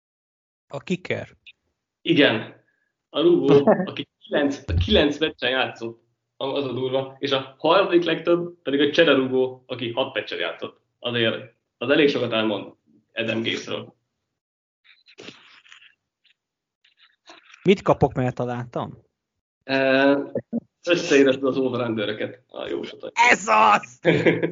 A kicker. Igen, a rúgó, aki kilenc, kilenc meccsen játszott, az a durva, és a harmadik legtöbb pedig a csererúgó, aki hat meccsen játszott. Azért az elég sokat elmond Adam Gase-ről. Mit kapok, mert találtam? Összeírasztod az over-underöket a jósat. Ez az!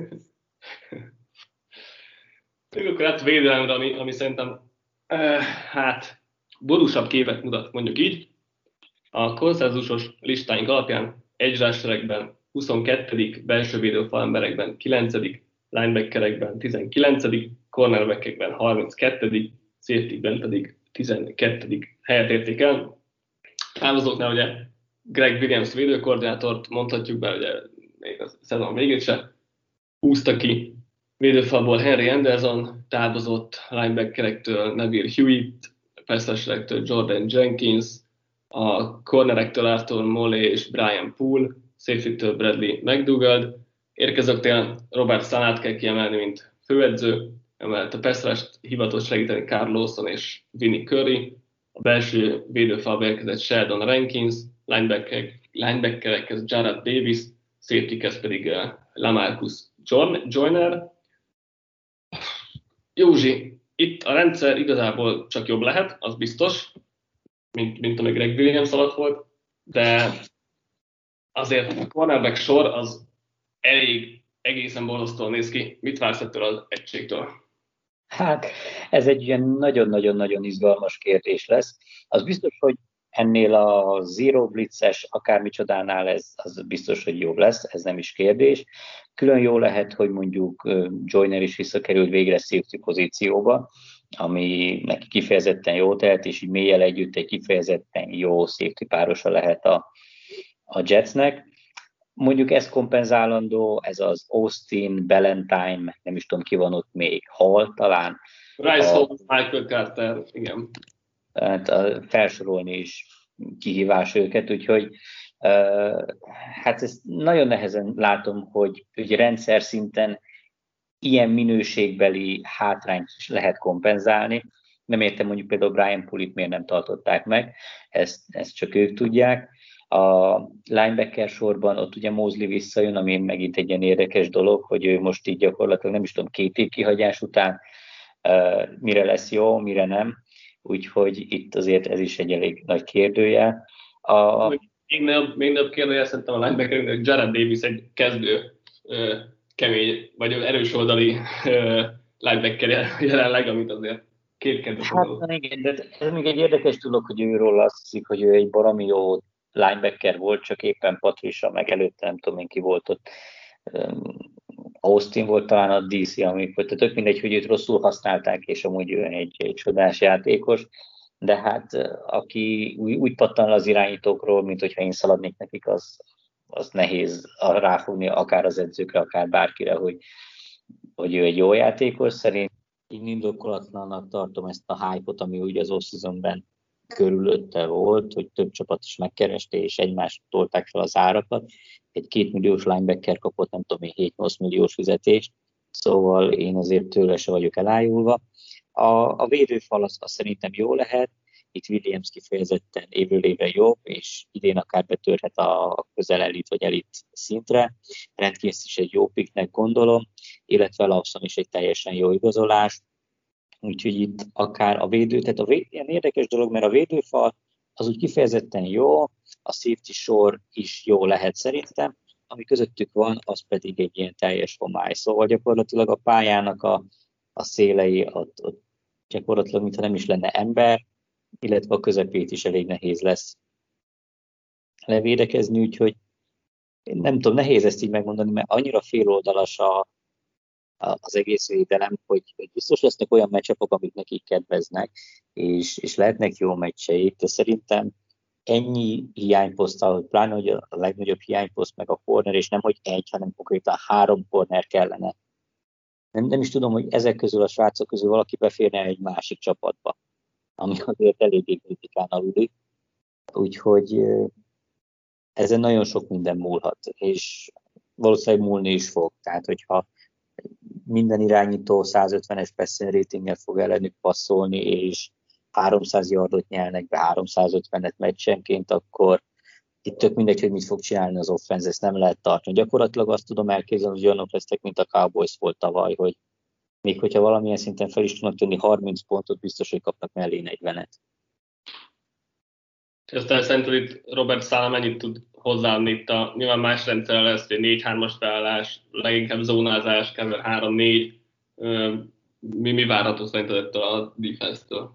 Még akkor hát védelemre, ami, ami szerintem uh, hát borúsabb képet mutat, mondjuk így. A konszenzusos listáink alapján edge rusherekben huszonkettedik belső védőfal emberekben kilencedik, linebackerekben tizenkilencedik, cornerbackekben harminckettedik, safetykben pedig tizenkettedik helyet érték el. Távozóknál ugye Greg Williams védőkoordinátort mondhatjuk be, ugye még a szezon végét se húzta ki. Védőfalból Henry Anderson távozott, linebackerektől Neville Hewitt, pass-rusherektől Jordan Jenkins, a cornerektől Arthur Molley és Brian Poole, safety-től Bradley McDougald. Érkezőknél Robert Salát kell kiemelni, mint főedző, emellett a pass rush-t hivatott segíteni Carl Lawson és Vinnie Curry, a belső védőfalba érkezett Sheldon Rankins, linebackerek, linebackerekhez Jared Davis, safety-hez pedig uh, Lamarcus Joyner. Józsi, itt a rendszer igazából csak jobb lehet, az biztos, mint, mint ami Greg Williams alatt volt, de azért a cornerback sor az elég egészen borzasztóan néz ki. Mit vársz ettől az egységtől? Hát ez egy ilyen nagyon-nagyon-nagyon izgalmas kérdés lesz. Az biztos, hogy ennél a zero blitzes akármicsodánál ez az biztos, hogy jobb lesz, ez nem is kérdés. Külön jó lehet, hogy mondjuk Joyner is visszakerült végre safety pozícióba, ami neki kifejezetten jó tehet, és így mélyel együtt egy kifejezetten jó safety párosa lehet a, a Jetsnek. Mondjuk ez kompenzálandó, ez az Austin, Ballantyne, nem is tudom ki van ott még, Hall talán. Rice Hall, Michael Carter, igen. Hát a, felsorolni is kihívás őket, úgyhogy uh, hát ezt nagyon nehezen látom, hogy, hogy rendszer szinten ilyen minőségbeli hátrányt lehet kompenzálni. Nem értem mondjuk például Brian Pullit miért nem tartották meg, ezt, ezt csak ők tudják. A linebacker sorban ott ugye Mosley visszajön, ami megint egy ilyen érdekes dolog, hogy ő most így gyakorlatilag nem is tudom, két év kihagyás után uh, mire lesz jó, mire nem. Úgyhogy itt azért ez is egy elég nagy kérdőjel. A... Még nagyobb, még nagyobb kérdőjel szerintem a linebackerünknek, hogy Jared Davis egy kezdő ö, kemény, vagy erős oldali ö, linebacker jelenleg, amit azért kétkedve. Hát igen, de ez még egy érdekes dolog, hogy őről azt hiszik, hogy ő egy baromi jó linebacker volt, csak éppen Patricia meg előtte nem tudom én ki volt ott. Austin volt talán a dé cé, amikor, tehát tök mindegy, hogy őt rosszul használták, és amúgy ő egy, egy csodás játékos, de hát aki úgy, úgy pattan az irányítókról, mint hogyha én szaladnék nekik, az, az nehéz ráfogni akár az edzőkre, akár bárkire, hogy, hogy ő egy jó játékos. Szerint én indokolatlanak tartom ezt a hype-ot, ami úgy az off-seasonben körülötte volt, hogy több csapat is megkereste, és egymást tolták fel az árakat. Egy két milliós linebacker kapott, nem tudom én, hét-nyolc milliós fizetést, szóval én azért tőle se vagyok elájulva. A, a védőfal az, az szerintem jó lehet, itt Williams kifejezetten évről évre jobb, és idén akár betörhet a közel elit vagy elit szintre. Rendkívül is egy jó picknek gondolom, illetve Lawson is egy teljesen jó igazolás. Úgyhogy itt akár a védő, tehát a védő, ilyen érdekes dolog, mert a védőfal az úgy kifejezetten jó, a safety sor is jó lehet szerintem, ami közöttük van, az pedig egy ilyen teljes homály. Szóval gyakorlatilag a pályának a, a szélei ott, ott gyakorlatilag, mintha nem is lenne ember, illetve a közepét is elég nehéz lesz levédekezni, úgyhogy nem tudom, nehéz ezt így megmondani, mert annyira féloldalas a, a, az egész védelem, hogy, hogy biztos lesznek olyan meccsapok, amik nekik kedveznek, és, és lehetnek jó meccseik, de szerintem ennyi hiányposzttal, hogy pláne, hogy a legnagyobb hiányposzt meg a corner, és nem, hogy egy, hanem konkrétan három corner kellene. Nem, nem is tudom, hogy ezek közül, a srácok közül valaki beférne egy másik csapatba, ami azért eléggé kritikán aluli. Úgyhogy ezen nagyon sok minden múlhat, és valószínűleg múlni is fog. Tehát, hogyha minden irányító százötvenes passer ratinggel fog ellenük passzolni, és háromszáz yardot nyelnek be háromszázötvenet meccsenként, akkor itt tök mindegy, hogy mit fog csinálni az offense, ezt nem lehet tartani. Gyakorlatilag azt tudom elképzelni, hogy olyanok lesznek, mint a Cowboys volt tavaly, hogy még hogyha valamilyen szinten fel is tudnak tenni harminc pontot, biztos, hogy kapnak mellé negyvenet. Aztán szerintem itt Robert Saleh mennyit tud hozzáadni itt a, nyilván más rendszerrel lesz, hogy négy hármas felállás, leginkább zónázás, cover három négy. Mi, mi várható szerinted ettől a defense-től?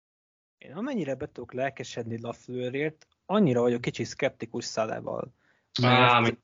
Én amennyire be tudok lelkesedni LaFleurért, annyira vagyok kicsi szkeptikus Salehval. Mert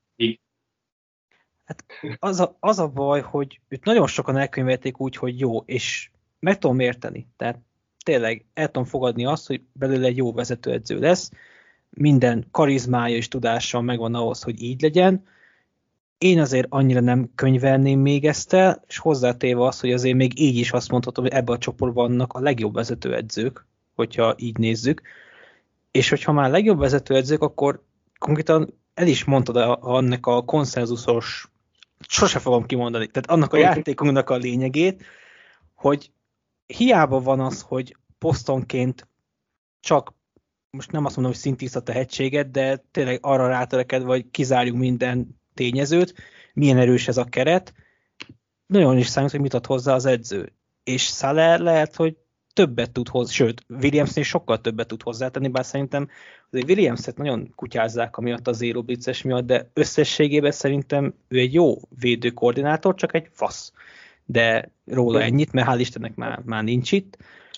hát az, a, az a baj, hogy őt nagyon sokan elkönyvelték úgy, hogy jó, és meg tudom érteni. Tehát tényleg el tudom fogadni azt, hogy belőle egy jó vezetőedző lesz, minden karizmája és tudása megvan ahhoz, hogy így legyen. Én azért annyira nem könyvelném még ezt el, és hozzátéve azt, hogy azért még így is azt mondhatom, hogy ebben a csoportban vannak a legjobb vezetőedzők, hogyha így nézzük. És hogyha már legjobb vezetőedzők, akkor konkrétan el is mondtad annak a konszenzusos, sose fogom kimondani, tehát annak a játékunknak a lényegét, hogy hiába van az, hogy posztonként csak, most nem azt mondom, hogy szintiszta tehetséget, de tényleg arra rátörekedve, vagy kizárjuk minden tényezőt, milyen erős ez a keret, nagyon is számít, hogy mit ad hozzá az edző. És Salah lehet, hogy többet tud hozzá, sőt, Williamsnél sokkal többet tud hozzátenni, bár szerintem azért Williamset nagyon kutyázzák amiatt az Zero Blitzes miatt, de összességében szerintem ő egy jó védőkoordinátor, csak egy fasz. De róla ennyit, mert hál' Istennek már, már nincs itt.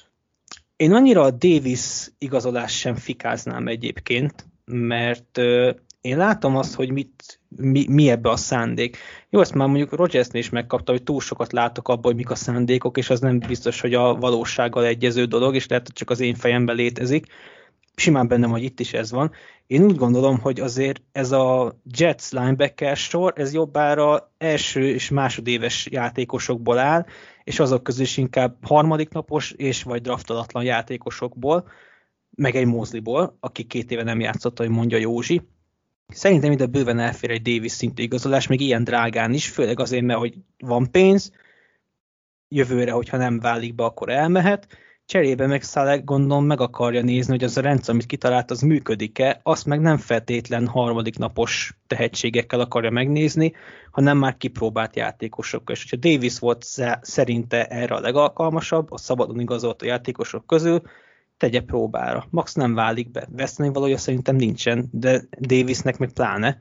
Én annyira a Davis igazolás sem fikáznám egyébként, mert euh, én látom azt, hogy mit, mi, mi ebbe a szándék. Jó, ezt már mondjuk Rodgersnél is megkapta, hogy túl sokat látok abban, hogy mik a szándékok, és az nem biztos, hogy a valósággal egyező dolog, és lehet, hogy csak az én fejemben létezik. Simán bennem, hogy itt is ez van. Én úgy gondolom, hogy azért ez a Jets linebacker sor, ez jobbára első és másodéves játékosokból áll, és azok közül is inkább harmadik napos és vagy draftolatlan játékosokból, meg egy Mosleyból, aki két éve nem játszott, hogy mondja Józsi. Szerintem ide bőven elfér egy Davis szintű igazolás, még ilyen drágán is, főleg azért, mert hogy van pénz, jövőre, hogyha nem válik be, akkor elmehet. Cserébe meg Salah gondolom meg akarja nézni, hogy az a rendszer, amit kitalált, az működik-e, azt meg nem feltétlen harmadik napos tehetségekkel akarja megnézni, hanem már kipróbált játékosokkal. És hogyha Davis volt szerinte erre a legalkalmasabb, a szabadon igazolt a játékosok közül, tegye próbára. Max nem válik be. Veszteni valója szerintem nincsen, de Davisnek meg pláne.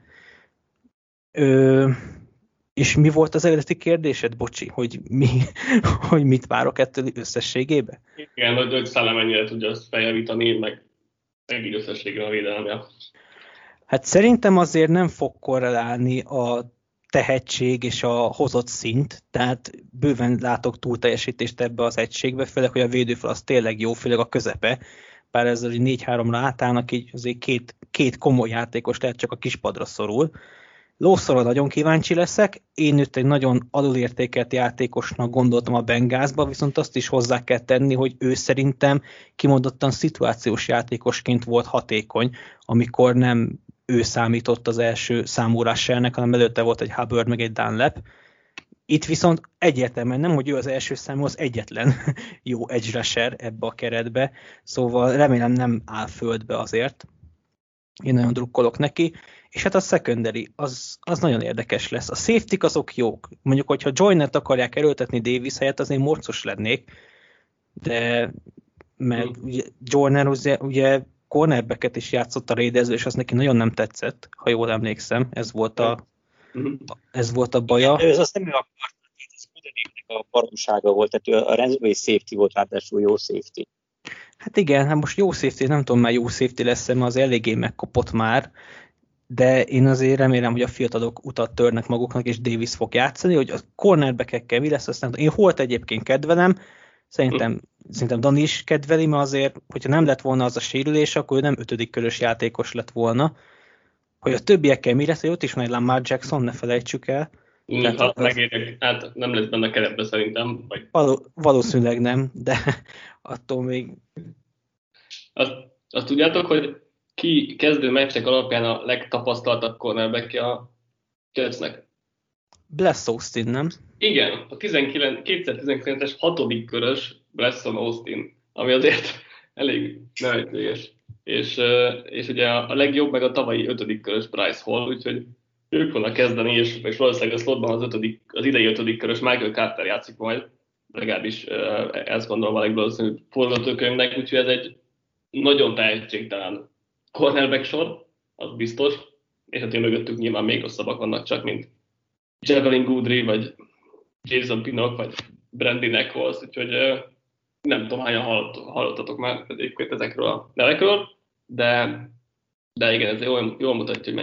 Ö, és mi volt az eredeti kérdésed, bocsi, hogy, mi, hogy mit várok ettől összességében? Igen, hogy, hogy Salah mennyire tudja azt feljavítani, meg, meg így összességében a védelemre. Hát szerintem azért nem fog korrelálni a tehetség és a hozott szint, tehát bőven látok túlteljesítést ebbe az egységbe, főleg, hogy a védőfal az tényleg jó, főleg a közepe, bár ezzel, hogy négy háromra átállnak, így azért két, két komoly játékos, tehát csak a kispadra szorul. Lawsonra nagyon kíváncsi leszek, én őt egy nagyon alulértékelt játékosnak gondoltam a Bengalsba, viszont azt is hozzá kell tenni, hogy ő szerintem kimondottan szituációs játékosként volt hatékony, amikor nem ő számított az első számú rushernek, hanem előtte volt egy Hubbard meg egy Dunlap. Itt viszont egyértelműen nem, hogy ő az első számú, az egyetlen jó edge rusher ebbe a keretbe, szóval remélem nem áll földbe azért. Én nagyon drukkolok neki. És hát a secondary, az, az nagyon érdekes lesz. A safety-k azok jók. Mondjuk, hogyha Joyner-t akarják erőltetni Davis helyett, az én morcos lennék, de mert mm. ugye, Joyner ugye, ugye cornerbacket is játszott a Raidersről, és az neki nagyon nem tetszett, ha jól emlékszem. Ez volt a, mm. ez volt a baja. Ez azt nem ő akart, ez Kudenéknek a baromsága volt, tehát a rendszerű safety volt, ráadásul jó safety. Hát igen, hát most jó safety, nem tudom már jó safety lesz, mert az eléggé megkopott már, de én azért remélem, hogy a fiatalok utat törnek maguknak, és Davis fog játszani, hogy a cornerbackekkel mi lesz, aztán én Holt egyébként kedvelem, szerintem, szerintem Dani is kedveli, mert azért, hogyha nem lett volna az a sérülés, akkor ő nem ötödik körös játékos lett volna. Hogy a többiekkel mi lesz, hogy ott is van egy Lamar Jackson, ne felejtsük el. Mm, hát, az... megérek, hát nem lesz benne keretbe szerintem. Vagy... Való, valószínűleg nem, de attól még... Azt, azt tudjátok, hogy ki kezdő meccsek alapján a legtapasztaltabb cornerbackje a Jetsnek? Bless Austin, nem? Igen, a kétezer-tizenkilences hatodik körös Blesson Austin, ami azért elég nevetséges. És, és ugye a legjobb meg a tavalyi ötödik körös Bryce Hall, úgyhogy ők vannak kezdeni, és, és valószínűleg a slotban az, ötödik, az idei ötödik körös Michael Carter játszik majd, legalábbis ezt gondolom a legvalószínűbb forgatókönyvnek, úgyhogy ez egy nagyon tehetségtelen cornerback sor, az biztos, és hát én mögöttük nyilván még rosszabbak vannak csak, mint Javelin Goodry, vagy Jason Pinnock, vagy Brandon Eccles, úgyhogy nem tudom, hányan hallott, hallottatok már egyébként ezekről a nevekről, de, de igen, ez jól, jól mutatja, hogy mennyire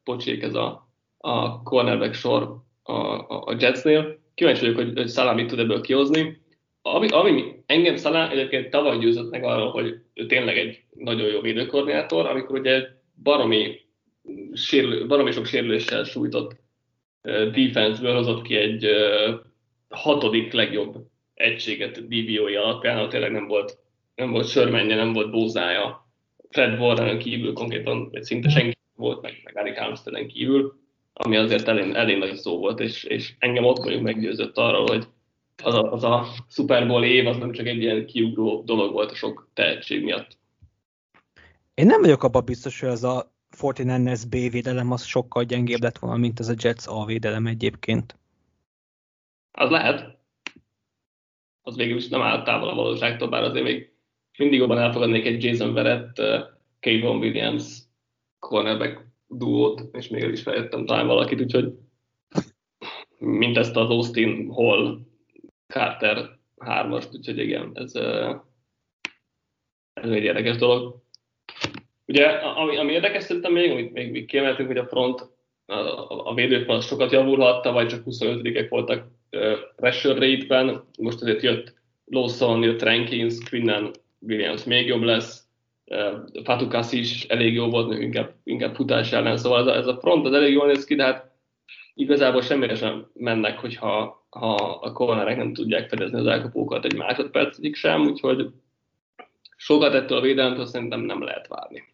pocsék ez a, a cornerback sor a, a, a Jetsnél. Kíváncsi vagyok, hogy, hogy Salah mit tud ebből kihozni. Ami, ami engem Salah egyébként tavaly győzött meg arról, hogy ő tényleg egy nagyon jó védőkoordinátor, amikor ugye baromi, sérülő, baromi sok sérüléssel sújtott uh, defense-ből hozott ki egy uh, hatodik legjobb egységet dé vé ó-i alapján, ahol tényleg nem volt, nem volt sörmenje, nem volt bózája. Fred Warren kívül konkrétan, vagy szinte senki volt, meg, meg Arik Armstead-en kívül, ami azért elég, elég nagy szó volt, és, és engem ott vagyunk meggyőzött arról, hogy az a, az a Super Bowl év az nem csak egy ilyen kiugró dolog volt a sok tehetség miatt. Én nem vagyok abban biztos, hogy az a negyvenkilences B védelem az sokkal gyengébb lett volna, mint az a Jets A védelem egyébként. Az lehet. Az végül is nem áll távol a valóságtól, bár azért még mindig jobban elfogadnék egy Jason Verrett, uh, Kayvon Williams cornerback duót, és még el is feljöttem talán valakit, úgyhogy mint ezt az Austin Hall Carter hármast, úgyhogy igen, ez, uh, ez egy érdekes dolog. Ugye, ami, ami érdekes szerintem még, amit még, még kiemeltünk, hogy a front, a, a, a védőfal sokat javulhatta, vagy csak huszonötödikek voltak uh, pressure rate-ben, most azért jött Lawson, jött Rankins, Quinnen Williams még jobb lesz, uh, Fatukasi is elég jó volt, inkább, inkább futás ellen, szóval ez a, ez a front az elég jól néz ki, de hát igazából semmire sem mennek, hogyha ha a cornerek nem tudják fedezni az elkapókat egy másodpercig sem, úgyhogy sokat ettől a védelemtől szerintem nem lehet várni.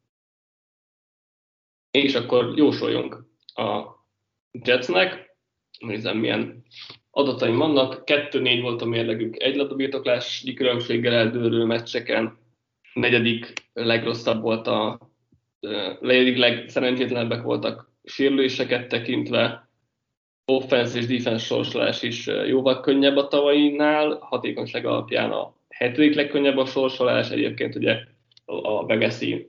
És akkor jósoljunk a Jetsnek, nézem milyen adataim vannak, kettő négy volt a mérlegük egy labdabirtoklásnyi különbséggel eldőlő meccseken, negyedik legrosszabb volt a, negyedik legszerencsétlenebbek voltak sérüléseket tekintve, offense és defense sorsolás is jóval könnyebb a tavainál, hatékonyság alapján a hetedik legkönnyebb a sorsolás, egyébként ugye a Vegas-i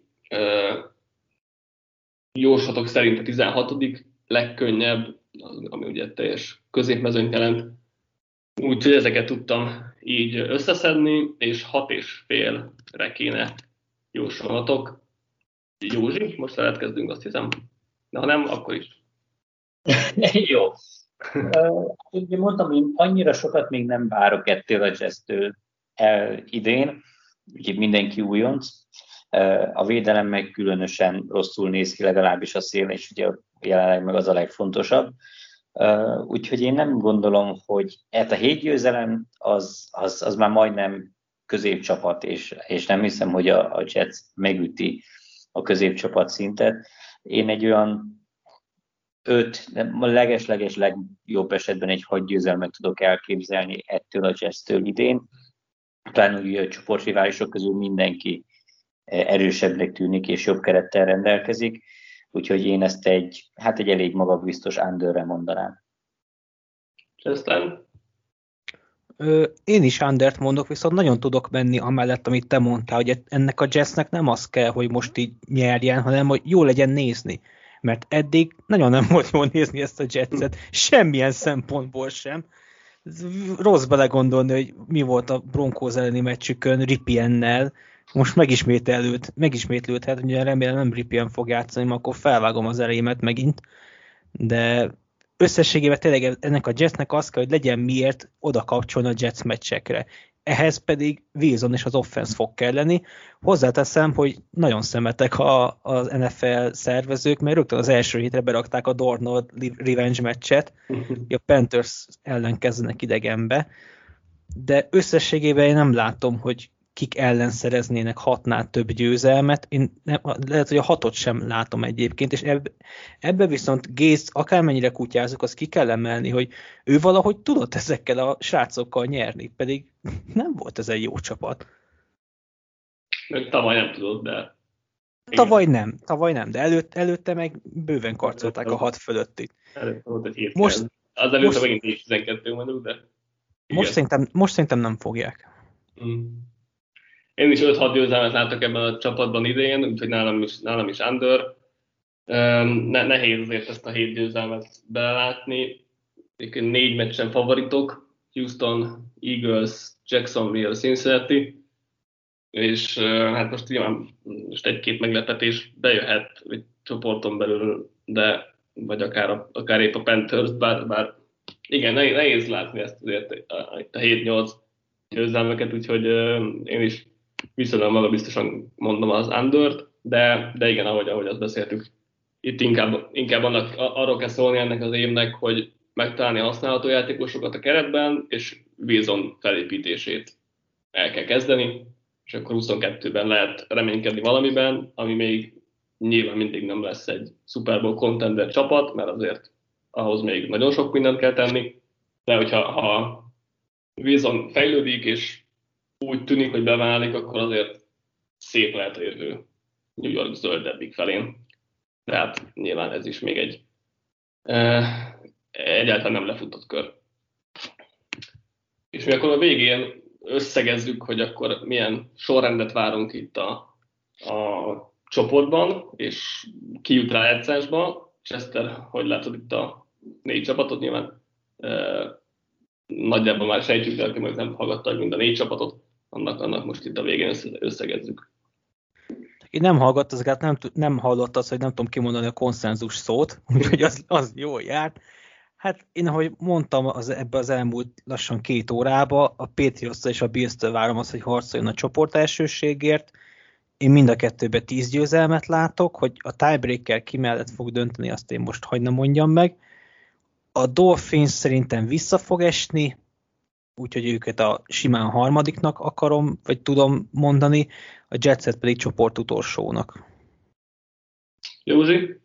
jóslatok szerint a tizenhatodik legkönnyebb, ami ugye teljes középmezőnyt jelent. Úgyhogy ezeket tudtam így összeszedni, és hat és félre kéne jósolnatok. Józsi, most lehet kezdünk, azt hiszem. De ha nem, akkor is. Jó. Ugye mondtam, hogy annyira sokat még nem várok ettől a Jazz-től idén, úgyhogy mindenki újonc. A védelem meg különösen rosszul néz ki, legalábbis a szél, és ugye jelenleg meg az a legfontosabb. Úgyhogy én nem gondolom, hogy ez a hét győzelem az, az, az már majdnem középcsapat, és, és nem hiszem, hogy a, a Jets megüti a középcsapat szintet. Én egy olyan öt, a leges-leges legjobb esetben egy hat győzelmet tudok elképzelni ettől a Jets-től idén. Pláne ugye a csoportriválisok közül mindenki erősebbnek tűnik és jobb kerettel rendelkezik, úgyhogy én ezt egy, hát egy elég magabiztos underre mondanám. Aztán? Én is undert mondok, viszont nagyon tudok menni amellett, amit te mondtál, hogy ennek a Jetsnek nem az kell, hogy most így nyerjen, hanem hogy jó legyen nézni. Mert eddig nagyon nem volt jól nézni ezt a Jetset, semmilyen szempontból sem. Rossz belegondolni, hogy mi volt a Broncos elleni meccsükön Ripiennel. Most megismétlőd, megismétlődhet, ugye remélem nem Ripien fog játszani, mert akkor felvágom az erémet megint. De összességében tényleg ennek a Jetsnek az kell, hogy legyen miért oda kapcsolni a Jets meccsekre. Ehhez pedig Wilson és az offense fog kelleni. Hozzáteszem, hogy nagyon szemetek a, az en ef el szervezők, mert rögtön az első hétre berakták a Darnold revenge meccset, a Panthers ellen kezdenek idegenbe, de összességében én nem látom, hogy kik ellen szereznének hatnál több győzelmet. Én nem, lehet, hogy a hatot sem látom egyébként, és ebbe, ebbe viszont Gaze akármennyire kutyázok, azt ki kell emelni, hogy ő valahogy tudott ezekkel a srácokkal nyerni, pedig nem volt ez egy jó csapat. Meg tavaly nem tudott, de... Tavaly nem, tavaly nem, de előtt, előtte meg bőven karcolták a hat fölötti. Előtte volt egy hét. Most, az előtte most, megint is tizenkettő mondjuk, de... Most szerintem, most szerintem nem fogják. Mm. Én is öt-hat győzelmet látok ebben a csapatban idén, úgyhogy nálam is, nálam is under. Ne, nehéz azért ezt a hét győzelmet belelátni. Négy meccsen favoritok, Houston, Eagles, Jacksonville, Cincinnati, és hát most nyilván most egy-két meglepetés bejöhet, hogy csoporton belül de vagy akár, akár épp a Panthers, bár, bár igen, nehéz, nehéz látni ezt azért a, a hét-nyolc győzelmeket, úgyhogy uh, én is viszonylag maga biztosan mondom az Undert, de, de igen, ahogy, ahogy azt beszéltük, itt inkább, inkább annak, arról kell szólni ennek az évnek, hogy megtalálni a használható játékosokat a keretben, és Wilson felépítését el kell kezdeni, és akkor huszonkettőben lehet reménykedni valamiben, ami még nyilván mindig nem lesz egy Super Bowl contender csapat, mert azért ahhoz még nagyon sok mindent kell tenni, de hogyha ha Wilson fejlődik, és úgy tűnik, hogy beválik, akkor azért szép lehet a jövő New York zöldebbik felén. De hát nyilván ez is még egy e, egyáltalán nem lefutott kör. És mi akkor a végén összegezzük, hogy akkor milyen sorrendet várunk itt a, a csoportban, és ki jut rájátszásba. Chester, hogy látod itt a négy csapatot nyilván? E, nagyjából már sejtjük, de aki meg nem hallgatta mind a négy csapatot, annak, annak most itt a végén összegezzük. Én nem hallgatt, ezeket nem, nem hallott az, hogy nem tudom kimondani a konszenzus szót, úgyhogy az, az jól járt. Hát én, ahogy mondtam az, ebbe az elmúlt lassan két órába, a Patriots-től és a Bills-től várom azt, hogy harcoljon a csoport elsőségért. Én mind a kettőben tíz győzelmet látok, hogy a tiebreaker ki mellett fog dönteni, azt én most hagyna mondjam meg. A Dolphins szerintem vissza fog esni, úgyhogy őket a simán harmadiknak akarom, vagy tudom mondani, a Jetset pedig csoport utolsónak. Józsi?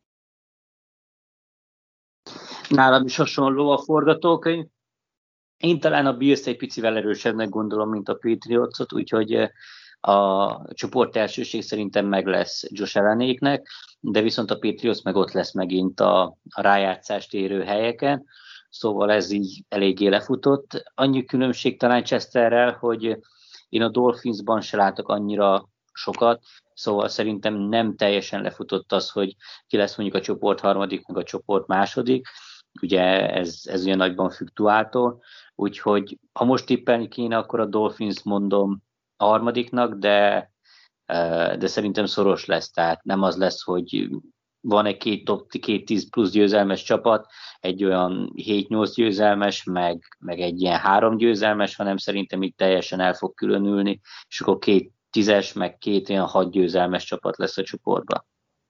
Nálam is hasonló a forgatókönyv. Én talán a Bills egy picivel erősebbnek gondolom, mint a Patriotsot, úgyhogy a csoport elsőség szerintem meg lesz Josh Allenéknek, de viszont a Patriots meg ott lesz megint a, a rájátszást érő helyeken, szóval ez így eléggé lefutott. Annyi különbség talán Chesterrel, hogy én a Dolphinsban se látok annyira sokat, szóval szerintem nem teljesen lefutott az, hogy ki lesz mondjuk a csoport harmadik, meg a csoport második, ugye ez, ez olyan nagyban fluktuáltól, úgyhogy ha most tippelni kéne, akkor a Dolphins mondom a harmadiknak, de, de szerintem szoros lesz, tehát nem az lesz, hogy van egy két top, két tíz plusz győzelmes csapat, egy olyan hét-nyolc győzelmes, meg, meg egy ilyen három győzelmes, hanem szerintem itt teljesen el fog különülni, és akkor két tízes, meg két ilyen hat győzelmes csapat lesz a csoportban.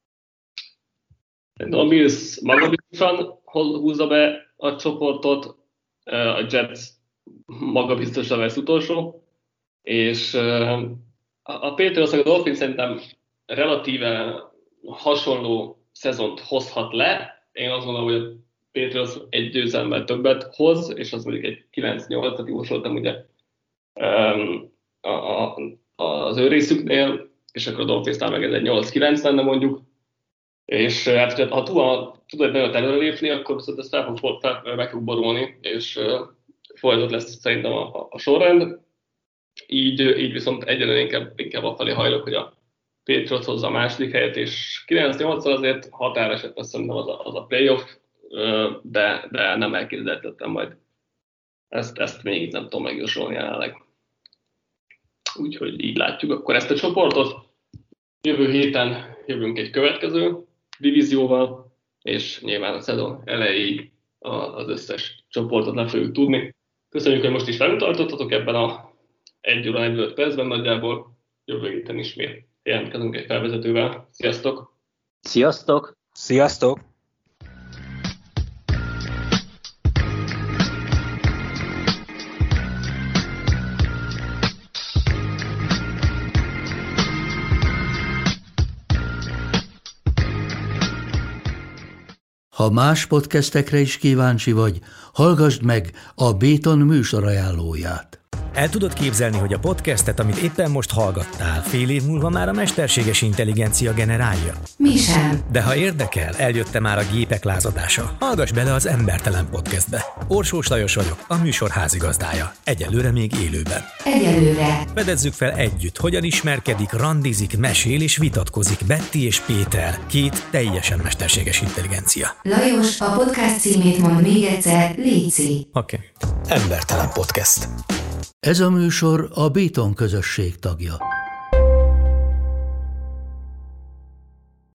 A Bills magabiztosan húzza be a csoportot, a Jets magabiztosan lesz utolsó, és a Patriots a Dolphins szerintem relatíve hasonló szezont hozhat le. Én azt gondolom, hogy a Patriots egy győzelemmel többet hoz, és az mondjuk egy kilenc-nyolcat jósoltam ugye a, a, az ő részüknél, és akkor a Dolphinsnál meg ez egy nyolc-kilenc lenne mondjuk. És hát, ha Tua tud egy nagyot előrelépni, akkor viszont ezt fel fog, fel, meg fog borulni, és uh, folytatott lesz szerintem a, a, a sorrend. Így, így viszont egyelőre inkább, inkább afelé hajlok, hogy a Patriots hozza a második helyet, és kilenc-nyolccal azért határeset lesz szerintem az a, az a playoff, de, de nem elképzelhetetlen majd. Ezt, ezt még itt nem tudom megjósolni jelenleg. Úgyhogy így látjuk akkor ezt a csoportot. Jövő héten jövünk egy következő divízióval, és nyilván a szezon elejéig az összes csoportot le fogjuk tudni. Köszönjük, hogy most is velünk tartottatok ebben a egy óra negyvenöt percben nagyjából. Jövő héten ismét jelentkezünk egy felvezetővel. Sziasztok! Sziasztok! Sziasztok! Ha más podcastekre is kíváncsi vagy, hallgassd meg a Béton műsor ajánlóját. El tudod képzelni, hogy a podcastet, amit éppen most hallgattál, fél év múlva már a mesterséges intelligencia generálja? Mi sem. De ha érdekel, eljött már a gépek lázadása. Hallgass bele az Embertelen Podcastbe. Orsós Lajos vagyok, a műsor házigazdája. Egyelőre még élőben. Egyelőre. Fedezzük fel együtt, hogyan ismerkedik, randizik, mesél és vitatkozik Betty és Péter, két teljesen mesterséges intelligencia. Lajos, a podcast címét mond még egyszer, léci. Oké. Okay. Embertelen Podcast. Ez a műsor a Béton közösség tagja.